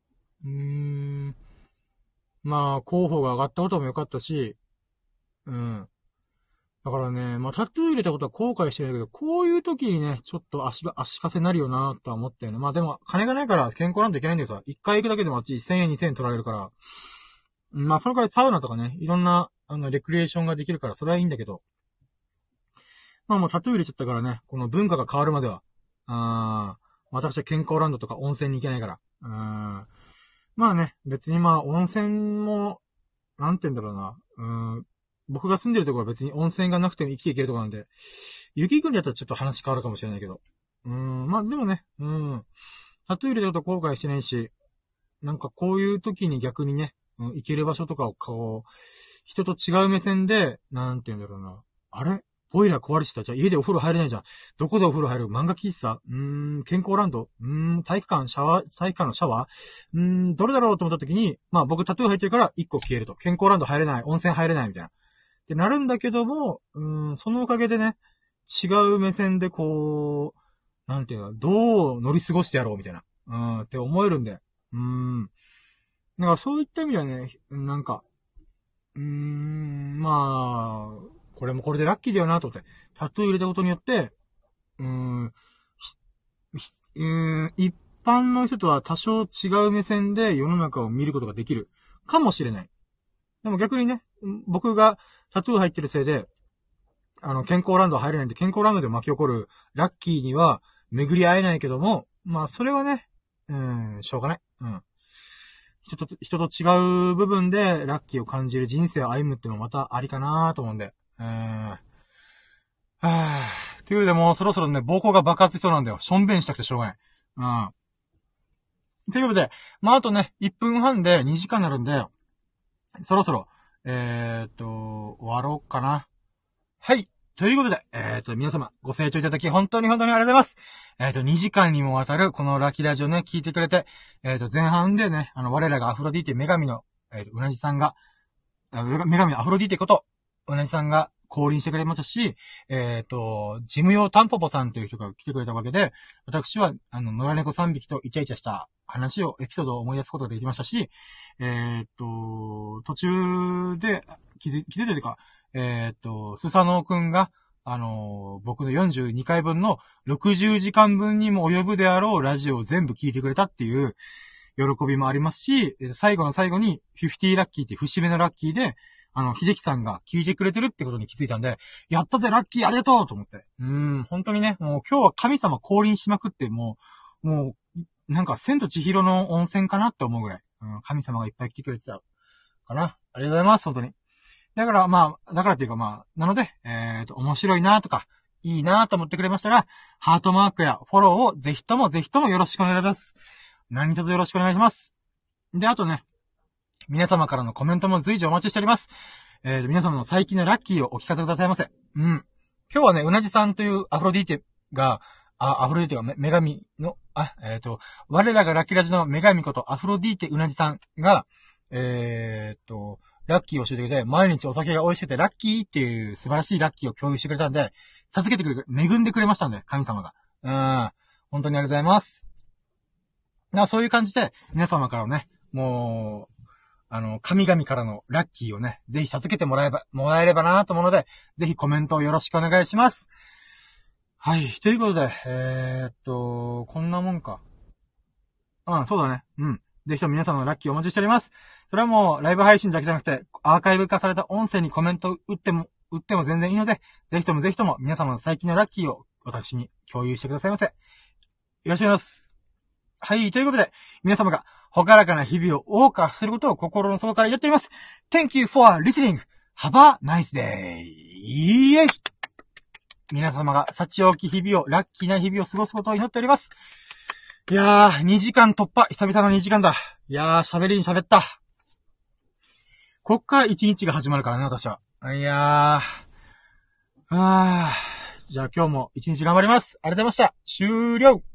Speaker 1: まあ、候補が上がったことも良かったし、うん。だからね、まあ、タトゥー入れたことは後悔してないけど、こういう時にね、ちょっと足かせになるよなとは思ったよね。まあでも、金がないから健康なんていけないんだけどさ、一回行くだけでもあっち1000円2000円取られるから、まあその代わりサウナとかね、いろんな、レクリエーションができるから、それはいいんだけど、まあもうタトゥー入れちゃったからね、この文化が変わるまでは、私は健康ランドとか温泉に行けないから、まあね、別にまあ温泉も、なんて言うんだろうな、僕が住んでるところは別に温泉がなくても生きていけるところなんで、雪国だったらちょっと話変わるかもしれないけど。まあでもね、タトゥー入れたこと後悔してないし、なんかこういう時に逆にね、行ける場所とかをこう、人と違う目線で、なんて言うんだろうな。あれボイラー壊れてた。じゃあ家でお風呂入れないじゃん。どこでお風呂入る漫画喫茶健康ランド体育館のシャワーどれだろうと思った時に、まあ僕タトゥー入ってるから1個消えると。健康ランド入れない、温泉入れないみたいな。ってなるんだけども、そのおかげでね、違う目線でこう、なんていうの、どう乗り過ごしてやろうみたいな。って思えるんで。だからそういった意味ではね、なんか、まあ、これもこれでラッキーだよなと思って。タトゥー入れたことによって、一般の人とは多少違う目線で世の中を見ることができる。かもしれない。でも逆にね、僕がタトゥー入ってるせいで、健康ランド入れないんで、健康ランドで巻き起こるラッキーには巡り会えないけども、まあそれはね、しょうがない。人と違う部分でラッキーを感じる人生を歩むっていうのもまたありかなと思うんで。というよりでもうそろそろね、膀胱が爆発しそうなんだよ。しょんべんしたくてしょうがない。ということで、まああとね、1分半で2時間になるんで、そろそろ、終わろうかな。はい。ということで、皆様、ご清聴いただき、本当にありがとうございます。2時間にもわたる、このラキラジオね、聞いてくれて、前半でね、我らがアフロディーテ女神の、うなじさんが、女神のアフロディーテこと、うなじさんが降臨してくれましたし、事務用タンポポさんという人が来てくれたわけで、私は、野良猫3匹とイチャイチャした話を、エピソードを思い出すことができましたし、途中で、気づいてというか、スサノオくんが、 僕の42回分の60時間分にも及ぶであろうラジオを全部聞いてくれたっていう喜びもありますし、最後の最後に50ラッキーって節目のラッキーで、秀樹さんが聞いてくれてるってことに気づいたんで、やったぜラッキーありがとうと思って。本当にね、もう今日は神様降臨しまくって、もう、なんか千と千尋の温泉かなって思うぐらい、神様がいっぱい来てくれてたかな。ありがとうございます、本当に。だからっていうかなので、面白いなとか、いいなと思ってくれましたら、ハートマークやフォローをぜひともよろしくお願いします。何卒よろしくお願いします。で、あとね、皆様からのコメントも随時お待ちしております。皆様の最近のラッキーをお聞かせくださいませ。今日はね、うなじさんというアフロディーテが、アフロディーテが女神の、我らがラッキーラジの女神ことアフロディーテうなじさんが、ラッキーを教えてくれて、毎日お酒が美味しくてラッキーっていう素晴らしいラッキーを共有してくれたんで、授けてくれ、恵んでくれましたんで、神様が。本当にありがとうございます。そういう感じで、皆様からね、もう、神々からのラッキーをね、ぜひ授けてもらえればなと思うので、ぜひコメントをよろしくお願いします。はい、ということで、こんなもんか。そうだね。ぜひとも皆様のラッキーをお待ちしております。それはもう、ライブ配信だけじゃなくて、アーカイブ化された音声にコメント打っても全然いいので、ぜひとも皆様の最近のラッキーを私に共有してくださいませ。よろしくお願いします。はい、ということで、皆様が、ほからかな日々を謳歌することを心の底から祈っております。Thank you for listening. Have a nice day. イエイ！皆様が幸多き日々を、ラッキーな日々を過ごすことを祈っております。いやー、2時間突破。久々の2時間だ。いやー、喋った。こっから1日が始まるからね、私は。いやー。じゃあ今日も1日頑張ります。ありがとうございました。終了。